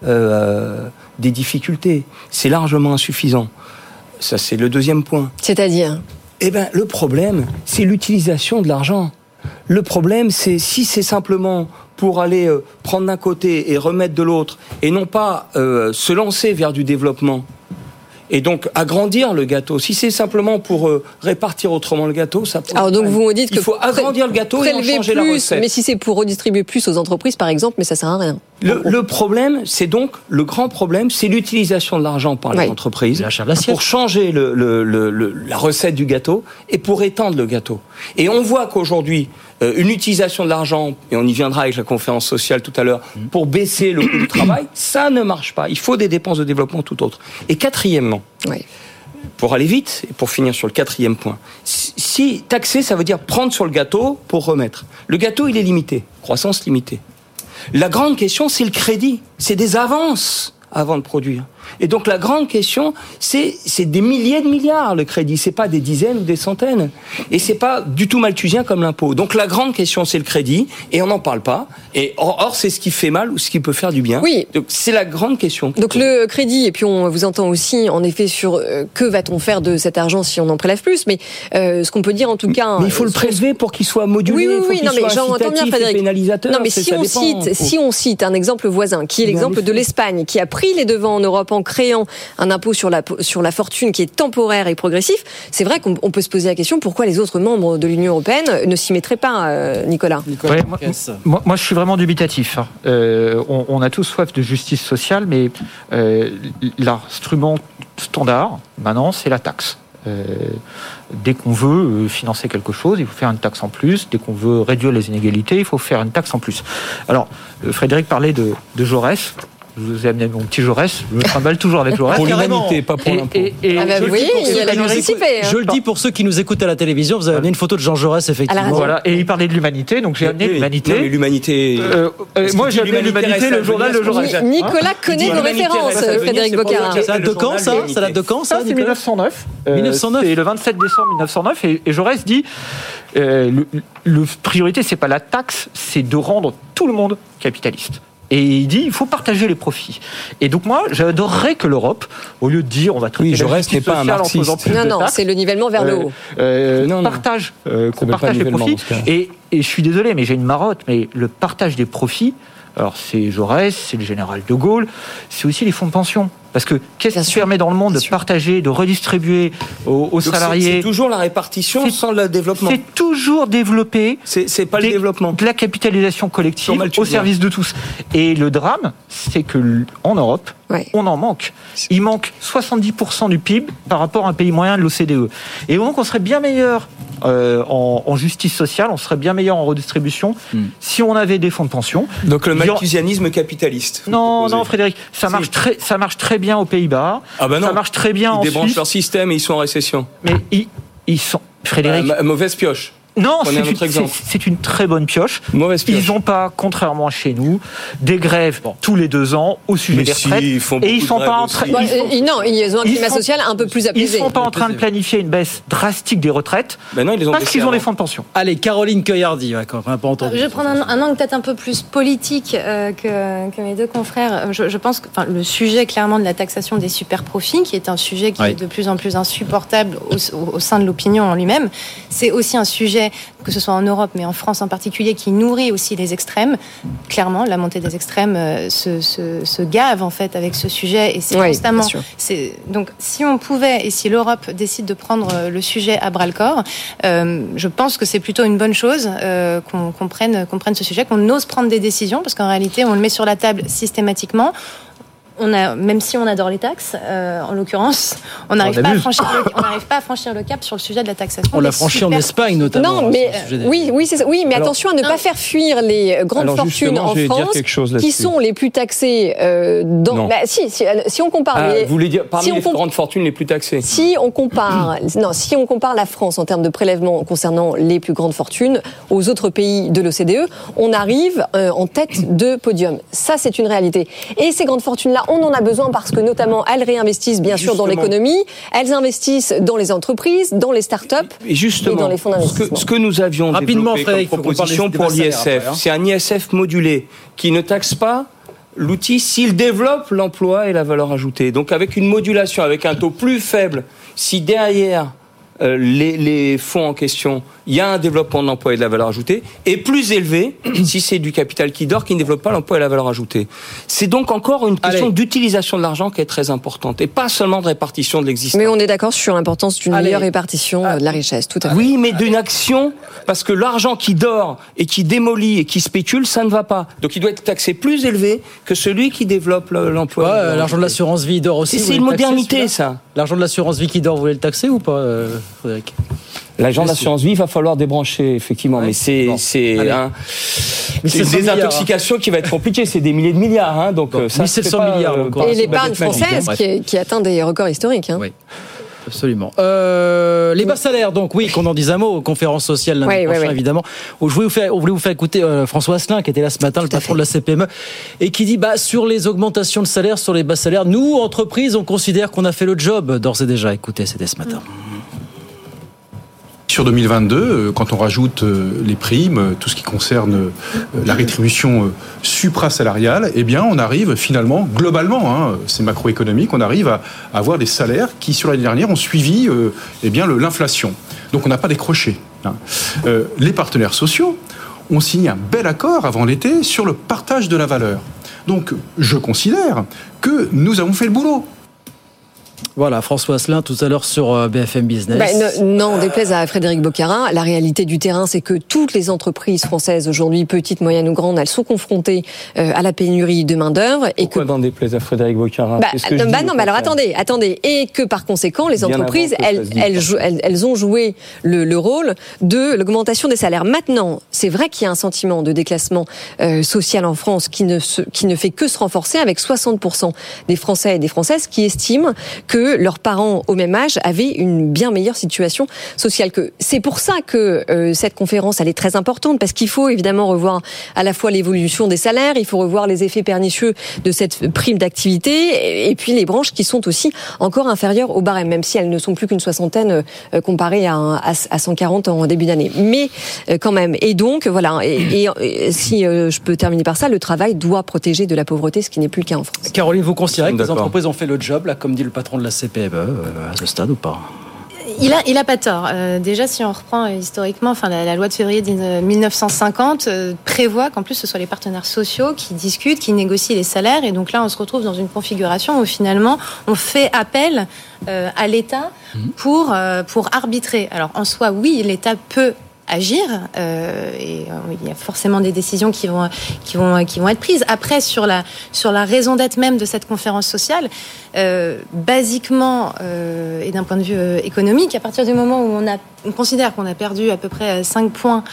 euh, des difficultés. C'est largement insuffisant. Ça, c'est le deuxième point. C'est-à-dire Eh ben, le problème, c'est l'utilisation de l'argent. Le problème, c'est si c'est simplement pour aller euh, prendre d'un côté et remettre de l'autre, et non pas euh, se lancer vers du développement, Et donc, agrandir le gâteau. Si c'est simplement pour euh, répartir autrement le gâteau, ça pose. Alors, donc, vous me dites il que. faut agrandir le gâteau et en changer plus, la recette. Mais si c'est pour redistribuer plus aux entreprises, par exemple, mais ça sert à rien. Le, le problème, c'est donc, le grand problème, c'est l'utilisation de l'argent par les oui. entreprises. L'achat de l'assiette. Pour changer le, le, le, le, la recette du gâteau et pour étendre le gâteau. Et on voit qu'aujourd'hui, euh, une utilisation de l'argent, et on y viendra avec la conférence sociale tout à l'heure, pour baisser le coût du travail, ça ne marche pas. Il faut des dépenses de développement tout autre. Et quatrièmement, oui. pour aller vite, et pour finir sur le quatrième point, si taxer, ça veut dire prendre sur le gâteau pour remettre. Le gâteau, il est limité, croissance limitée. La grande question, c'est le crédit, c'est des avances avant de produire. Et donc la grande question, c'est, c'est des milliers de milliards le crédit, c'est pas des dizaines ou des centaines. Et c'est pas du tout malthusien comme l'impôt. Donc la grande question, c'est le crédit, et on n'en parle pas. Et or, or, c'est ce qui fait mal ou ce qui peut faire du bien. Oui. Donc c'est la grande question. Donc le crédit, et puis on vous entend aussi en effet sur euh, que va-t-on faire de cet argent si on en prélève plus. Mais euh, ce qu'on peut dire en tout cas, mais il faut euh, le prélever pour qu'il soit modulé. Oui, oui, faut oui. qu'il Non, mais soit j'entends bien, Frédéric. Pénalisateur. Non, mais c'est, si on dépend. cite, faut... si on cite un exemple voisin, qui est l'exemple de l'Espagne, qui a pris les devants en Europe en créant un impôt sur la, sur la fortune qui est temporaire et progressif, c'est vrai qu'on on peut se poser la question pourquoi les autres membres de l'Union européenne ne s'y mettraient pas, euh, Nicolas. Nicolas ouais, moi, moi, moi, je suis vraiment dubitatif. Euh, on, on a tous soif de justice sociale, mais euh, l'instrument standard, maintenant, c'est la taxe. Euh, dès qu'on veut financer quelque chose, il faut faire une taxe en plus. Dès qu'on veut réduire les inégalités, il faut faire une taxe en plus. Alors, Frédéric parlait de, de Jaurès. Je vous ai amené mon petit Jaurès. Je me trimballe toujours avec Jaurès. Pour l'humanité, pas pour et, l'impôt. Et, et, ah bah oui, il a participé. Hein. Je le dis pour ceux qui nous écoutent à la télévision, vous avez amené une photo de Jean Jaurès, effectivement. Voilà, et il parlait de l'humanité, donc j'ai amené oui, l'humanité. Non, mais l'humanité. Euh, euh, moi, j'ai amené l'humanité, le journal, le Jaurès. Nicolas connaît vos références, Frédéric Bocard. Ça date de quand, ça Ça date de quand, ça, c'est dix-neuf cent neuf. mille neuf cent neuf. C'est le vingt-sept décembre mille neuf cent neuf, et Jaurès dit euh, le, le priorité, c'est pas la taxe, c'est de rendre tout le monde capitaliste. Et il dit, il faut partager les profits. Et donc moi, j'adorerais que l'Europe, au lieu de dire, on va traiter oui, la Jaurès justice n'est pas un sociale en marxiste. faisant plus non, de non, taxes, c'est le nivellement vers le haut. Euh, non, non. Partage, euh, qu'on Ça partage les profits. Et, et je suis désolé, mais j'ai une marotte, mais le partage des profits, alors c'est Jaurès, c'est le général de Gaulle, c'est aussi les fonds de pension. Parce que qu'est-ce qui permet dans le monde de partager, de redistribuer aux, aux salariés? C'est, c'est toujours la répartition c'est, sans le développement. C'est toujours développer. C'est, c'est pas des, le développement. De la capitalisation collective au service de tous. Et le drame, c'est que en Europe, ouais. on en manque. Il manque soixante-dix pour cent du P I B par rapport à un pays moyen de l'O C D E. Et donc on serait bien meilleur euh, en, en justice sociale, on serait bien meilleur en redistribution hmm. si on avait des fonds de pension. Donc le malthusianisme capitaliste. Non, non, Frédéric, ça marche très, ça marche très bien aux Pays-Bas. Ah ben non. Ça marche très bien ils en Suisse. Ils débranchent leur système et ils sont en récession. Mais ils, ils sont... Frédéric... Euh, mauvaise pioche. Non, c'est une, c'est, c'est une très bonne pioche. Mauvaise pioche. Ils n'ont pas, contrairement à chez nous, des grèves bon. tous les deux ans au sujet mais des retraites. Si, ils font et ils sont pas en train. Bon, non, ils ont un climat social un peu plus apaisé. Ils sont pas en train de planifier une baisse drastique des retraites. Ben non, ils les ont parce qu'ils ont des fonds de pension. Allez, Caroline Cueillardi, ouais, quand on n'a pas entendu. Je vais prendre un, un angle peut-être un peu plus politique euh, que, que mes deux confrères. Je, je pense que enfin, le sujet clairement de la taxation des super profits, qui est un sujet qui oui. est de plus en plus insupportable au, au, au sein de l'opinion en lui-même, c'est aussi un sujet, que ce soit en Europe, mais en France en particulier, qui nourrit aussi les extrêmes. Clairement, la montée des extrêmes euh, se, se, se gave en fait avec ce sujet, et c'est oui, constamment. C'est, donc, si on pouvait, et si l'Europe décide de prendre le sujet à bras le corps, euh, je pense que c'est plutôt une bonne chose euh, qu'on, qu'on prenne, qu'on prenne ce sujet, qu'on ose prendre des décisions, parce qu'en réalité, on le met sur la table systématiquement. On a, même si on adore les taxes, euh, en l'occurrence, on n'arrive pas, pas à franchir le cap sur le sujet de la taxation. On l'a franchi super... en Espagne notamment. Non, mais euh, oui, oui, c'est ça. Oui, mais alors, attention à ne non. pas faire fuir les grandes alors, fortunes en France, qui sont les plus taxées. Euh, dans... bah, si, si, si on compare. Ah, les... Vous voulez dire parmi si les comp... grandes fortunes les plus taxées. Si on compare, non, si on compare la France en termes de prélèvements concernant les plus grandes fortunes aux autres pays de l'O C D E, on arrive euh, en tête de podium. Ça, c'est une réalité. Et ces grandes fortunes-là, on en a besoin parce que notamment elles réinvestissent bien justement. sûr dans l'économie, elles investissent dans les entreprises, dans les start-up et, justement, et dans les fonds d'investissement. Ce que, ce que nous avions Rapidement, développé comme proposition pour l'I S F, après, hein. c'est un I S F modulé qui ne taxe pas l'outil s'il développe l'emploi et la valeur ajoutée. Donc avec une modulation, avec un taux plus faible, si derrière euh, les, les fonds en question il y a un développement de l'emploi et de la valeur ajoutée, est plus élevé si c'est du capital qui dort, qui ne développe pas l'emploi et la valeur ajoutée. C'est donc encore une question Allez. d'utilisation de l'argent qui est très importante, et pas seulement de répartition de l'existant. Mais on est d'accord sur l'importance d'une Allez. meilleure répartition Allez. de la richesse, tout à fait. Oui, mais Allez. d'une action, parce que l'argent qui dort et qui démolit et qui spécule, ça ne va pas. Donc il doit être taxé plus élevé que celui qui développe l'emploi. Ouais, l'argent de l'assurance vie dort aussi. C'est une modernité, taxer, ça. L'argent de l'assurance vie qui dort, vous voulez le taxer ou pas, euh, Frédéric? L'agent d'assurance vie, il va falloir débrancher, effectivement, ouais, mais c'est, bon. c'est, hein, c'est une désintoxication milliards, qui va être compliquée. C'est des milliers de milliards, hein, donc bon, ça c'est pas milliards euh, encore. Et l'épargne française qui, qui atteint des records historiques. Hein. Oui. Absolument. Euh, les bas salaires, donc oui, qu'on en dise un mot, conférence sociale lundi ouais, prochain, ouais, ouais. évidemment. Je voulais vous faire, on voulait vous faire écouter euh, François Asselin, qui était là ce matin, Tout le patron de la C P M E, et qui dit, bah, sur les augmentations de salaire, sur les bas salaires, nous, entreprises, on considère qu'on a fait le job d'ores et déjà. Écoutez, c'était ce matin. Sur deux mille vingt-deux, quand on rajoute les primes, tout ce qui concerne la rétribution suprasalariale, eh bien, on arrive finalement, globalement, hein, c'est macroéconomique, on arrive à avoir des salaires qui, sur l'année dernière, ont suivi eh bien, le, l'inflation. Donc, on n'a pas décroché. Hein. Euh, les partenaires sociaux ont signé un bel accord avant l'été sur le partage de la valeur. Donc, je considère que nous avons fait le boulot. Voilà, François Asselin tout à l'heure sur B F M Business. Bah, non, on déplaise à Frédéric Boccarin. La réalité du terrain, c'est que toutes les entreprises françaises aujourd'hui, petites, moyennes ou grandes, elles sont confrontées euh, à la pénurie de main d'œuvre. Et Pourquoi que n'en déplaise à Frédéric Boccarin bah, que bah dis, non, mais alors attendez, attendez, et que par conséquent, les Bien entreprises, elles, elles, elles, elles ont joué le, le rôle de l'augmentation des salaires. Maintenant, c'est vrai qu'il y a un sentiment de déclassement euh, social en France qui ne se, qui ne fait que se renforcer, avec soixante pour cent des Français et des Françaises qui estiment que leurs parents au même âge avaient une bien meilleure situation sociale qu'eux. C'est pour ça que euh, cette conférence, elle est très importante, parce qu'il faut évidemment revoir à la fois l'évolution des salaires, il faut revoir les effets pernicieux de cette prime d'activité, et puis les branches qui sont aussi encore inférieures au barème, même si elles ne sont plus qu'une soixantaine euh, comparées à, à, à cent quarante en début d'année. Mais euh, quand même. Et donc, voilà. Et, et, et si euh, je peux terminer par ça, le travail doit protéger de la pauvreté, ce qui n'est plus le cas en France. Caroline, vous considérez que les entreprises ont fait le job, là, comme dit le patron de la C P M E, euh, à ce stade ou pas? Il a, il a pas tort. Euh, déjà, si on reprend historiquement, enfin, la, la loi de février mille neuf cent cinquante euh, prévoit qu'en plus ce soit les partenaires sociaux qui discutent, qui négocient les salaires. Et donc là, on se retrouve dans une configuration où finalement, on fait appel euh, à l'État pour euh, pour arbitrer. Alors en soi, oui, l'État peut agir euh, et euh, il y a forcément des décisions qui vont qui vont qui vont être prises. Après, sur la sur la raison d'être même de cette conférence sociale, euh, basiquement euh, et d'un point de vue euh, économique, à partir du moment où on a on considère qu'on a perdu à peu près cinq points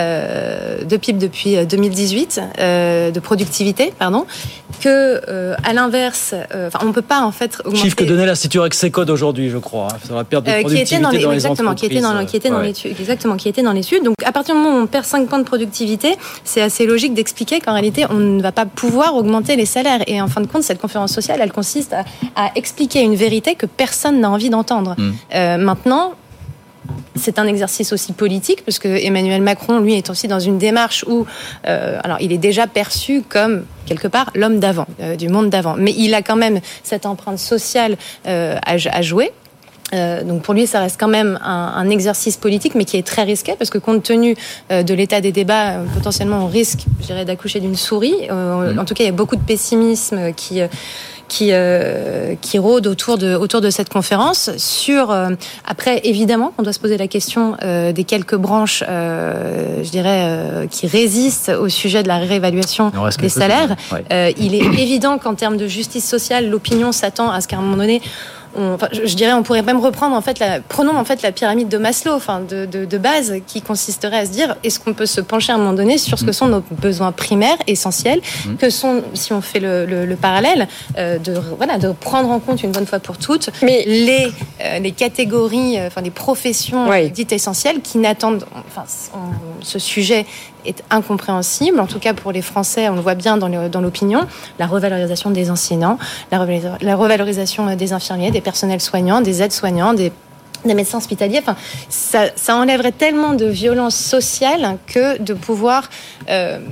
euh, de P I B depuis deux mille dix-huit, euh, de productivité, pardon, que euh, à l'inverse, euh, enfin on peut pas en fait augmenter. Chiffre que donnait l'Institut Rexecode aujourd'hui, je crois, hein, sur la perte de euh, productivité qui était dans les, dans les exactement, entreprises. Qui était dans, qui était dans ouais. l'étude, exactement, qui était dans l'étude. Donc à partir du moment où on perd cinq points de productivité, c'est assez logique d'expliquer qu'en réalité on ne va pas pouvoir augmenter les salaires. Et en fin de compte, cette conférence sociale, elle consiste à, à expliquer une vérité que personne n'a envie d'entendre. Mmh. Euh, maintenant. C'est un exercice aussi politique, parce que Emmanuel Macron, lui, est aussi dans une démarche où, euh, alors, il est déjà perçu comme quelque part l'homme d'avant, euh, du monde d'avant, mais il a quand même cette empreinte sociale euh, à, à jouer. Euh, donc pour lui, ça reste quand même un, un exercice politique, mais qui est très risqué, parce que compte tenu euh, de l'état des débats, euh, potentiellement on risque, je dirais, d'accoucher d'une souris. Euh, mmh. En tout cas, il y a beaucoup de pessimisme qui euh, qui euh, qui rôde autour de autour de cette conférence. Sur euh, après, évidemment, on doit se poser la question euh, des quelques branches, euh, je dirais, euh, qui résistent au sujet de la réévaluation des salaires. Ouais. Euh, il est évident qu'en termes de justice sociale, l'opinion s'attend à ce qu'à un moment donné, On, enfin, je, je dirais, on pourrait même reprendre en fait la, prenons en fait la pyramide de Maslow, enfin de, de, de base, qui consisterait à se dire, est-ce qu'on peut se pencher à un moment donné sur ce que sont nos besoins primaires, essentiels, mmh. que sont, si on fait le, le, le parallèle, euh, de voilà, de prendre en compte une bonne fois pour toutes, mais les euh, les catégories, euh, enfin les professions oui. dites essentielles qui n'attendent, enfin on, ce sujet est incompréhensible, en tout cas pour les Français, on le voit bien dans, le, dans l'opinion, la revalorisation des enseignants, la, revalor- la revalorisation des infirmiers, des personnels soignants, des aides-soignants, des, des médecins hospitaliers. Enfin, ça, ça enlèverait tellement de violence sociale que de pouvoir euh,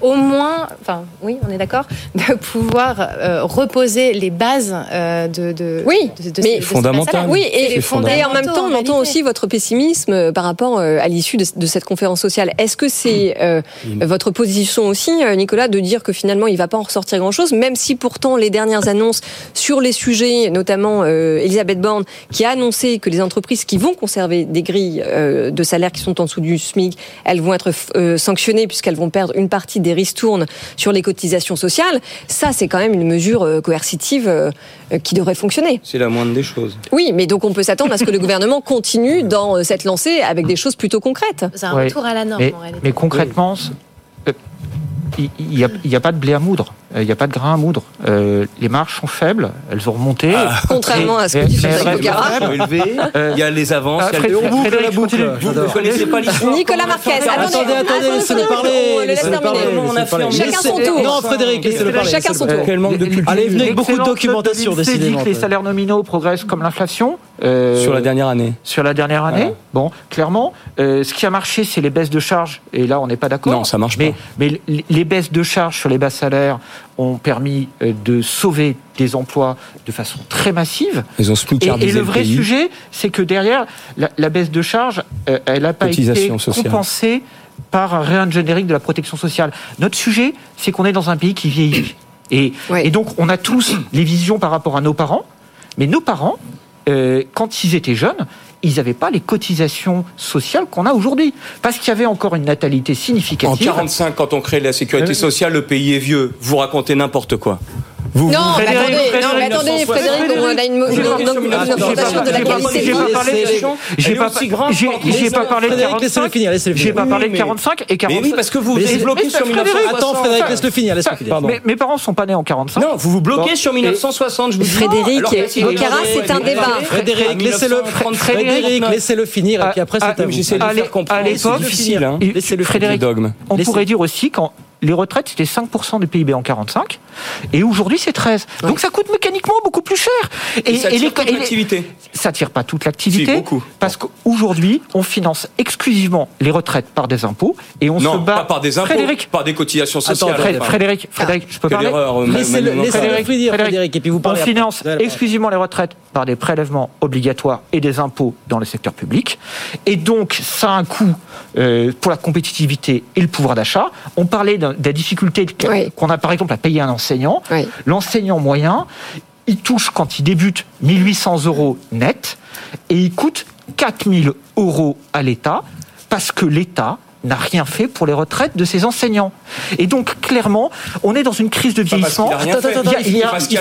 au moins, enfin oui, on est d'accord, de pouvoir euh, reposer les bases euh, de, de oui, de, de, mais de fondamental. Oui, et, et en même temps, on entend aussi votre pessimisme par rapport à l'issue de, de cette conférence sociale. Est-ce que c'est euh, mmh. votre position aussi, Nicolas, de dire que finalement il ne va pas en ressortir grand-chose, même si pourtant les dernières annonces sur les sujets, notamment euh, Elisabeth Borne, qui a annoncé que les entreprises qui vont conserver des grilles euh, de salaire qui sont en dessous du SMIC, elles vont être euh, sanctionnées puisqu'elles vont perdre une partie des ristournes sur les cotisations sociales. Ça, c'est quand même une mesure euh, coercitive euh, qui devrait fonctionner. C'est la moindre des choses. Oui, mais donc on peut s'attendre à ce que le gouvernement continue dans euh, cette lancée avec des choses plutôt concrètes. C'est un ouais. retour à la norme, mais, en réalité. mais concrètement, euh, il n'y a, y a pas de blé à moudre, il n'y a pas de grain à moudre. Euh, les marges sont faibles, elles ont remonté. Ah, contrairement à ce que dit Frédéric Bocara. Il y a les avances, il y a le on boucle la boucle. Vous ne connaissez pas l'histoire. Nicolas Marquez, attendez, attendez, laissez-le parler. Laissez-le parler. Chacun son tour. Non, Frédéric, laissez-le parler. Chacun son tour. Quel manque de culture. Allez, venez avec beaucoup de documentation, décidément. dit que les salaires nominaux progressent comme l'inflation. Euh, sur la dernière année. Sur la dernière année. Voilà. Bon, clairement, euh, ce qui a marché, c'est les baisses de charges. Et là, on n'est pas d'accord. Non, ça marche mais, pas. Mais les baisses de charges sur les bas salaires ont permis de sauver des emplois de façon très massive. Ils ont et, et le vrai pays. sujet, c'est que derrière, la, la baisse de charges, euh, elle n'a pas été sociale. compensée par un réingénérique de la protection sociale. Notre sujet, c'est qu'on est dans un pays qui vieillit. Et, ouais. et donc, on a tous les visions par rapport à nos parents, mais nos parents, euh, quand ils étaient jeunes, ils n'avaient pas les cotisations sociales qu'on a aujourd'hui. Parce qu'il y avait encore une natalité significative. En quarante-cinq, quand on crée la sécurité sociale, le pays est vieux. Vous racontez n'importe quoi. Vous, non, vous... Mais attendez, non, mais attendez, Frédéric, on a une augmentation de la qualité de l'éducation. J'ai pas parlé de quarante-cinq. J'ai pas parlé de quarante-cinq et quarante-cinq. Mais oui, parce que vous êtes bloqué sur mille neuf cent soixante. Attends, Frédéric, laisse-le finir, laisse-le finir. Mes parents sont pas nés en quarante-cinq. Non, vous vous bloquez sur mille neuf cent soixante, je vous dis. Frédéric Bocara, c'est un débat. Frédéric, laissez-le, Frédéric, laissez-le finir, et puis après, c'est à vous. J'essaie de faire comprendre. C'est difficile, hein. Frédéric, on pourrait dire aussi quand les retraites, c'était cinq pour cent du P I B en quarante-cinq, et aujourd'hui, c'est treize. Ouais. Donc, ça coûte mécaniquement beaucoup plus cher. Et, et ça tire et les, toute l'activité. Ça tire pas toute l'activité, si, beaucoup. Parce qu'aujourd'hui, on finance exclusivement les retraites par des impôts, et on non, se bat... pas par des impôts, Frédéric, par des cotisations sociales. Attends, Frédéric, Frédéric, Frédéric, je peux Quelle parler erreur, Laissez-le Frédéric, finir, Frédéric, et puis vous parlez. On finance exclusivement les retraites par des prélèvements obligatoires et des impôts dans le secteur public, et donc, ça a un coût euh, pour la compétitivité et le pouvoir d'achat. On parlait de la difficulté oui. qu'on a par exemple à payer un enseignant. Oui. L'enseignant moyen, il touche quand il débute mille huit cents euros net et il coûte quatre mille euros à l'État parce que l'État n'a rien fait pour les retraites de ses enseignants. Et donc, clairement, on est dans une crise de vieillissement. Il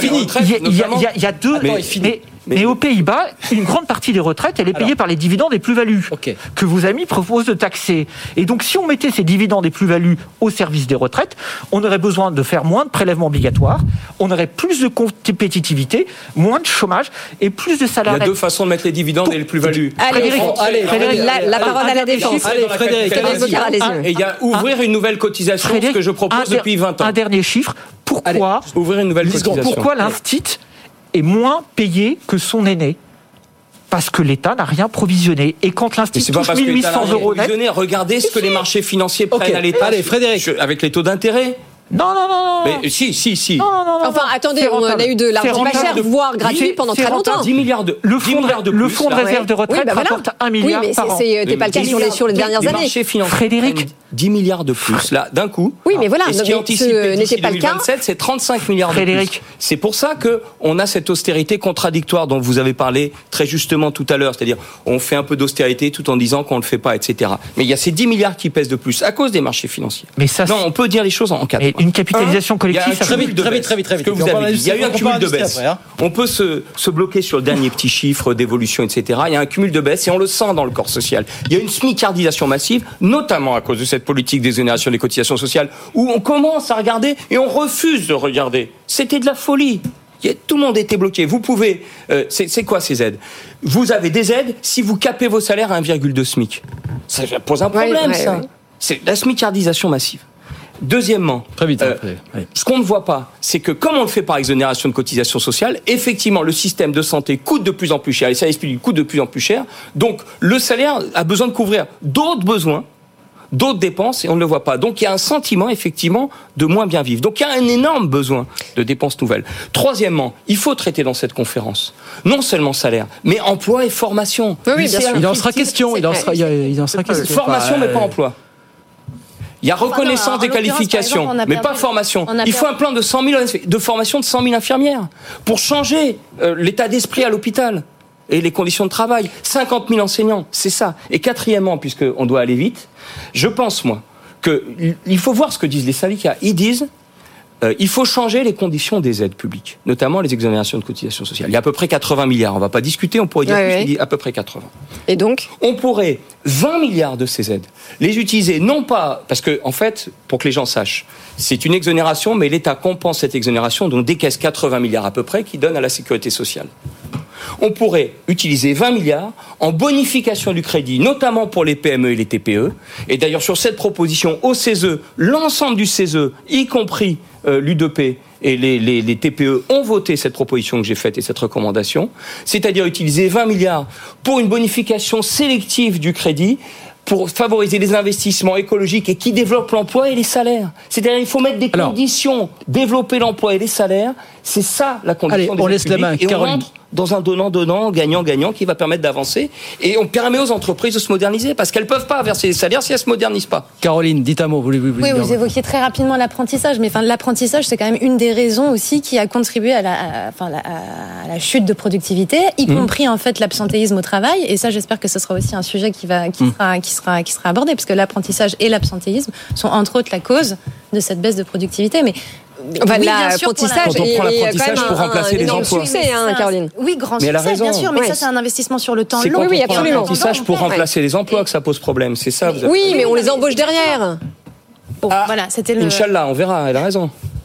y a deux... Mais, mais, mais aux Pays-Bas, une grande partie des retraites, elle est payée Alors, par les dividendes et plus-values okay. que vos amis proposent de taxer. Et donc, si on mettait ces dividendes et plus-values au service des retraites, on aurait besoin de faire moins de prélèvements obligatoires, on aurait plus de compétitivité, moins de chômage et plus de salaires. Il y a deux façons de mettre les dividendes Pour... et les plus-values. Allez, Frédéric, allez, Frédéric, la, la parole à la défense. Allez, Frédéric, et il y a ouvrir une nouvelle cotisation, ce que je propose depuis vingt ans. Un dernier chiffre. Pourquoi allez, ouvrir une nouvelle cotisation. Pourquoi l'Instit est moins payé que son aîné? Parce que l'État n'a rien provisionné. Et quand l'Institut touche mille huit cents euros net... Regardez ce que les marchés financiers prennent okay. à l'État. Allez, Frédéric. Avec les taux d'intérêt. Non, non, non, non. Mais si, si, si. Non, non, non. Enfin, attendez, on a eu de l'argent pas cher, voire gratuit pendant très longtemps. dix milliards de Le fonds de, de, le fonds de réserve de retraite oui, bah rapporte voilà. un milliard oui, mais par an. C'était pas le cas sur les, sur les dernières les années. Marchés financiers Frédéric, dix milliards de plus, là, d'un coup. Oui, mais voilà, et ce qui ce n'était pas le cas. C'est trente-cinq milliards Frédéric. de plus. C'est pour ça qu'on a cette austérité contradictoire dont vous avez parlé très justement tout à l'heure. C'est-à-dire, on fait un peu d'austérité tout en disant qu'on ne le fait pas, et cetera. Mais il y a ces dix milliards qui pèsent de plus à cause des marchés financiers. Mais ça, non, on peut dire les choses en quatre. Une capitalisation collective, ça va très vite, très vite, très vite. Il y a eu un cumul de baisse. On peut se, se bloquer sur le dernier petit chiffre d'évolution, et cetera. Il y a un cumul de baisse et on le sent dans le corps social. Il y a une smicardisation massive, notamment à cause de cette politique d'exonération des cotisations sociales, où on commence à regarder et on refuse de regarder. C'était de la folie. Tout le monde était bloqué. Vous pouvez... Euh, c'est, c'est quoi ces aides? Vous avez des aides si vous capez vos salaires à un virgule deux SMIC. Ça pose un problème, ouais, ouais, ça. Ouais. C'est la smicardisation massive. Deuxièmement, très vite, euh, oui. ce qu'on ne voit pas, c'est que comme on le fait par exonération de cotisations sociales, effectivement, le système de santé coûte de plus en plus cher, les services publics coûtent de plus en plus cher, donc le salaire a besoin de couvrir d'autres besoins, d'autres dépenses et on ne le voit pas. Donc il y a un sentiment effectivement de moins bien vivre. Donc il y a un énorme besoin de dépenses nouvelles. Troisièmement, il faut traiter dans cette conférence non seulement salaire, mais emploi et formation. Oui, oui, bien sûr. Il en sera question. Il en sera, il en sera question. Formation, mais pas emploi. Il y a reconnaissance enfin, non, des qualifications, exemple, mais pas formation. Il faut un plan de cent mille de formation de cent mille infirmières pour changer euh, l'état d'esprit à l'hôpital et les conditions de travail. cinquante mille enseignants, c'est ça. Et quatrièmement, puisqu'on doit aller vite, je pense, moi, qu'il faut voir ce que disent les syndicats. Ils disent euh, il faut changer les conditions des aides publiques, notamment les exonérations de cotisations sociales. Il y a à peu près quatre-vingts milliards. On ne va pas discuter, on pourrait dire ouais, plus, ouais. Il dit à peu près quatre-vingts. Et donc on pourrait vingt milliards de ces aides les utiliser, non pas... Parce que, en fait, pour que les gens sachent, c'est une exonération, mais l'État compense cette exonération, donc décaisse quatre-vingts milliards à peu près, qui donne à la sécurité sociale. On pourrait utiliser vingt milliards en bonification du crédit, notamment pour les P M E et les T P E. Et d'ailleurs, sur cette proposition, au C E S E, l'ensemble du C E S E, y compris euh, l'U D P et les, les, les T P E, ont voté cette proposition que j'ai faite et cette recommandation. C'est-à-dire utiliser vingt milliards pour une bonification sélective du crédit, pour favoriser les investissements écologiques et qui développent l'emploi et les salaires. C'est-à-dire qu'il faut mettre des Alors, conditions, développer l'emploi et les salaires. C'est ça la condition allez, des on laisse la main, et Caroline. on rentre dans un donnant-donnant, gagnant-gagnant qui va permettre d'avancer. Et on permet aux entreprises de se moderniser parce qu'elles ne peuvent pas verser les salaires si elles ne se modernisent pas. Caroline, dites un mot. Vous, vous, vous oui, vous évoquiez très rapidement l'apprentissage, mais enfin, l'apprentissage, c'est quand même une des raisons aussi qui a contribué à la, à, enfin, la, à la chute de productivité, y mmh. compris en fait l'absentéisme au travail. Et ça, j'espère que ce sera aussi un sujet qui, va, qui, mmh. sera, qui, sera, qui sera abordé, parce que l'apprentissage et l'absentéisme sont entre autres la cause de cette baisse de productivité. Mais Enfin, oui, l'apprentissage quand on prend l'apprentissage pour remplacer les emplois. Succès, hein, Caroline. Oui, grand mais succès, raison. bien sûr, mais ouais. ça, c'est un investissement sur le temps c'est long. C'est quand oui, on prend l'apprentissage pour remplacer ouais. les emplois que ça pose problème. C'est ça. Vous avez... Oui, mais on les embauche derrière. Bon, ah, voilà, c'était le... Inch'Allah, on verra, elle a raison.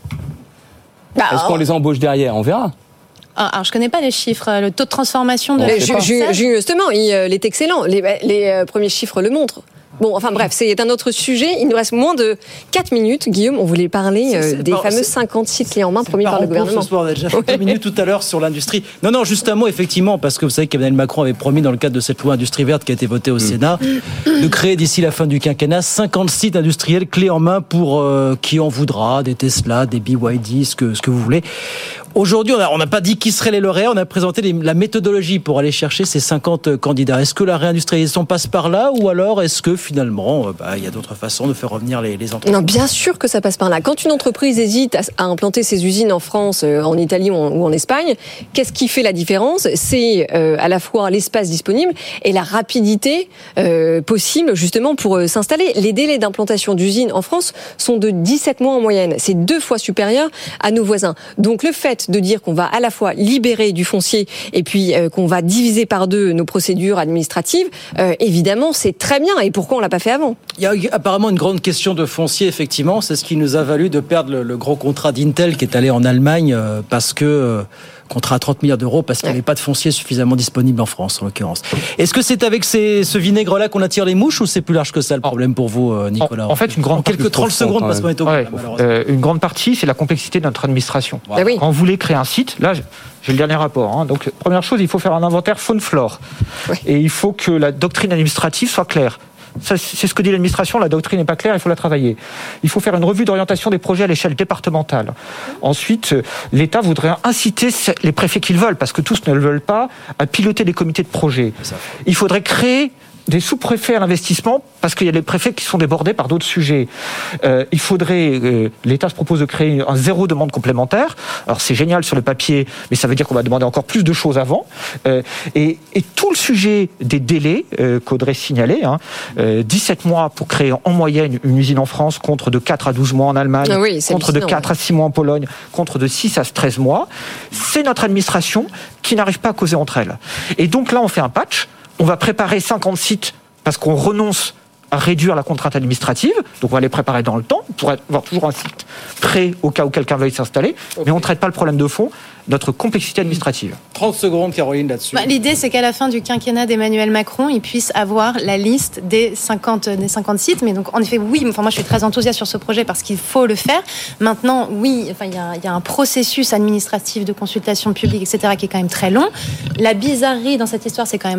Bah, Est-ce qu'on les embauche derrière? On verra. Alors, je connais pas les chiffres, le taux de transformation de... Mais ju- ju- justement, il est excellent. Les, les premiers chiffres le montrent. Bon, enfin bref, c'est un autre sujet. Il nous reste moins de quatre minutes. Guillaume, on voulait parler c'est, c'est des pas, fameux cinquante sites clés en main promis par le gouvernement. Ce soir, on a déjà fait deux minutes tout à l'heure sur l'industrie. Non, non, juste un mot, effectivement, parce que vous savez qu'Emmanuel Macron avait promis, dans le cadre de cette loi industrie verte qui a été votée au mmh. Sénat, de créer d'ici la fin du quinquennat cinquante sites industriels clés en main pour euh, qui en voudra, des Tesla, des B Y D, ce que, ce que vous voulez. Aujourd'hui, on n'a pas dit qui seraient les lauréats, on a présenté les, la méthodologie pour aller chercher ces cinquante candidats. Est-ce que la réindustrialisation passe par là, ou alors est-ce que finalement, bah, il y a d'autres façons de faire revenir les, les entreprises? Non, bien sûr que ça passe par là. Quand une entreprise hésite à, à implanter ses usines en France, euh, en Italie ou en, ou en Espagne, qu'est-ce qui fait la différence? C'est euh, à la fois l'espace disponible et la rapidité euh, possible justement pour euh, s'installer. Les délais d'implantation d'usines en France sont de dix-sept mois en moyenne. C'est deux fois supérieur à nos voisins. Donc le fait de dire qu'on va à la fois libérer du foncier et puis euh, qu'on va diviser par deux nos procédures administratives, euh, évidemment, c'est très bien. Et pourquoi on l'a pas fait avant? Il y a apparemment une grande question de foncier, effectivement. C'est ce qui nous a valu de perdre le, le gros contrat d'Intel qui est allé en Allemagne euh, parce que... Euh, contrat à trente milliards d'euros parce qu'il n'y avait pas de foncier suffisamment disponible en France, en l'occurrence. Est-ce que c'est avec ces, ce vinaigre-là qu'on attire les mouches ou c'est plus large que ça le problème pour vous, Nicolas? En, en fait, une grande en quelques trente secondes, parce qu'on est au ouais, euh, une grande partie, c'est la complexité de notre administration. Voilà. Ben oui. Quand vous voulez créer un site, là, j'ai le dernier rapport. Hein, donc, première chose, il faut faire un inventaire faune-flore. Oui. Et il faut que la doctrine administrative soit claire. Ça, c'est ce que dit l'administration, la doctrine n'est pas claire, il faut la travailler. Il faut faire une revue d'orientation des projets à l'échelle départementale. Ensuite, l'État voudrait inciter les préfets qu'ils veulent, parce que tous ne le veulent pas, à piloter des comités de projet. Il faudrait créer des sous-préfets à l'investissement, parce qu'il y a des préfets qui sont débordés par d'autres sujets. Euh, il faudrait... Euh, L'État se propose de créer un zéro demande complémentaire. Alors c'est génial sur le papier, mais ça veut dire qu'on va demander encore plus de choses avant. Euh, et, et tout le sujet des délais euh, qu'Audrey signalait, hein, euh, dix-sept mois pour créer en moyenne une usine en France, contre de quatre à douze mois en Allemagne, ah oui, contre de quatre à six mois en Pologne, contre de six à treize mois. C'est notre administration qui n'arrive pas à causer entre elles. Et donc là, on fait un patch. On va préparer cinquante sites parce qu'on renonce à réduire la contrainte administrative. Donc on va les préparer dans le temps pour avoir toujours un site prêt au cas où quelqu'un veuille s'installer. Okay. Mais on ne traite pas le problème de fond, notre complexité administrative. trente secondes, Caroline, là-dessus. Bah, l'idée, c'est qu'à la fin du quinquennat d'Emmanuel Macron, il puisse avoir la liste des cinquante, des cinquante sites. Mais donc, en effet, oui, enfin, moi, je suis très enthousiaste sur ce projet parce qu'il faut le faire. Maintenant, oui, enfin, il y a, il y a un processus administratif de consultation publique, et cetera, qui est quand même très long. La bizarrerie dans cette histoire, c'est quand même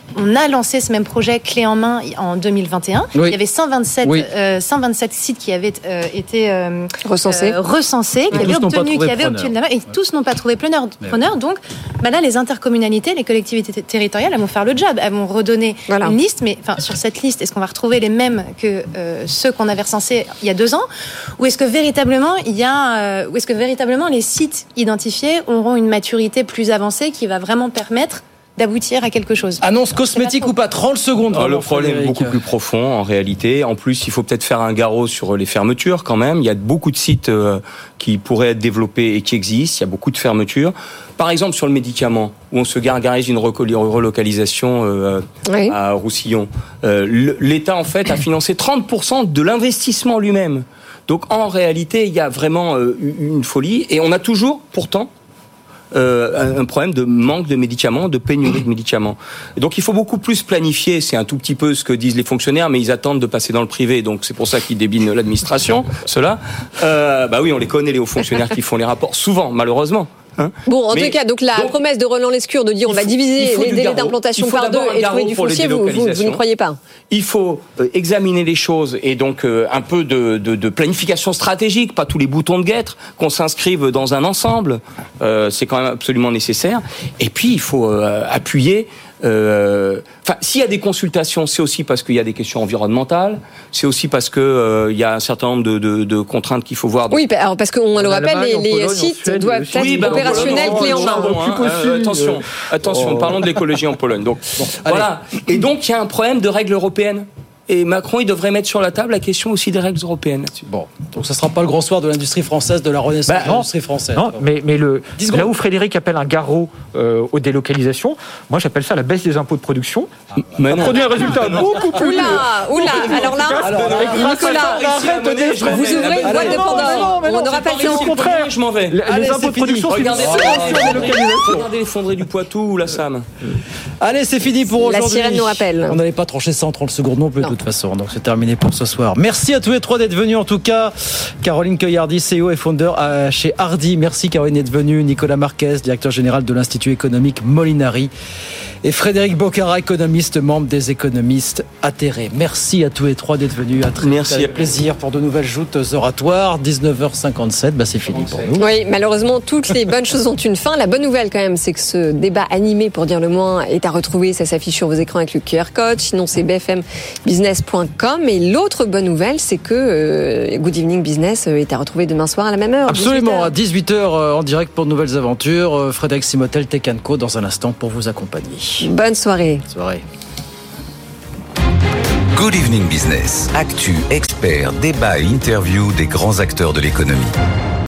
on a lancé ce même projet clé en main en deux mille vingt et un. Oui. Il y avait cent vingt-sept, oui. euh, cent vingt-sept sites qui avaient euh, été euh, recensés, euh, recensés qui avaient obtenu, qui avaient obtenu de la main, et tous n'ont pas trouvé preneur. preneur donc, bah là, les intercommunalités, les collectivités territoriales, elles vont faire le job, elles vont redonner voilà. une liste. Mais enfin, sur cette liste, est-ce qu'on va retrouver les mêmes que euh, ceux qu'on avait recensés il y a deux ans, ou est-ce que véritablement il y a, euh, ou est-ce que véritablement les sites identifiés auront une maturité plus avancée qui va vraiment permettre d'aboutir à quelque chose. Annonce cosmétique ou pas, trente secondes. Alors, le problème est beaucoup plus profond en réalité. En plus, il faut peut-être faire un garrot sur les fermetures quand même. Il y a beaucoup de sites euh, qui pourraient être développés et qui existent. Il y a beaucoup de fermetures. Par exemple, sur le médicament, où on se gargarise d'une relocalisation euh, oui. à Roussillon. Euh, L'État, en fait, a financé trente pour cent de l'investissement lui-même. Donc, en réalité, il y a vraiment euh, une folie. Et on a toujours, pourtant, Euh, un problème de manque de médicaments, de pénurie de médicaments. Et donc il faut beaucoup plus planifier, c'est un tout petit peu ce que disent les fonctionnaires, mais ils attendent de passer dans le privé, donc c'est pour ça qu'ils débinent l'administration, ceux-là. Euh, bah oui, on les connaît, les hauts fonctionnaires qui font les rapports, souvent, malheureusement. Hein bon, en mais, tout cas, donc la donc, promesse de Roland Lescure de dire on va diviser les délais d'implantation par deux et trouver du foncier, vous, vous, vous ne croyez pas? Il faut euh, examiner les choses et donc euh, un peu de, de, de planification stratégique, pas tous les boutons de guêtre, qu'on s'inscrive dans un ensemble, euh, c'est quand même absolument nécessaire. Et puis, il faut euh, appuyer. Euh, enfin, s'il y a des consultations, c'est aussi parce qu'il y a des questions environnementales, c'est aussi parce que euh, il y a un certain nombre de, de, de contraintes qu'il faut voir. Oui, alors parce qu'on le rappelle, les, les Pologne, sites Suède, doivent être oui, bah, opérationnels clés en main. Hein, euh, attention, attention, oh. parlons de l'écologie en Pologne. Donc, bon, voilà. Et donc, il y a un problème de règles européennes. Et Macron, il devrait mettre sur la table la question aussi des règles européennes là-dessus. Bon, donc ça ne sera pas le grand soir de l'industrie française, de la renaissance bah, de l'industrie française. Non, mais, mais le, là où Frédéric appelle un garrot euh, aux délocalisations, moi j'appelle ça la baisse des impôts de production. Ah, mais on produit un résultat beaucoup plus... Oula, oula, alors là, alors, Nicolas, vous ouvrez une boîte de Pandore. On n'aura pas le temps. Au contraire, je m'en vais. Les impôts de production, regardez les fonderies du Poitou ou la Sam. Allez, c'est fini pour aujourd'hui. La sirène nous rappelle. On n'avait pas tranché ça en trente secondes non plus. De toute façon, donc c'est terminé pour ce soir. Merci à tous les trois d'être venus en tout cas. Caroline Cueillardi, C E O et founder chez Hardy. Merci Caroline d'être venue. Nicolas Marquez, directeur général de l'Institut économique Molinari. Et Frédéric Boccara, économiste, membre des économistes atterrés. Merci à tous les trois d'être venus. À très Merci. Avec plaisir pour de nouvelles joutes oratoires. dix-neuf heures cinquante-sept, bah c'est fini pour nous. Oui, malheureusement, toutes les bonnes choses ont une fin. La bonne nouvelle quand même, c'est que ce débat animé, pour dire le moins, est à retrouver. Ça s'affiche sur vos écrans avec le Q R code. Sinon, c'est b f m business point com. Et l'autre bonne nouvelle, c'est que euh, Good Evening Business est à retrouver demain soir à la même heure. Absolument, à dix-huit heures en direct pour de nouvelles aventures. Frédéric Simotel, Tech and Co dans un instant pour vous accompagner. Bonne soirée. Bonne soirée. Good Evening Business. Actu, experts, débat et interview des grands acteurs de l'économie.